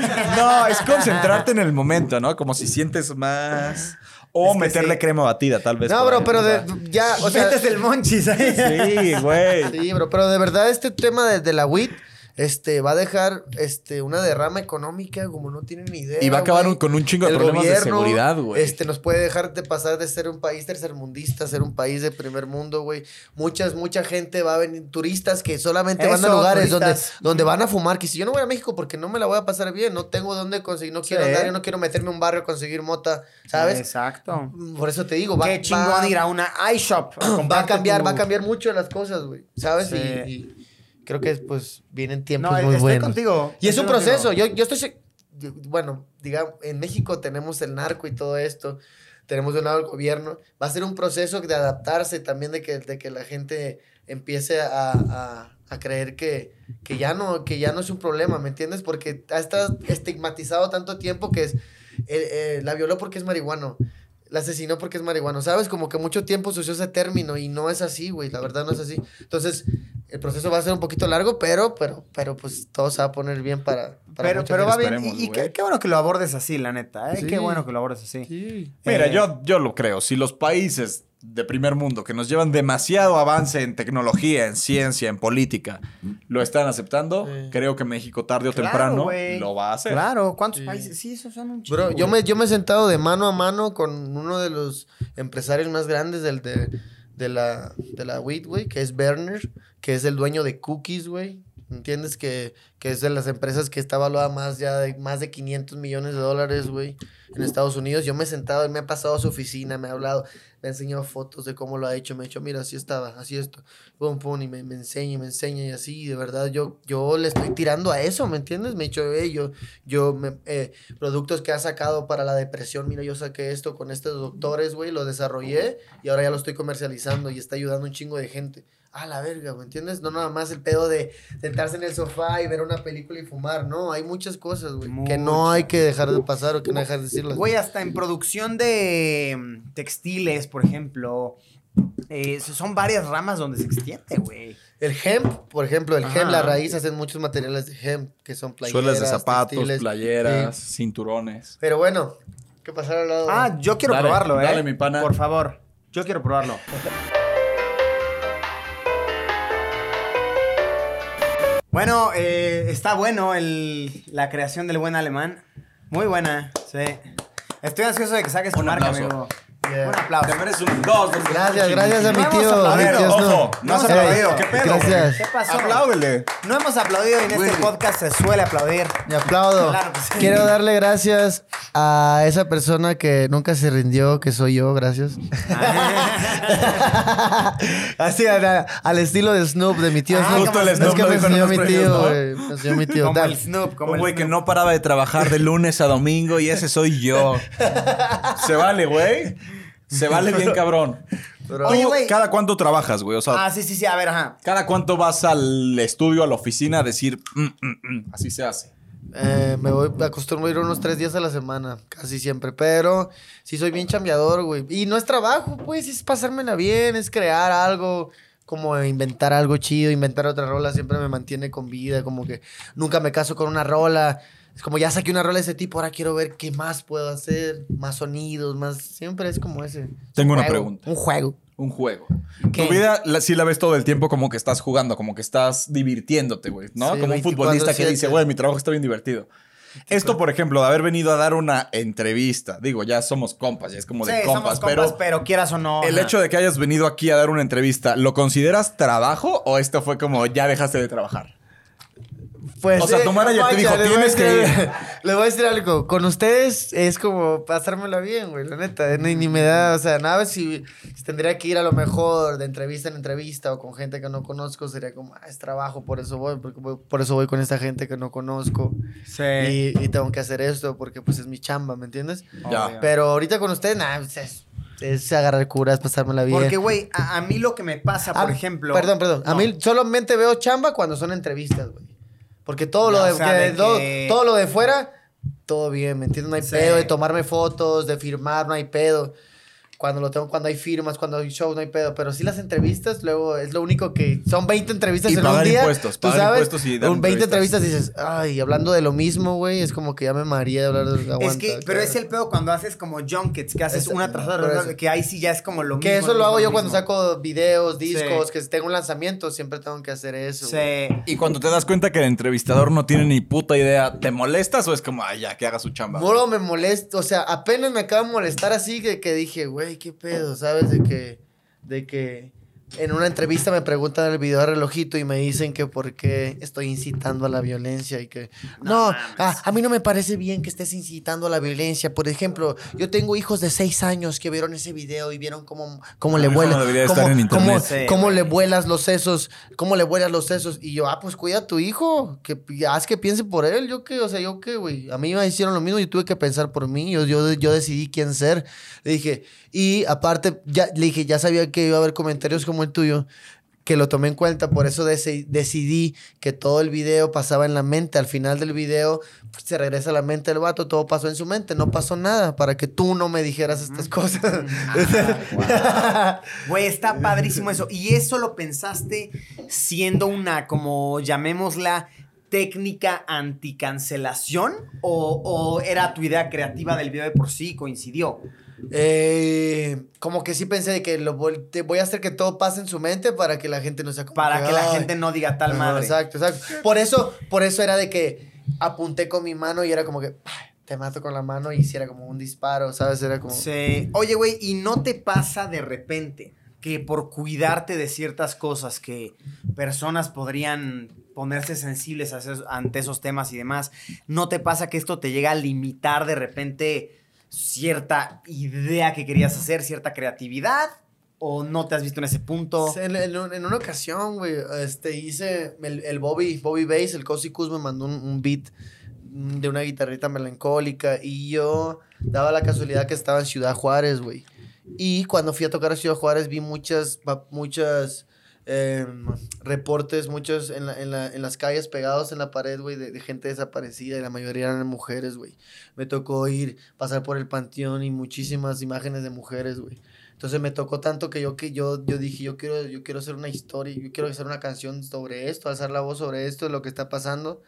No, es concentrarte en el momento, ¿no? Como si sientes más. O Es que meterle sí. crema batida, tal vez. No, por bro, ahí, pero o de, sea. ya, o sea... Metes el monchis, ¿sabes? Sí, güey. Sí, bro, pero de verdad este tema de, de la weed este, va a dejar este, una derrama económica como no tienen ni idea. Y va a acabar güey. un- con un chingo de El problemas de gobierno, seguridad, güey. Este, nos puede dejar de pasar de ser un país tercermundista a ser un país de primer mundo, güey. Muchas, mucha gente va a venir, turistas que solamente van a Eso, lugares donde, turistas. donde van a fumar. Que si yo no voy a México porque no me la voy a pasar bien, no tengo dónde conseguir, no quiero Sí. andar, yo no quiero meterme a un barrio a conseguir mota, ¿sabes? Exacto. Por eso te digo, va, Qué chingón va- ir a una iShop. va a cambiar, va a cambiar mucho las cosas, güey. ¿Sabes? Sí. Y, y creo que pues vienen tiempos No, muy estoy buenos. contigo. Y es un Estoy proceso. contigo. Yo, yo estoy. se- yo- Bueno, digamos, en México tenemos el narco y todo esto. Tenemos de un lado el gobierno. Va a ser un proceso de adaptarse también, de que, de que la gente empiece a, a, a creer que, que, ya no, que ya no es un problema, ¿me entiendes? Porque ha estado estigmatizado tanto tiempo que es. eh, eh, la violó porque es marihuano. La asesinó porque es marihuano, ¿sabes? Como que mucho tiempo se usó ese término y no es así, güey. La verdad no es así. Entonces, el proceso va a ser un poquito largo, pero, pero, pero, pues todo se va a poner bien para, para Pero, mucha pero va gente. bien. esperemos, Y, y güey. qué, qué bueno que lo abordes así, la neta. ¿eh? Sí. Qué bueno que lo abordes así. Sí. Mira, Eh, yo, yo lo creo. Si los países de primer mundo que nos llevan demasiado avance en tecnología, en ciencia, en política, lo están aceptando, Sí. creo que México tarde o Claro, temprano güey. lo va a hacer. Claro, ¿cuántos Sí. países? Sí, esos son un chingo. Bro, yo güey. me, yo me he sentado de mano a mano con uno de los empresarios más grandes del, de, de la, de la weed, güey, que es Berner, que es el dueño de Cookies, güey. ¿Entiendes? Que, que es de las empresas que está valuada más ya de más de quinientos millones de dólares, güey, en Estados Unidos. Yo me he sentado, él me ha pasado a su oficina, me ha hablado, me ha enseñado fotos de cómo lo ha hecho. Me ha dicho, mira, así estaba, así esto. Pum, pum, y me, me enseña y me enseña y así. Y de verdad, yo, yo le estoy tirando a eso, ¿me entiendes? Me ha dicho, hey, yo, yo me, eh, productos que ha sacado para la depresión, mira, yo saqué esto con estos doctores, güey, lo desarrollé y ahora ya lo estoy comercializando y está ayudando a un chingo de gente. A la verga, ¿me entiendes? No nada más el pedo de sentarse en el sofá y ver una película y fumar, ¿no? Hay muchas cosas, güey, Muchas. que no hay que dejar de pasar o que no dejar de decirlas. Güey, hasta en producción de mm, textiles, por ejemplo, eh, son varias ramas donde se extiende, güey. El hemp, por ejemplo, el Ajá. hemp, la raíz, hacen muchos materiales de hemp, que son playeras, Suelas de zapatos, textiles. playeras, Sí. cinturones. Pero bueno, ¿qué pasará al lado? Ah, yo quiero Dale, probarlo, ¿eh? dale, mi pana. Por favor, yo quiero probarlo. Bueno, eh, está bueno el, la creación del buen alemán. Muy buena, sí. Estoy ansioso de que saques tu Un marca, aplauso. amigo. Yeah. Un aplauso. Te mereces un dos, dos. Gracias, gracias a mi No tío. hemos mi aplaudido, tío ojo, Snoop. no hemos Ey, aplaudido. ¿Qué pedo? Gracias. ¿Qué pasó? Apláudele. No hemos aplaudido y en este Güey. podcast se suele aplaudir. Me aplaudo. Claro que sí. Quiero darle gracias a esa persona que nunca se rindió, que soy yo, gracias. Así, a- al estilo de Snoop, de mi tío Ah, Snoop. justo el Es Snoop que lo me dijo en enseñó unos mi premios, tío, ¿no? güey. Me enseñó mi tío. Como Dale. el Snoop, como Un el güey que Snoop. no paraba de trabajar de lunes a domingo y ese soy yo. Se vale, güey. Se vale bien, cabrón. Pero- Oye, Tú, güey. ¿cada cuánto trabajas, güey? O sea, Ah, sí, sí, sí. A ver, ajá. ¿cada cuánto vas al estudio, a la oficina a decir, "Mm, mm, mm"? Así se hace? Eh, me voy, me acostumbro a ir unos tres días a la semana, casi siempre. Pero sí soy bien chambeador, güey. Y no es trabajo, pues, es pasármela bien, es crear algo, como inventar algo chido, inventar otra rola, siempre me mantiene con vida, como que nunca me caso con una rola. Es como ya saqué una rola de ese tipo, ahora quiero ver qué más puedo hacer, más sonidos, más... Siempre es como ese. Tengo una Juego, pregunta. Un juego. Un juego. ¿Qué? Tu vida la, sí la ves todo el tiempo como que estás jugando, como que estás divirtiéndote, güey, ¿no? Sí, como un veinticuatro futbolista que siete. dice, güey, mi trabajo está bien divertido. Esto, por ejemplo, de haber venido a dar una entrevista. Digo, ya somos compas, ya es como Sí, de somos compas, compas, pero pero quieras o no. el ajá. hecho de que hayas venido aquí a dar una entrevista, ¿lo consideras trabajo o esto fue como ya dejaste de trabajar? Pues, O sea, tu manager te dijo, les voy a "Tienes que decir- ir". Les voy a decir algo. Con ustedes es como pasármela bien, güey, la neta. Ni, ni me da, o sea, nada, si, si tendría que ir a lo mejor de entrevista en entrevista o con gente que no conozco, sería como, ah, es trabajo, por eso voy, porque voy- por eso voy con esta gente que no conozco. Sí. Y, y tengo que hacer esto porque, pues, es mi chamba, ¿me entiendes? Ya. Obvio. Pero ahorita con ustedes, nada, pues, es, es agarrar curas, pasármela bien. Porque, güey, a, a mí lo que me pasa, por Ah, ejemplo... Perdón, perdón. A No. mí solamente veo chamba cuando son entrevistas, güey. Porque todo, Ya, lo de, o sea, que- de todo, que- todo lo de fuera, todo bien, ¿me entiendes? No hay Sí. pedo de tomarme fotos, de firmar, no hay pedo. Cuando lo tengo, cuando hay firmas, cuando hay shows, no hay pedo. Pero sí las entrevistas, luego es lo único que... Son veinte entrevistas Y en un pagar día. impuestos, ¿tú pagar sabes? impuestos y dar Un veinte entrevistas. entrevistas y dices, ay, hablando de lo mismo, güey, es como que ya me maría de hablar de... Es aguanta, que, pero claro. es el pedo cuando haces como junkets, que haces Es- una tras otra, por tras eso. otra, que ahí sí ya es como lo Que mismo. eso lo hago yo mismo, cuando mismo. saco videos, discos, Sí. que tengo un lanzamiento, siempre tengo que hacer eso. güey. Sí. Y cuando te das cuenta que el entrevistador no tiene ni puta idea, ¿te molestas o es como, ay, ya, que haga su chamba? Moro me molesta, o sea, apenas me acaba de molestar así que, que dije, güey, qué pedo, ¿sabes? De que, de que en una entrevista me preguntan en el video de relojito y me dicen que por qué estoy incitando a la violencia y que, no, No a, a mí no me parece bien que estés incitando a la violencia. Por ejemplo, yo tengo hijos de seis años que vieron ese video y vieron cómo, cómo A le mi hijo no vuelan, debería cómo, estar en cómo- internet. Sí, cómo güey. le vuelas los sesos, cómo le vuelas los sesos. Y yo, ah, pues cuida a tu hijo, que haz que piense por él. Yo qué, o sea, yo qué, güey. A mí me hicieron lo mismo, yo tuve que pensar por mí. Yo, yo, yo decidí quién ser. Le dije, y aparte, ya, le dije, ya sabía que iba a haber comentarios como el tuyo, que lo tomé en cuenta, por eso deci- decidí que todo el video pasaba en la mente. Al final del video pues, se regresa a la mente del vato, todo pasó en su mente, no pasó nada, para que tú no me dijeras estas cosas. Ah, Güey, está padrísimo eso. ¿Y eso lo pensaste siendo una, como llamémosla, técnica anticancelación? ¿O, o era tu idea creativa del video de por sí y coincidió? Eh, como que sí pensé de que lo voy, te voy a hacer que todo pase en su mente para que la gente no sea como Para que la "Ay". gente no diga tal Ajá, madre. Exacto, exacto. Por eso, por eso era de que apunté con mi mano y era como que "Ay, te mato con la mano" y hiciera como un disparo, ¿sabes? Era como... Sí. Oye, güey, ¿y no te pasa de repente que por cuidarte de ciertas cosas que personas podrían ponerse sensibles a esos- ante esos temas y demás, ¿no te pasa que esto te llega a limitar de repente cierta idea que querías hacer, cierta creatividad? ¿O no te has visto en ese punto? En, en un- en una ocasión, güey, este, hice el, el Bobby, Bobby Bass, el Cozy Cus me mandó un, un beat mm, de una guitarrita melancólica y yo daba la casualidad que estaba en Ciudad Juárez, güey. Y cuando fui a tocar a Ciudad Juárez vi muchas, pa- muchas eh, reportes, muchos en, la, en, la, en las calles pegados en la pared, güey, de, de gente desaparecida y la mayoría eran mujeres, güey. Me tocó ir, pasar por el panteón y muchísimas imágenes de mujeres, güey. Entonces me tocó tanto que yo que yo, yo dije, yo quiero, yo quiero hacer una historia, yo quiero hacer una canción sobre esto, alzar la voz sobre esto, de lo que está pasando.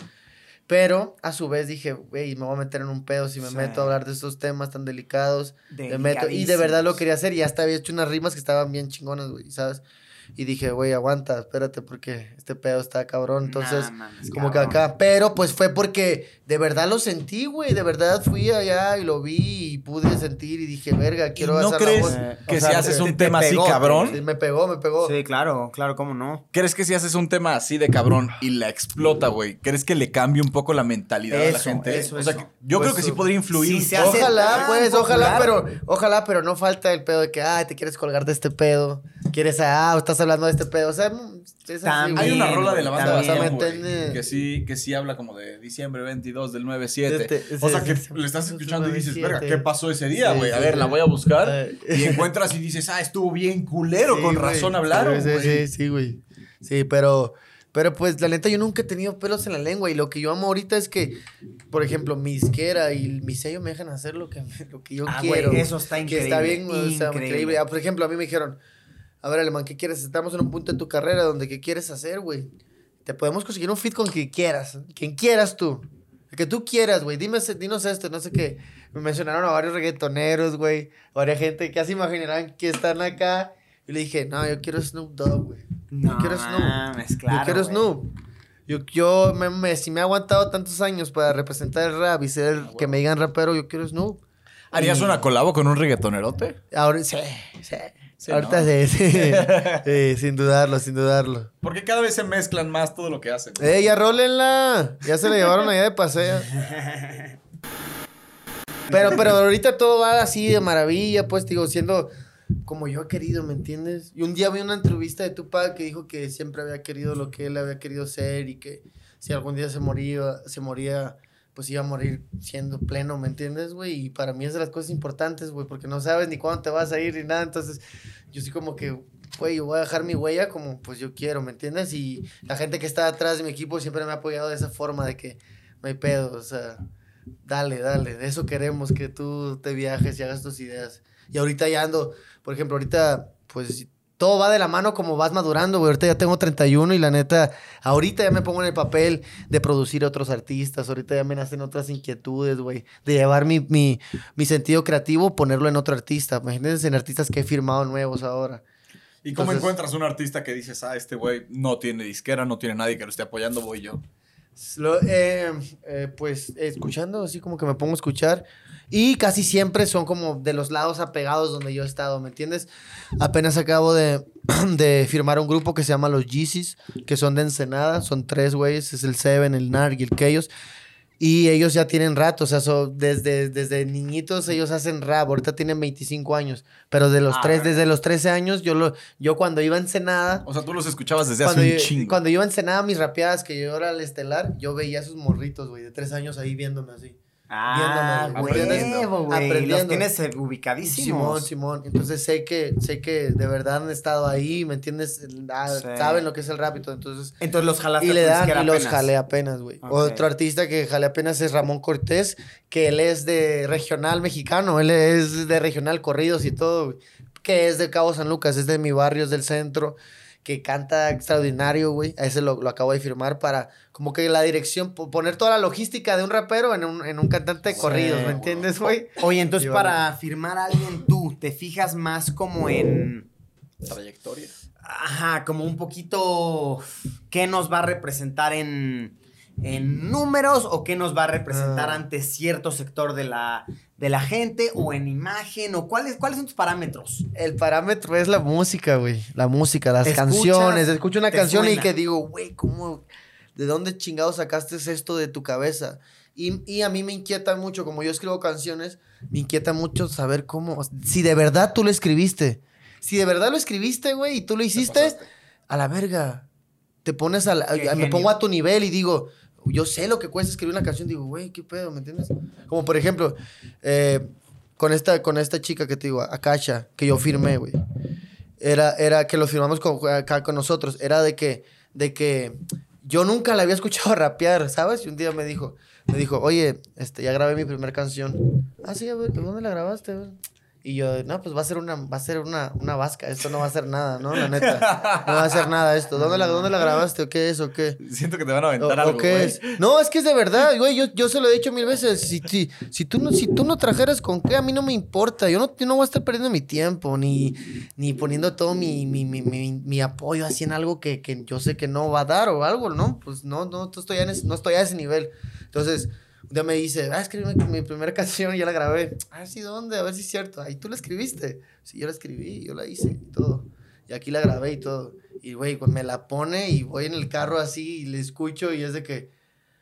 Pero a su vez dije, güey, me voy a meter en un pedo si me sí. meto a hablar de estos temas tan delicados. Me meto, y de verdad lo quería hacer y hasta había hecho unas rimas que estaban bien chingonas, güey, ¿sabes? Y dije, güey, aguanta, espérate, porque este pedo está cabrón. Entonces, nah, man, como cabrón. que acá. Pero, pues, fue porque de verdad lo sentí, güey. De verdad fui allá y lo vi y pude sentir y dije, verga, quiero hacer ¿No crees la voz? que o sea, si haces te, un te tema pegó, así, cabrón? Sí, me pegó, me pegó. Sí, claro, claro, ¿cómo no? ¿Crees que si haces un tema así de cabrón y la explota, güey? ¿Crees que le cambie un poco la mentalidad eso, a la gente? Eso, o sea, eso. yo pues, creo que sí podría influir. Si se hace ojalá, pues, ojalá, pero, ojalá, pero no falta el pedo de que, ay, te quieres colgar de este pedo. Quieres, ah, estás hablando de este pedo. O sea, es así, hay una rola de la banda también, wey, que sí que sí habla como de diciembre veintidós del nueve siete. Este, o sea, que este, le estás escuchando y dices, verga, ¿qué pasó ese día, güey? Sí, a sí, ver, sí. la voy a buscar. Ay. Y encuentras y dices, ah, estuvo bien culero, sí, con wey, razón hablaron, sí, sí, sí, güey. Sí, pero... Pero pues la neta yo nunca he tenido pelos en la lengua y lo que yo amo ahorita es que, por ejemplo, mi disquera y mi sello me dejan hacer lo que, lo que yo ah, quiero. Wey, eso está increíble. Que está bien, increíble. O sea, increíble. Ah, por ejemplo, a mí me dijeron, a ver, Alemán, ¿qué quieres? Estamos en un punto de tu carrera donde ¿qué quieres hacer, güey? Te podemos conseguir un feat con quien quieras, quien quieras tú. El que tú quieras, güey. Dime, dinos esto, no sé qué. Me mencionaron a varios reggaetoneros, güey. Varias gente que casi imaginarán que están acá. Y le dije, no, yo quiero Snoop Dogg, güey. No, yo quiero Snoop. Mames, claro, yo quiero güey. Snoop. Yo, yo me, me, si me he aguantado tantos años para representar el rap y ser el, ah, que me digan rapero, yo quiero Snoop. ¿Harías y... una colabo con un reggaetonerote? Ahora sí, sí. sí Ahorita ¿no? sí, sí. sí, sin dudarlo, sin dudarlo. Porque cada vez se mezclan más todo lo que hacen. ¡Eh, ya rólenla! Ya se la llevaron allá de paseo. pero, pero ahorita todo va así de maravilla, pues, digo, siendo... como yo he querido, ¿me entiendes? Y un día vi una entrevista de Tupac que dijo que siempre había querido lo que él había querido ser y que si algún día se moría, se moría, pues iba a morir siendo pleno, ¿me entiendes, güey? Y para mí es de las cosas importantes, güey, porque no sabes ni cuándo te vas a ir ni nada, entonces yo sí como que, güey, yo voy a dejar mi huella como pues yo quiero, ¿me entiendes? Y la gente que está atrás de mi equipo siempre me ha apoyado de esa forma de que no hay pedo, o sea, dale, dale, de eso queremos, que tú te viajes y hagas tus ideas. Y ahorita ya ando, por ejemplo, ahorita, pues, todo va de la mano como vas madurando, güey. Ahorita ya tengo treinta y uno y la neta, ahorita ya me pongo en el papel de producir a otros artistas. Ahorita ya me nacen otras inquietudes, güey. De llevar mi, mi, mi sentido creativo, ponerlo en otro artista. Imagínense en artistas que he firmado nuevos ahora. ¿Y cómo Entonces, encuentras un artista que dices, ah, este güey no tiene disquera, no tiene nadie que lo esté apoyando, voy yo? Lo, eh, eh, pues escuchando, así como que me pongo a escuchar. Y casi siempre son como de los lados apegados donde yo he estado, ¿me entiendes? Apenas acabo de, de firmar un grupo que se llama Los Yeezys, que son de Ensenada. Son tres güeyes, es el Seven, el Narg y el Keyos. Y ellos ya tienen rato, o sea, so, desde, desde niñitos ellos hacen rap. Ahorita tienen veinticinco años. Pero de los ah, tres, desde los trece años, yo, lo, yo cuando iba a Ensenada... O sea, tú los escuchabas desde hace un yo, chingo. Cuando iba a Ensenada, mis rapeadas, que yo era el estelar, yo veía a esos morritos, güey, de tres años ahí viéndome así. Ah, güey, aprendiendo. Los tienes ubicadísimos. Simón, Simón. Entonces sé que, sé que de verdad han estado ahí, ¿me entiendes? Ah, sí. Saben lo que es el rap y todo. Entonces, Entonces los jalaste y le dan, y apenas. los jalé apenas, güey. Okay. Otro artista que jalé apenas es Ramón Cortés, que él es de regional mexicano, él es de regional corridos y todo, güey. Que es de Cabo San Lucas, es de mi barrio, es del centro. Que canta extraordinario, güey. A ese lo, lo acabo de firmar para como que la dirección, poner toda la logística de un rapero en un, en un cantante de sí, corridos, ¿me entiendes, güey? Oye, entonces y para bueno. firmar a alguien tú, ¿te fijas más como en... trayectoria? Ajá, como un poquito... ¿Qué nos va a representar en, en números o qué nos va a representar ah. ante cierto sector de la... de la gente o en imagen o cuáles cuáles son tus parámetros? El parámetro es la música, güey. La música, las canciones. Escucho una canción suena. Y que digo, güey, ¿cómo? ¿De dónde chingados sacaste esto de tu cabeza? Y, y a mí me inquieta mucho, como yo escribo canciones, me inquieta mucho saber cómo, si de verdad tú lo escribiste. Si de verdad lo escribiste, güey, y tú lo hiciste, a la verga. Te pones a, la, a me pongo a tu nivel y digo... Yo sé lo que cuesta escribir una canción. Digo, güey, ¿qué pedo? ¿Me entiendes? Como, por ejemplo, eh, con, esta, con esta chica que te digo, Akasha, que yo firmé, güey. era, era que lo firmamos con, acá con nosotros, era de que, de que yo nunca la había escuchado rapear, ¿sabes? Y un día me dijo, me dijo, oye, este, ya grabé mi primera canción. Ah, sí, a ver, ¿dónde la grabaste? A ver. Y yo, no, pues va a ser una, va a ser una, una vasca, esto no va a ser nada, ¿no? La neta, no va a ser nada esto. ¿Dónde la, dónde la grabaste o qué es o qué? Siento que te van a aventar o, algo, o qué güey. es. No, es que es de verdad, güey, yo, yo se lo he dicho mil veces. Si, si, si, tú no, si tú no trajeras con qué, a mí no me importa. Yo no, yo no voy a estar perdiendo mi tiempo, ni, ni poniendo todo mi, mi, mi, mi, mi apoyo así en algo que, que yo sé que no va a dar o algo, ¿no? Pues no, no, estoy a ese, no estoy a ese nivel. Entonces... Un día me dice, ah, escribí mi, mi primera canción, ya la grabé. Ah, sí, ¿dónde? A ver si es cierto. Ahí tú la escribiste. Sí, yo la escribí, yo la hice y todo. Y aquí la grabé y todo. Y, güey, pues me la pone y voy en el carro así y le escucho y es de que...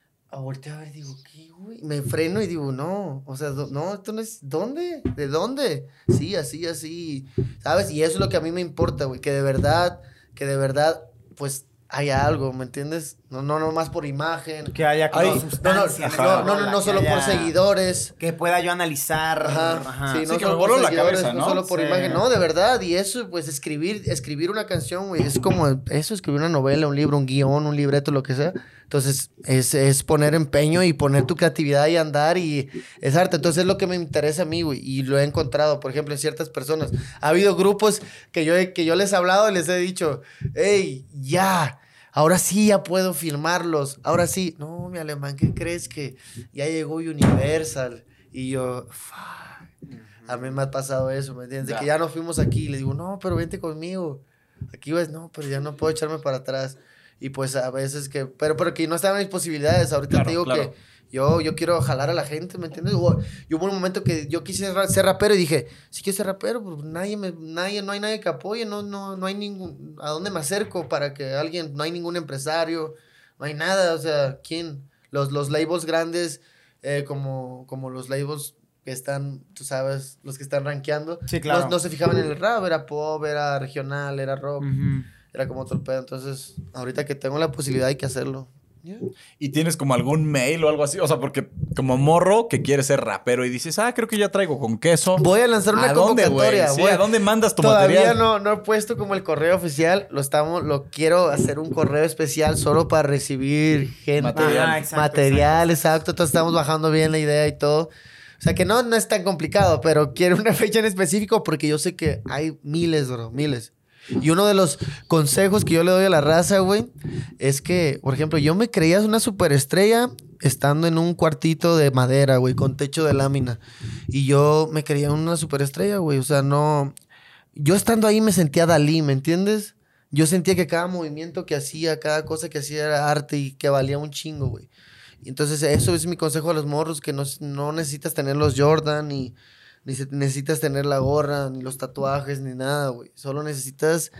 A volteo a ver, digo, ¿qué, güey? Me freno y digo, no, o sea, do, no, esto no es... ¿Dónde? ¿De dónde? Sí, así, así, ¿sabes? Y eso es lo que a mí me importa, güey, que de verdad, que de verdad, pues... haya algo, ¿me entiendes? No, no, no más por imagen. Que haya como Ay, sustancia. No, no, no, no, no solo haya, por seguidores. Que pueda yo analizar. Ajá. Ajá. Sí, no Sí, que solo me voló por la seguidores, cabeza, ¿no? no solo por Sí. imagen. No, de verdad. Y eso, pues, escribir, escribir una canción, güey, es como eso, escribir una novela, un libro, un guión, un libreto, lo que sea. Entonces, es, es poner empeño y poner tu creatividad y andar y es arte. Entonces, es lo que me interesa a mí, güey. Y lo he encontrado, por ejemplo, en ciertas personas. Ha habido grupos que yo, que yo les he hablado y les he dicho, hey, ya... Ahora sí ya puedo filmarlos. Ahora sí. No, mi alemán, ¿qué crees? Que ya llegó Universal. Y yo, fuck. A mí me ha pasado eso, ¿me entiendes? De Ya. que ya no fuimos aquí. Y le digo, no, pero vente conmigo. Aquí ves, no, pero ya no puedo echarme para atrás. Y pues a veces que... Pero, pero que no estaban mis posibilidades. Ahorita Claro, te digo claro. que yo, yo quiero jalar a la gente, ¿me entiendes? Hubo, y hubo un momento que yo quise ra- ser rapero y dije, si quiero ser rapero, pues nadie me, nadie, no hay nadie que apoye, no, no, no hay ningún, ¿a dónde me acerco para que alguien, no hay ningún empresario, no hay nada, o sea, ¿quién? Los, los labels grandes, eh, como, como los labels que están, tú sabes, los que están rankeando, Sí, claro. no, no se fijaban en el rap, era pop, era regional, era rock, Ujú. era como otro pedo, entonces, ahorita que tengo la posibilidad hay que hacerlo. Yeah. ¿Y tienes como algún mail o algo así? O sea, porque como morro que quieres ser rapero y dices, ah, creo que ya traigo con queso. Voy a lanzar una ¿A dónde, convocatoria. güey? Sí, voy- ¿a dónde mandas tu Todavía material? no, no he puesto como el correo oficial. Lo estamos, lo quiero hacer un correo especial solo para recibir gente. Material. Ajá, exacto, material, exacto. Entonces estamos bajando bien la idea y todo. O sea que no, no es tan complicado, pero quiero una fecha en específico porque yo sé que hay miles, bro, miles. Y uno de los consejos que yo le doy a la raza, güey, es que, por ejemplo, yo me creía una superestrella estando en un cuartito de madera, güey, con techo de lámina. Y yo me creía una superestrella, güey. O sea, no... Yo estando ahí me sentía Dalí, ¿me entiendes? Yo sentía que cada movimiento que hacía, cada cosa que hacía era arte y que valía un chingo, güey. Y entonces eso es mi consejo a los morros, que no, no necesitas tener los Jordan ni... Ni se- necesitas tener la gorra, ni los tatuajes, ni nada, güey. Solo necesitas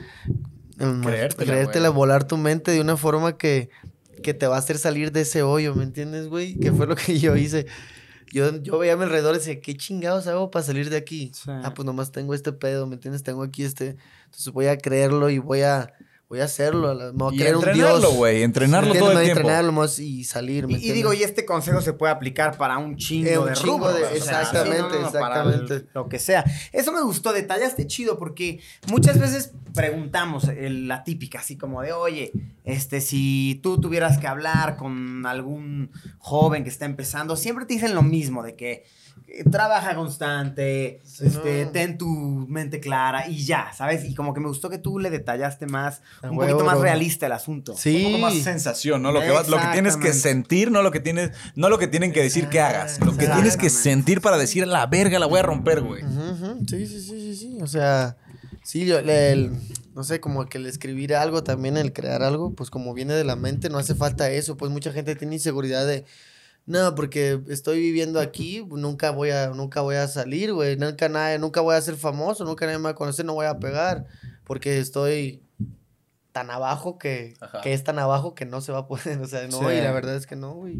em, Creértela, creértela, güey. volar tu mente de una forma que, que te va a hacer salir de ese hoyo, ¿me entiendes, güey? Que fue lo que yo hice. Yo, yo veía a mi alrededor y decía, ¿qué chingados hago para salir de aquí? Sí. Ah, pues nomás tengo este pedo, ¿me entiendes? Tengo aquí este... Entonces voy a creerlo y voy a... Voy a hacerlo. a la- Me voy a Y creer un entrenarlo, dios. güey. Entrenarlo ¿Me todo el entiendes? tiempo. Entrenarlo más y salir, ¿me Y, y entiendes? digo, y este consejo se puede aplicar para un chingo Eh, un de chingo rubros, de- o sea, exactamente, sí, no, no, para exactamente. el- lo que sea. Eso me gustó, detallaste chido, porque muchas veces preguntamos eh, la típica, así como de, oye, este, si tú tuvieras que hablar con algún joven que está empezando, siempre te dicen lo mismo, de que eh, trabaja constante, Sí, este, no. ten tu mente clara y ya, ¿sabes? Y como que me gustó que tú le detallaste más, A un huevo, poquito más bro. realista el asunto. Sí. Un poco más sensación, ¿no? Lo que, va- lo que tienes que Exactamente. sentir, no lo que tienes, no lo que tienen que decir que hagas. Lo que tienes que Exactamente. sentir para decir la verga la voy a romper, güey. Ujú, ujú. Sí, sí, sí, sí, sí. O sea, sí, yo, le- el- no sé, como que el escribir algo también, el crear algo, pues como viene de la mente, no hace falta eso. Pues mucha gente tiene inseguridad de, no, porque estoy viviendo aquí, nunca voy a, nunca voy a salir, güey. Nunca, nadie, nunca voy a ser famoso, nunca nadie me va a conocer, no voy a pegar, porque estoy tan abajo que, Ajá. que es tan abajo que no se va a poder. O sea, no, Sí. y la verdad es que no, güey.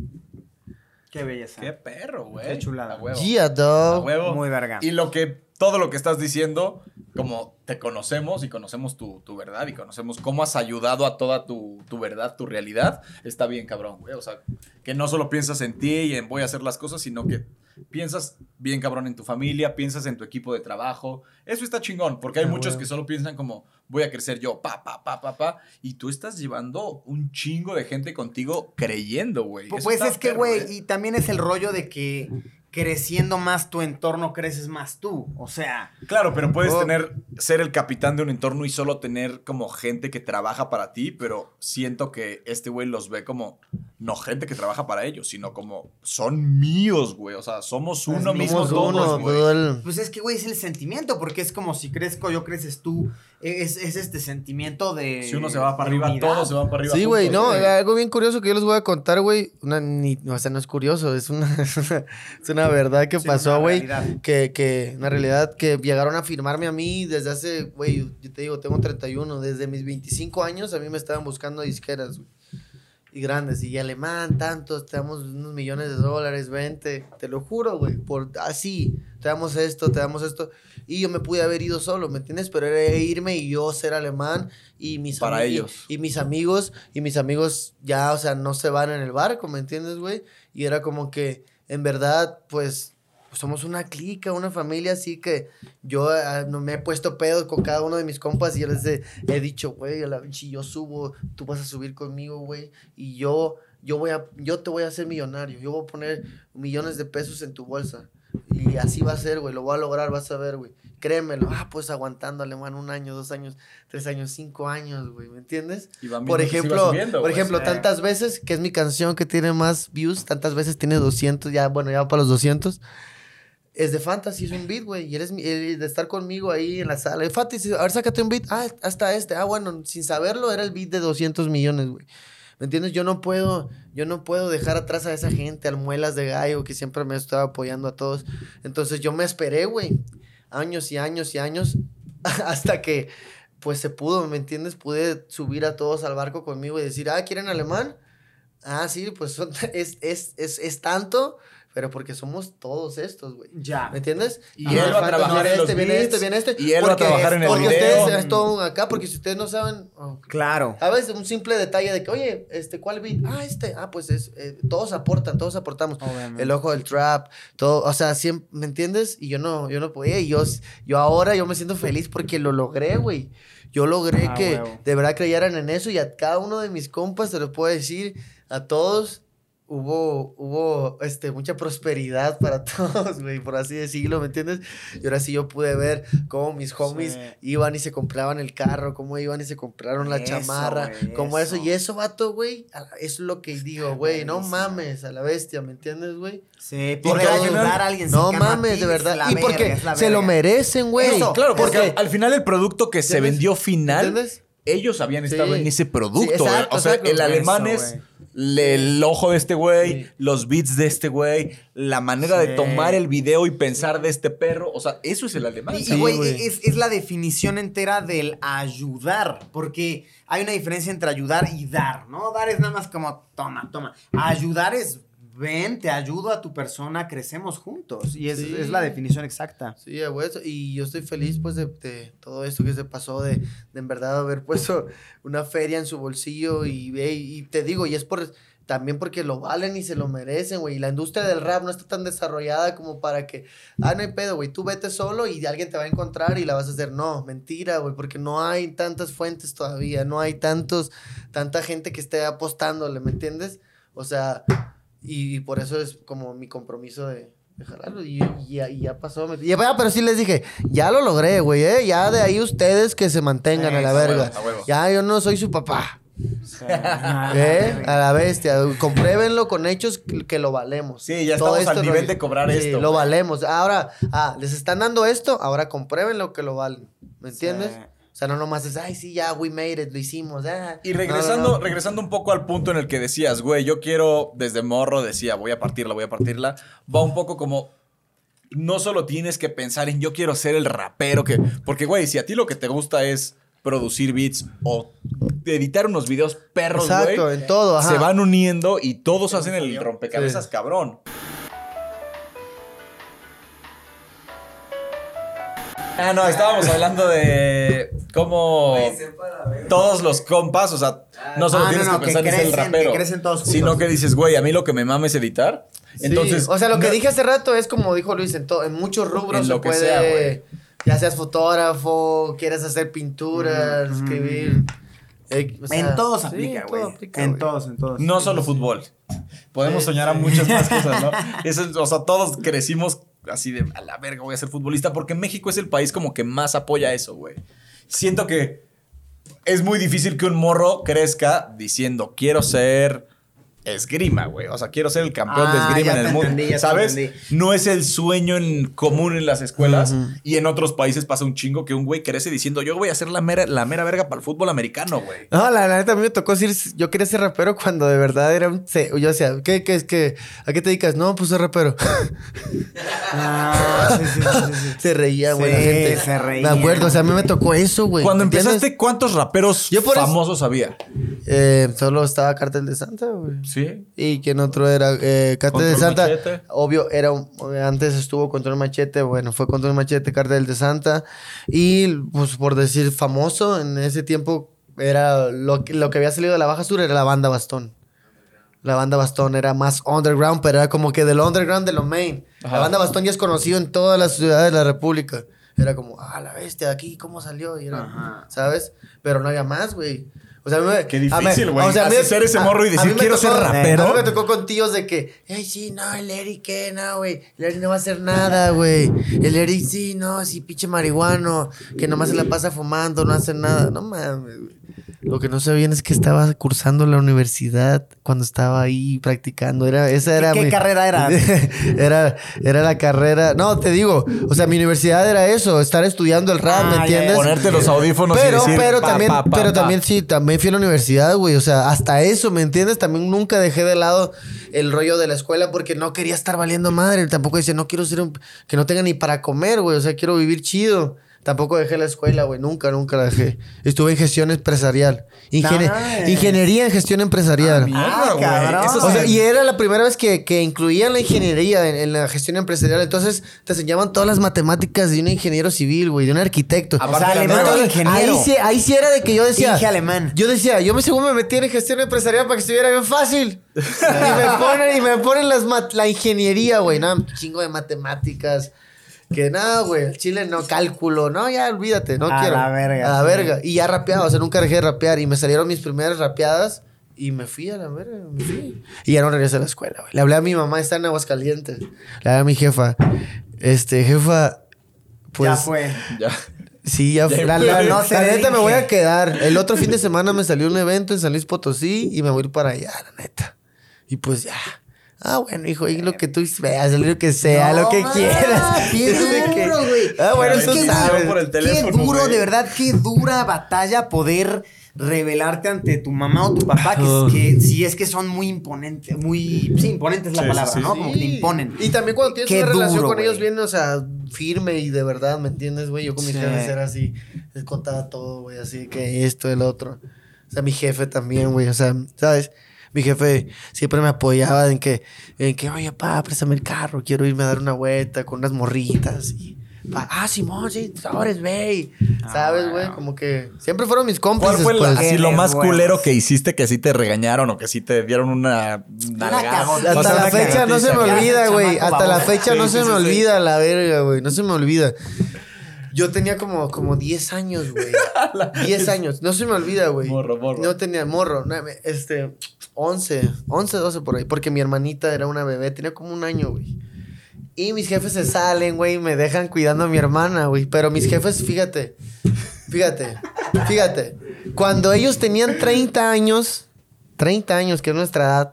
Qué belleza. Qué perro, güey. Qué chulada. A huevo. Yeah, A dog. huevo. Muy verga. Y lo que, todo lo que estás diciendo, como te conocemos y conocemos tu, tu verdad y conocemos cómo has ayudado a toda tu, tu verdad, tu realidad, está bien, cabrón, güey. O sea, que no solo piensas en ti y en voy a hacer las cosas, sino que piensas bien cabrón en tu familia, piensas en tu equipo de trabajo. Eso está chingón, porque hay Ah, muchos bueno. que solo piensan como, voy a crecer yo, pa, pa, pa, pa, pa. Y tú estás llevando un chingo de gente contigo creyendo, güey. Pues Eso está es que, perro, güey, ¿eh? y también es el rollo de que creciendo más tu entorno, creces más tú. O sea, Claro, pero puedes Oh. tener, ser el capitán de un entorno y solo tener como gente que trabaja para ti, pero siento que este güey los ve como, no gente que trabaja para ellos, sino como, son míos, güey. O sea, somos uno Somos mismo Somos todos, uno, güey. todo el- pues es que, güey, es el sentimiento, porque es como si crezco yo, creces tú. Es, es este sentimiento de. Si uno se va para de arriba, unidad. todos se van para arriba. Sí, güey, juntos, no, algo bien curioso que yo les voy a contar, güey. Una, ni, o sea, no es curioso, es una, es una verdad que Sí, pasó, una güey. realidad. Que, que, una realidad que llegaron a firmarme a mí desde hace, güey, yo te digo, tengo treinta y uno. Desde mis veinticinco años a mí me estaban buscando disqueras, güey. Y grandes, y alemán, tantos, te damos unos millones de dólares, veinte, te lo juro, güey, por así, te damos esto, te damos esto, y yo me pude haber ido solo, ¿me entiendes? Pero era irme y yo ser alemán, y mis Para ami- ellos. Y, y mis amigos, y mis amigos ya, o sea, no se van en el barco, ¿me entiendes, güey? Y era como que, en verdad, pues, pues somos una clica, una familia, así que yo ah, no me he puesto pedo con cada uno de mis compas y yo les he, he dicho, güey, a la- si yo subo, tú vas a subir conmigo, güey, y yo, yo voy a, yo te voy a hacer millonario, yo voy a poner millones de pesos en tu bolsa. Y así va a ser, güey, lo voy a lograr, vas a ver, güey. Créemelo. Ah, pues aguantando, alemán, un año, dos años, tres años, cinco años, güey, ¿me entiendes? Y van Por viendo que sí va ejemplo, subiendo, por güey. ejemplo, Sí. tantas veces, que es mi canción que tiene más views, tantas veces tiene doscientos, ya, bueno, ya va para los doscientos. Es de Fantasy, es un beat, güey. Y eres mi- eh, de estar conmigo ahí en la sala. Eh, Fantasy, a ver, sácate un beat. Ah, hasta este. Ah, bueno, sin saberlo, era el beat de doscientos millones, güey. ¿Me entiendes? Yo no puedo, yo no puedo dejar atrás a esa gente, al Muelas de Gallo, que siempre me estaba apoyando a todos. Entonces yo me esperé, güey. Años y años y años. Hasta que, pues se pudo, ¿me entiendes? Pude subir a todos al barco conmigo y decir, ah, ¿quieren alemán? Ah, sí, pues son- es, es, es, es tanto, pero porque somos todos estos, güey. Ya. ¿Me entiendes? Y Ah, él va a falta- trabajar viene en los este, viene beats, este, viene este. y él va a porque- trabajar en el porque video. ustedes es todo acá, porque si ustedes no saben, oh, Claro. ¿sabes? Un simple detalle de que, oye, este, ¿cuál beat? Ah, este. Ah, pues es, eh, todos aportan, todos aportamos. Obviamente. El ojo del trap, todo, o sea, siempre, ¿me entiendes? Y yo no, yo no podía, y yo, yo ahora, yo me siento feliz porque lo logré, güey. Yo logré Ah, que huevo. de verdad creyeran en eso y a cada uno de mis compas, te lo puedo decir, a todos, hubo, hubo, este, mucha prosperidad para todos, güey, por así decirlo, ¿me entiendes? Y ahora sí yo pude ver cómo mis homies Sí. iban y se compraban el carro, cómo iban y se compraron la Eso, chamarra, güey, como eso. eso. Y eso, vato, güey, a- es lo que digo, güey, no Buenísimo. mames, a la bestia, ¿me entiendes, güey? Sí, Porque poder al ayudar final- a alguien No cercano a mames, ti de es verdad. la Y verga, porque es la se lo verga. merecen, güey. Eso, Claro, porque Es que- al, al final el producto que se ¿Entiendes? vendió final, ¿Entiendes? ellos habían estado Sí. en ese producto. Sí, güey. exacto, O sea, exacto. el alemán Eso, es güey. le- el ojo de este güey, Sí. los beats de este güey, la manera de Sí. tomar el video y pensar de este perro. O sea, eso es el alemán. Y, Sí, güey, güey. es, es la definición entera del ayudar, porque hay una diferencia entre ayudar y dar, ¿no? Dar es nada más como, toma, toma. Ayudar es, ven, te ayudo a tu persona, crecemos juntos. Y es, Sí. es la definición exacta. Sí, a hueso. Y yo estoy feliz, pues, de, de todo esto que se pasó, de, de en verdad haber puesto una feria en su bolsillo. Y, ve, y te digo, y es por también porque lo valen y se lo merecen, güey. Y la industria del rap no está tan desarrollada como para que, ah, no hay pedo, güey, tú vete solo y alguien te va a encontrar y la vas a hacer. No, mentira, güey, porque no hay tantas fuentes todavía, no hay tantos, tanta gente que esté apostándole, ¿me entiendes? O sea, y, y por eso es como mi compromiso de, de jalarlo. Y, y ya, y ya pasó. Me- y ya, pero sí les dije, ya lo logré, güey, ¿eh? Ya de ahí ustedes que se mantengan a la Eso, verga. a huevo, a huevo. Ya yo no soy su papá. Ah, ¿Eh? A la bestia. Compruébenlo con hechos que, que lo valemos. Sí, ya Todo estamos al esto nivel lo- de cobrar sí, esto, lo güey. valemos. Ahora, ah, les están dando esto, ahora compruébenlo que lo valen. ¿Me entiendes? Sí. O sea, no nomás es, ay, sí, ya, we made it, lo hicimos. ah". Y No, regresando, no, no. regresando un poco al punto en el que decías, güey, yo quiero, desde morro decía, voy a partirla, voy a partirla. Va un poco como, no solo tienes que pensar en yo quiero ser el rapero que... Porque, güey, si a ti lo que te gusta es producir beats o editar unos videos perros, güey. Exacto, en todo, ajá. Se van uniendo y todos hacen el rompecabezas Sí. cabrón. Ah, no, estábamos hablando de cómo todos los compas, o sea, no solo Ah, tienes no, no, que que pensar en ser el crecen, rapero, que crecen todos juntos. sino que dices, güey, a mí lo que me mama es editar Entonces, sí. O sea, lo que no, dije hace rato es como dijo Luis, en, to- en muchos rubros En se lo que puede, sea, güey. ya seas fotógrafo, quieres hacer pinturas, Mm, escribir. eh, o sea, En todos sí, aplica, en güey. todo aplica, En güey. todos, en todos. no solo fútbol. Podemos Sí, soñar a sí. muchas más cosas, ¿no? Eso es- o sea, todos crecimos así de a la verga, voy a ser futbolista, porque México es el país como que más apoya eso, güey. Siento que es muy difícil que un morro crezca diciendo, quiero ser esgrima, güey. O sea, quiero ser el campeón de Ah, esgrima ya en el te mundo. entendí, ya te ¿Sabes? entendí. No es el sueño en común en las escuelas. Ujú. Y en otros países pasa un chingo que un güey crece diciendo, yo voy a ser la mera, la mera verga para el fútbol americano, güey. No, la, la neta a mí me tocó decir, yo quería ser rapero cuando de verdad era un... se- Yo decía, ¿qué, qué es que? ¿A qué te dedicas? No, pues soy rapero. Ah, sí, sí, sí, sí. Se reía, güey, la Sí, gente. se reía. Me acuerdo, o sea, a mí me tocó eso, güey. Cuando ¿entiendes? empezaste, ¿cuántos raperos Yo por eso- famosos había? Eh, solo estaba Cartel de Santa, güey. Sí. Y quien otro era eh, Cartel de Control Santa. Machete. Obvio, era un- antes estuvo Control Machete, bueno, fue Control Machete, Cartel de Santa. Y pues por decir famoso, en ese tiempo era lo que, lo que había salido de la Baja Sur era la banda Bastón. La banda Bastón era más underground, pero era como que del underground de lo main. Ajá. La banda Bastón ya es conocido en todas las ciudades de la República. Era como, ah, la bestia de aquí, ¿cómo salió? Y era, Ajá. ¿sabes? Pero no había más, güey. O sea, a mí me- Qué a difícil, mí- güey. o sea, a mí- Hacer ese a- morro y a decir, mí me "Quiero tocó- ser rapero". A mí me tocó con tíos de que, ay, sí, no, el Eric, ¿qué? No, güey. El Eric no va a hacer nada, güey. El Eric, sí, no, sí, pinche marihuano, que nomás se la pasa fumando, no hace nada. No mames, güey. Lo que no sabían es que estaba cursando la universidad cuando estaba ahí practicando. Era, esa era ¿Qué mi- carrera era? era? Era la carrera. No, te digo, o sea, mi universidad era eso, estar estudiando el rap, Ah, ¿me ya, entiendes? ya. Ponerte los audífonos Pero, y decir, pero pa, también, pa, pa, pero pa. también sí, también fui a la universidad, güey. O sea, hasta eso, ¿me entiendes? También nunca dejé de lado el rollo de la escuela porque no quería estar valiendo madre. Tampoco decía, no quiero ser un... que no tenga ni para comer, güey. O sea, quiero vivir chido. Tampoco dejé la escuela, güey. Nunca, nunca la dejé. Estuve en gestión empresarial. Ingenie- Nice. Ingeniería en gestión empresarial. Ah, güey. cabrón. Eso O sea, sí. y era la primera vez que, que incluían la ingeniería en, en la gestión empresarial. Entonces, te enseñaban todas las matemáticas de un ingeniero civil, güey, de un arquitecto. Aparte, O sea, alemán Entonces, o ingeniero. Ahí sí, ahí sí era de que yo decía... Dije alemán. Yo decía, yo me según me metí en gestión empresarial para que estuviera bien fácil. y me ponen, y me ponen las mat- la ingeniería, güey. No, un chingo de matemáticas. Que nada, güey. El chile no, cálculo. No, ya olvídate, no A quiero. la verga, A la sí. verga. Y ya rapeaba, o sea, nunca dejé de rapear. Y me salieron mis primeras rapeadas. Y me fui a la verga, me fui. Y ya no regresé a la escuela, güey. Le hablé a mi mamá, está en Aguascalientes. Le hablé a mi jefa. Este, jefa, pues... ya fue. Ya. Sí, ya, Ya fue. La, fue. la- No se la neta me deje. voy a quedar. El otro fin de semana me salió un evento en San Luis Potosí y me voy a ir para allá, la neta. Y pues ya. Ah, bueno, hijo, ahí lo que tú veas, lo que sea, No, lo que ma, quieras. Qué Es de que- duro, güey. Ah, bueno, Es eso que sabes. por el Qué teléfono, duro, güey. de verdad, qué dura batalla poder revelarte ante tu mamá o tu papá, que, Oh. que si es que son muy imponentes, muy... Sí, imponente es la Sí, palabra, sí, sí. ¿no? Como que te imponen. Y también cuando tienes Qué una relación duro, con ellos güey. bien, o sea, firme y de verdad, ¿me entiendes, güey? Yo con mis Sí. jefes era así, les contaba todo, güey, así que esto, el otro. O sea, mi jefe también, güey, o sea, ¿sabes? Mi jefe siempre me apoyaba en que, en que, oye, pa, préstame el carro, quiero irme a dar una vuelta con unas morritas y... pa, ah, Simón, sí, sabores, güey. ¿Sabes, Ah, güey? bueno. Como que siempre fueron mis cómplices, ¿Cuál fue la- pues. así Qué lo más huevos. culero que hiciste que sí te regañaron o que sí te dieron una nalgada? cagotita. Hasta O sea, la una fecha no se me cagotiza. olvida, Ya, güey. chamaco Hasta la baboso. fecha no Sí, se sí, me sí, sí. olvida, la verga, güey. No se me olvida. Yo tenía como, como diez años, güey. diez años. No se me olvida, güey. Morro, morro. No tenía morro. No, me- este, once, once, doce por ahí. Porque mi hermanita era una bebé. Tenía como un año, güey. Y mis jefes se salen, güey, y me dejan cuidando a mi hermana, güey. Pero mis jefes, fíjate, fíjate, fíjate. Cuando ellos tenían treinta años, treinta años, que es nuestra edad,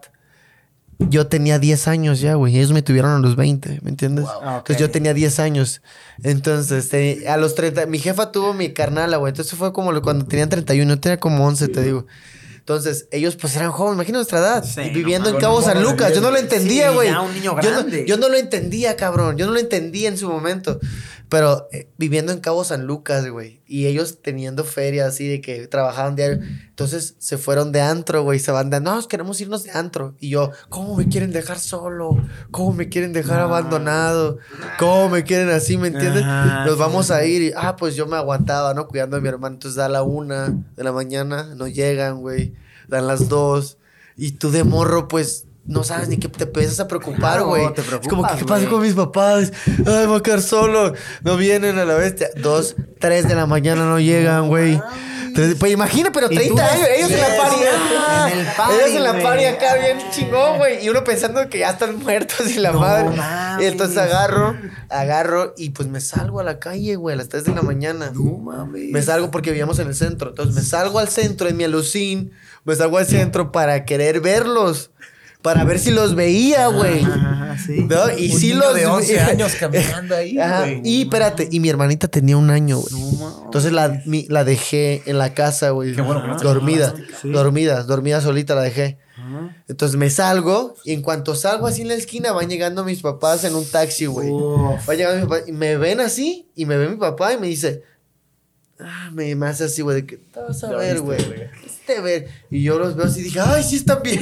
yo tenía diez años ya, güey. Ellos me tuvieron a los veinte, ¿me entiendes? Wow. Entonces Ok. yo tenía diez años. Entonces, te- a los treinta, mi jefa tuvo mi carnala, güey. Entonces fue como lo- cuando tenían treinta y uno, yo tenía como once, te digo. Entonces, ellos pues eran jóvenes, imagina nuestra edad. Sí, y no viviendo en mames. Cabo Con un San morro de Lucas. diez, Yo no lo güey. entendía, Sí, güey. ya un niño yo, no, grande. yo no lo entendía, cabrón. Yo no lo entendía en su momento. Pero eh, viviendo en Cabo San Lucas, güey. Y ellos teniendo feria así de que trabajaban diario. Entonces se fueron de antro, güey. Se van de, no, queremos irnos de antro. Y yo, ¿cómo me quieren dejar solo? ¿Cómo me quieren dejar No. abandonado? ¿Cómo me quieren así, me entiendes? Ajá, Nos sí, vamos sí. a ir. Y, ah, pues yo me aguantaba, ¿no? Cuidando a mi hermano. Entonces da la una de la mañana. No llegan, güey. Dan las dos. Y tú de morro, pues... no sabes ni qué te empiezas a preocupar, Claro, güey. te preocupas, es como que, ¿qué güey. pasa con mis papás? Ay, voy a quedar solo. No vienen a la bestia. Dos, tres de la mañana no llegan, güey. Tres- Pues imagina, pero Y treinta tú años. Ellos en la des- party. ah, en el party, ellos en la güey. party acá bien chingón, güey. Y uno pensando que ya están muertos y la No madre. mames. Y entonces agarro, agarro y pues me salgo a la calle, güey, a las tres de la mañana. No mames. Me salgo porque vivíamos en el centro. Entonces me salgo al centro en mi alucín. Me salgo al centro para querer verlos. Para ver si los veía, güey. Ajá, sí. ¿No? Y Un sí niño los de once años caminando ahí, Ajá. güey. Y espérate, y mi hermanita tenía un año, güey. No mames. Entonces la, mi- la dejé en la casa, güey. Qué bueno que no te Dormida. Sí. Dormida, dormida solita la dejé. Ajá. Entonces me salgo y en cuanto salgo así en la esquina van llegando mis papás en un taxi, güey. Uf. Va llegando mi papá y me ven así y me ve mi papá y me dice, ah, me, me hace así, güey, de que te vas a Ya ver, viste, güey. güey. Te ver. Y yo los veo así y dije, ay, sí están bien.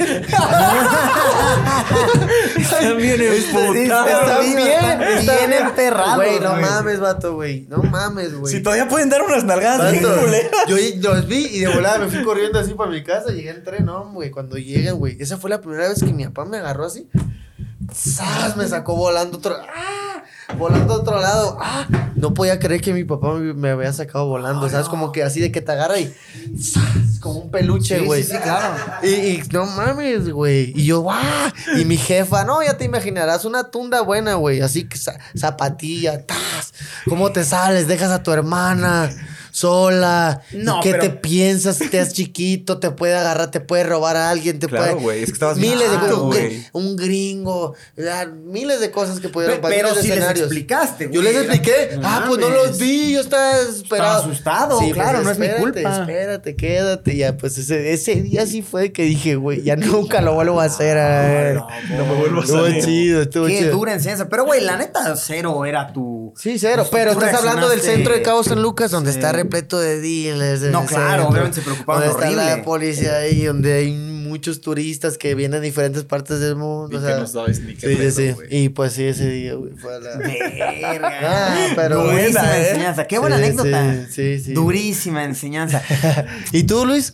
Están bien emputados. Están bien, bien, están están bien emperrados, Güey, no güey. mames, vato, güey. No mames, güey. Si todavía pueden dar unas nalgadas bien Vato, culeras. yo los vi y de volada me fui corriendo así para mi casa. Llegué al tren, no, güey. Cuando llegan, güey. Esa fue la primera vez que mi papá me agarró así. ¡Zas! Me sacó volando otro. ¡Ah! Volando a otro lado. ¡Ah! No podía creer que mi papá me, me había sacado volando. ¿Sabes? Como que así de que te agarra y. ¡Zas! Como un peluche, Sí, güey. sí, sí, claro. Y, y no mames, güey. Y yo, ¡guau! Y mi jefa, no, ya te imaginarás, una tunda buena, güey. Así que za- zapatilla, ¡tas! ¿Cómo te sales? Dejas a tu hermana sola. No, ¿Y ¿Qué pero- te piensas? Te es chiquito, te puede agarrar, te puede robar a alguien, te Claro, puede. güey, es que estabas bien miles de chiquito, cosas. güey. Un, un gringo, ya, miles de cosas que pudieron Pe- pasar. pero miles de si les escenarios. explicaste, güey. Yo les expliqué. No ah, pues no mames. los vi, yo estaba esperado. Estaba asustado, claro, no es mi espérate, culpa. Espérate, quédate. Ya, pues ese, ese día sí fue que dije, güey, ya nunca lo vuelvo a hacer. a ver. No, No me vuelvo a Estuvo salir. chido, estuvo Qué chido. dura enseñanza. Pero, güey, la neta, cero era tu... Sí, cero. Pues, Pero tú estás hablando del reaccionaste- centro de Cabo San Lucas, donde Sí. está repleto de dealers. No, el claro, centro, obviamente se preocupaban donde está horrible. la policía ahí, donde hay muchos turistas que vienen de diferentes partes del mundo. Y o que sea, no sabes ni qué sí, pedo, sí, sí. güey. Y pues sí, ese día, güey, fue a la... Verga. Ah, pero Durísima buena, ¿eh? enseñanza. Qué buena Sí, anécdota. sí, sí, sí. Durísima enseñanza. ¿Y tú, Luis?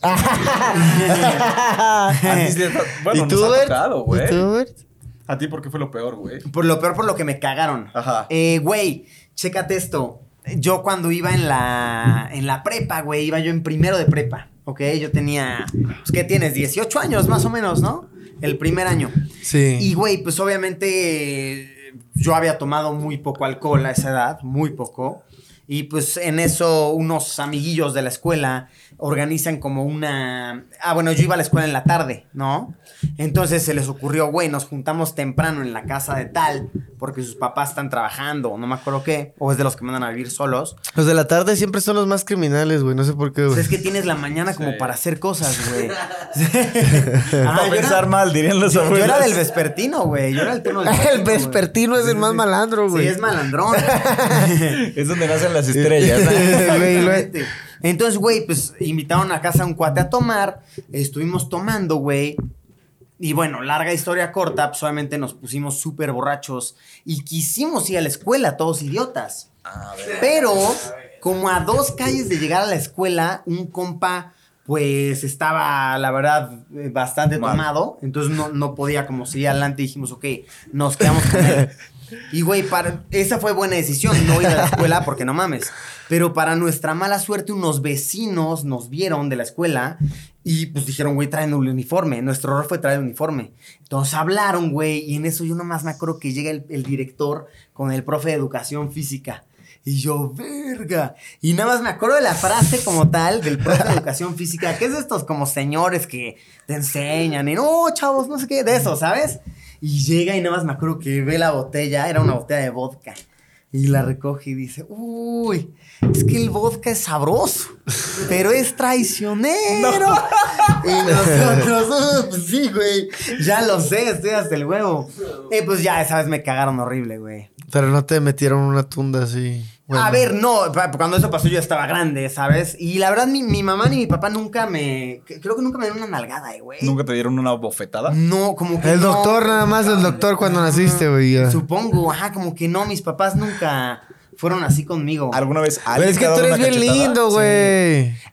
A ti sí te- bueno, ¿Y tú, nos ha Bert? tocado, güey. ¿Y tú, Bert? ¿A ti por qué fue lo peor, güey? Por lo peor, por lo que me cagaron. Ajá. Eh, güey, chécate esto. Yo cuando iba en la, en la prepa, güey, iba yo en primero de prepa, ¿ok? Yo tenía, pues, ¿qué tienes? dieciocho años más o menos, ¿no? El primer año. Sí. Y, güey, pues obviamente eh, yo había tomado muy poco alcohol a esa edad, muy poco. Y pues en eso unos amiguillos de la escuela organizan como una... Ah, bueno, yo iba a la escuela en la tarde, ¿no? Entonces se les ocurrió, güey, nos juntamos temprano en la casa de tal, porque sus papás están trabajando, no me acuerdo qué, o es de los que mandan a vivir solos. Los de la tarde siempre son los más criminales, güey. No sé por qué, Pues güey. es que tienes la mañana como Sí. para hacer cosas, güey. Para Ah, yo pensar era- mal, dirían los Yo, abuelos. yo era del vespertino, güey. Yo era el turno del El vespertino es el más malandro, güey. Sí, es malandrón. Es donde nacen las estrellas. ¿eh? Güey, güey. Exactamente. Entonces, güey, pues invitaron a casa a un cuate a tomar. Estuvimos tomando, güey. Y bueno, larga historia corta, pues obviamente nos pusimos súper borrachos y quisimos ir a la escuela, todos idiotas. Pero, como a dos calles de llegar a la escuela, un compa, pues estaba, la verdad, eh, bastante Mal. tomado. Entonces no, no podía como seguir adelante y dijimos, ok, nos quedamos con él. Y, güey, para... esa fue buena decisión, no ir a la escuela porque no mames. Pero para nuestra mala suerte, unos vecinos nos vieron de la escuela y pues dijeron, güey, traen un uniforme. Nuestro error fue traer un uniforme. Entonces hablaron, güey, y en eso yo nomás me acuerdo que llega el, el director con el profe de educación física. Y yo, verga. Y nada más me acuerdo de la frase como tal del profe de educación física, que es de estos como señores que te enseñan y no, chavos, no sé qué, de eso, ¿sabes? Y llega y nada más me acuerdo que ve la botella, era una botella de vodka. Y la recoge y dice, uy, es que el vodka es sabroso, pero es traicionero. Y nosotros, "Oh, pues sí, güey, ya lo sé, estoy hasta el huevo". Y pues ya esa vez me cagaron horrible, güey. Pero no te metieron una tunda así. Bueno. A ver, no, pa- cuando eso pasó yo estaba grande, ¿sabes? Y la verdad, mi, mi mamá ni mi papá nunca me... que- Creo que nunca me dieron una nalgada, eh, güey. ¿Nunca te dieron una bofetada? No, como que El no. doctor, nada más, el doctor cuando naciste, güey. ya. Supongo, ajá, como que no, mis papás nunca fueron así conmigo. ¿Alguna vez Pero alguien es que te ha tú dado eres una bien cachetada? lindo, güey. ¿Eh?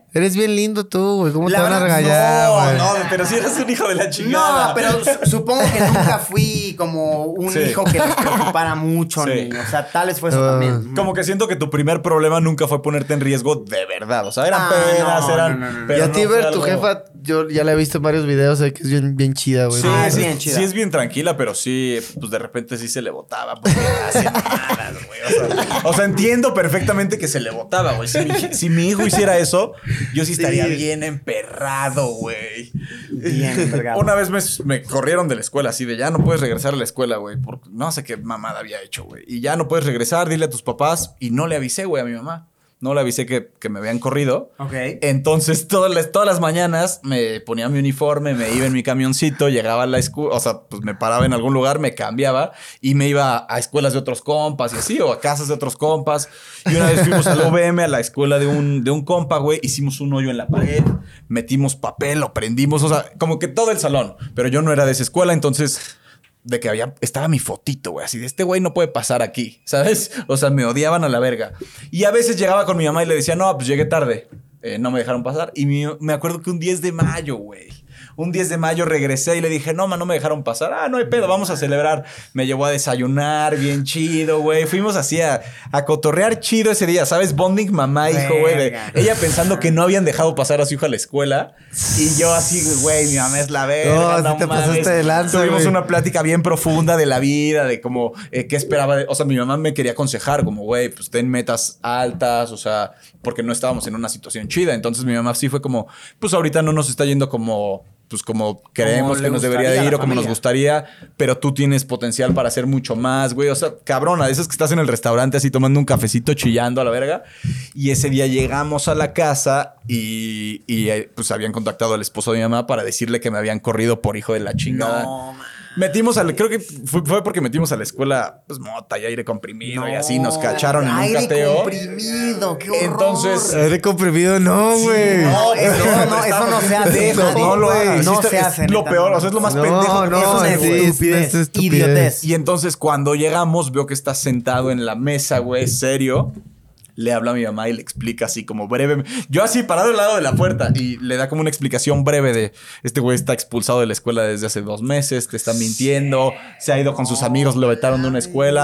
Eres bien lindo tú, güey. ¿Cómo La te van a verdad, regañar, No, güey? no, pero si eres un hijo de la chingada. No, pero su- supongo que nunca fui como un Sí. hijo que les preocupara mucho. Sí. Ni, o sea, tal vez fue eso Ah. también. Como que siento que tu primer problema nunca fue ponerte en riesgo de verdad. O sea, eran Ah, penas, no, eran. no, no, no. pero Y a no ti, fue Ver, tu algo- jefa, yo ya la he visto en varios videos, sé que es bien, bien chida, güey. Sí, Ah, es sí, bien chida. sí es bien tranquila, pero sí, pues de repente sí se le botaba porque hace malas, güey. O sea, o sea, entiendo perfectamente que se le botaba, güey. Si mi, si mi hijo hiciera eso, yo sí estaría Sí. bien emperrado, güey. Bien, envergado. Una vez me, me corrieron de la escuela así de ya no puedes regresar a la escuela, güey. Porque no sé qué mamada había hecho, güey. Y ya no puedes regresar, dile a tus papás. Y no le avisé, güey, a mi mamá. No le avisé que, que me habían corrido. Ok. Entonces, todas las, todas las mañanas me ponía mi uniforme, me iba en mi camioncito, llegaba a la escuela, o sea, pues me paraba en algún lugar, me cambiaba y me iba a escuelas de otros compas y así, o a casas de otros compas. Y una vez fuimos al O V M, a la escuela de un, de un compa, güey, hicimos un hoyo en la pared, metimos papel, lo prendimos, o sea, como que todo el salón. Pero yo no era de esa escuela, entonces... De que había, estaba mi fotito, güey. Así de este güey no puede pasar aquí, ¿sabes? O sea, me odiaban a la verga. Y a veces llegaba con mi mamá y le decía, no, pues llegué tarde. Eh, no me dejaron pasar. Y mi- me acuerdo que un diez de mayo, güey. Un diez de mayo regresé y le dije, no, ma, no me dejaron pasar. Ah, no hay pedo, vamos a celebrar. Me llevó a desayunar bien chido, güey. Fuimos así a, a cotorrear chido ese día, ¿sabes? Bonding mamá, hijo, güey. de- Verga. Ella pensando que no habían dejado pasar a su hijo a la escuela. Y yo así, güey, mi mamá es la verga. No, No, sí te mames. pasaste de lanza, Tuvimos güey. una plática bien profunda de la vida, de cómo, eh, qué esperaba. de- o sea, mi mamá me quería aconsejar, como, güey, pues ten metas altas, o sea, porque no estábamos en una situación chida. Entonces mi mamá sí fue como, pues ahorita no nos está yendo como... pues como creemos le que nos debería gustaría de a ir la o como nos familia. gustaría, pero tú tienes potencial para hacer mucho más, güey. O sea, cabrona, de esas que estás en el restaurante así tomando un cafecito chillando a la verga. Y ese día llegamos a la casa y, y eh, pues habían contactado al esposo de mi mamá para decirle que me habían corrido por hijo de la chingada. No, man. Metimos al, creo que fue, fue porque metimos a la escuela, pues mota y aire comprimido y así nos cacharon en un Aire cateo. comprimido, qué horror. Entonces, Aire comprimido, no, güey. No, eso pero no, no, eso no se hace. No, no lo güey. hagas. No Sí, se es hace. lo neta, peor, no. o sea, es lo más No, pendejo. no, Es una sí, es- estupidez, es estupidez. idiotez. Y entonces cuando llegamos, veo que está sentado en la mesa, güey, serio. Le habla a mi mamá y le explica así como breve. Yo así parado al lado de la puerta y le da como una explicación breve de este güey está expulsado de la escuela desde hace dos meses, te está mintiendo, se ha ido con sus amigos, lo vetaron de una escuela.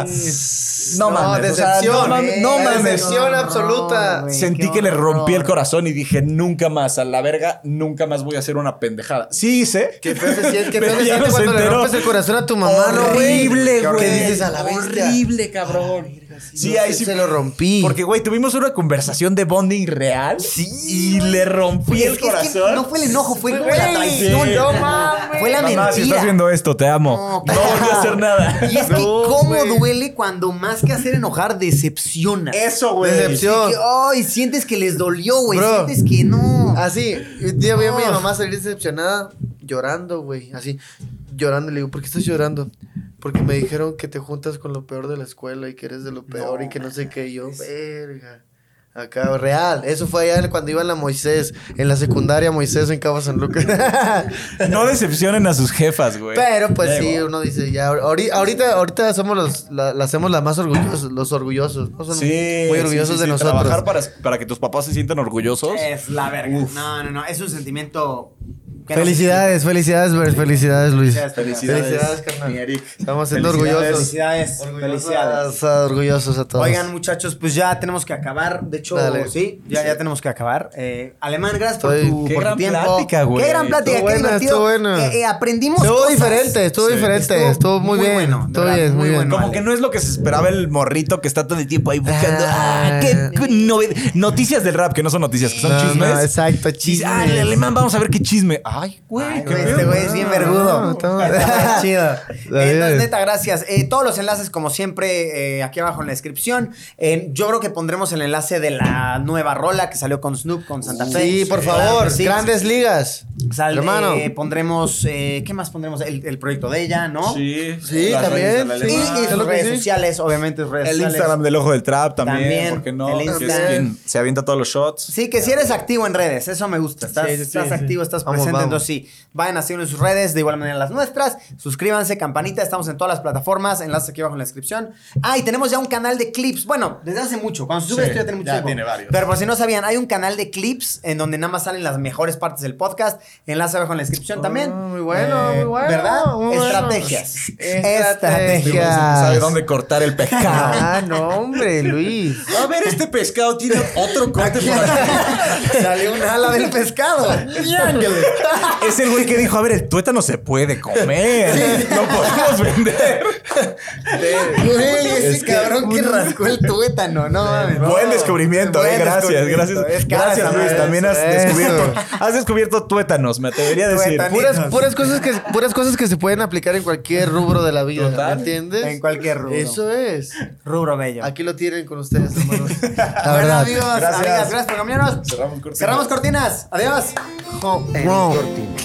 No, No, mames, o sea, decepción. no mames, no La mames. decepción absoluta. güey, Sentí qué que le rompí el horror. corazón y dije, nunca más, a la verga, nunca más voy a hacer una pendejada. Sí hice. Qué feo se siente, qué Pero feo se ya siente no se cuando le enteró. rompes el corazón a tu mamá, ¿no, güey? Horrible, ¿Qué güey. dices a la bestia? Horrible, cabrón. Sí, No, ahí sí sí. se lo rompí. Porque, güey, tuvimos una conversación de bonding real. Sí, Y le rompí Güey, el es que- es que corazón. no fue el enojo, fue como Güey, la traición. sí. No mames. Fue la Mamá, mentira. si estás viendo esto, te amo. No, No, claro. voy a hacer nada. Y es que No, cómo güey. duele cuando más que hacer enojar, decepciona. Eso, güey. Decepción. Que, ay, sientes que les dolió, güey. Bro. Sientes que no. Así, un día vi a mi No. mamá salir decepcionada, llorando, güey. Así, llorando. Le digo, ¿por qué estás llorando? Porque me dijeron que te juntas con lo peor de la escuela y que eres de lo peor y que no sé qué. Y yo, verga. Acá, real. Eso fue allá cuando iba en la Moisés, en la secundaria Moisés en Cabo San Lucas. No decepcionen a sus jefas, güey. Pero pues Luego. sí, uno dice, ya, ahori- ahorita, ahorita somos los, la, la hacemos las más orgullosos, los orgullosos. ¿no? Son Sí, muy orgullosos sí, sí, de sí. nosotros. Trabajar para, para que tus papás se sientan orgullosos. Es la verga. No, no, no. Es un sentimiento. que no- Felicidades, felicidades, Bert, felicidades, Luis. Felicidades, Felicidades, carnal. mi Eric. Estamos siendo Felicidades. orgullosos. Felicidades. Orgullosos, Felicidades. a- orgullosos a todos. Oigan, muchachos, pues ya tenemos que acabar. De hecho, Dale. sí, ya, ya tenemos que acabar. Eh, Alemán, gracias por Estoy- tu, Qué por tu gran tiempo. plática, güey. Qué gran plática, Estuvo qué buena, divertido. estuvo buena. Eh, eh, aprendimos Estuvo cosas. diferente, estuvo Sí, diferente, estuvo, muy, bien. bueno, de estuvo verdad, bien, muy muy bien. bueno. Como Vale. que no es lo que se esperaba el morrito que está todo el tiempo ahí buscando. Ah. Ah, qué, qué nove- noticias del rap, que no son noticias, que son No, chismes. no, exacto, Dice, chismes. ah, el alemán, vamos a ver qué chisme. Ay, güey, Ay, qué güey, pedo. este güey es bien No, vergudo. no, está- Está chido. Está Eh, entonces, bien. neta, gracias. Eh, todos los enlaces, como siempre, eh, aquí abajo en la descripción. Eh, yo creo que pondremos el enlace de la nueva rola que salió con Snoop, con Santa Fe. Sí, por Claro favor, que sí. grandes ligas. Sal- Hermano. eh, pondremos, eh, ¿qué más pondremos? El, el proyecto de ella, ¿no? Sí, Sí, las también, redes del sí. Y, y alemán. sus Claro que redes sí. sociales, obviamente sus redes El sociales. Instagram del Ojo del Trap también, También, ¿por qué no? el Que es Insta. quien se avienta todos los shots. Sí, que si eres activo en redes, eso me gusta. Estás, Sí, sí, sí, estás sí. activo, estás Vamos, presente Entonces sí, vayan a seguir en sus redes, de igual manera las nuestras. Suscríbanse, campanita, estamos en todas las plataformas, enlace aquí abajo en la descripción. Ah, y tenemos ya un canal de clips. Bueno, desde hace mucho. Cuando se sube Sí, esto ya tiene mucho ya tiempo. tiene varios. Pero por si no sabían, hay un canal de clips en donde nada más salen las mejores partes del podcast. Enlace abajo en la descripción también. Oh, muy bueno, muy bueno, ¿Verdad? muy bueno. Estrategias. Estrategias. Sabe dónde cortar el pescado. Ah, no, hombre, Luis. A ver, este pescado tiene otro corte por aquí. Salió un ala del pescado. Es el güey que dijo, a ver, el tuétano se puede comer. No podemos vender. Güey, ese Es que- cabrón que rascó el tuétano, no mames. Buen descubrimiento, Buen eh. Gracias, descubrimiento. gracias. Es cara Gracias, esa Luis. madre. También has Eso. descubierto, has descubierto tuétanos, me atrevería a decir. Tuétanitos. Puras, puras, cosas que, puras cosas que se pueden aplicar en cualquier rubro de la vida, Total. ¿me entiendes? En cualquier rubro. Eso es. Rubro bello. Aquí lo tienen con ustedes, hermanos. La Bueno, verdad. amigos, Gracias. amigas, gracias por acompañarnos. Cerramos cortinas. Cerramos cortinas. Adiós. Wrong.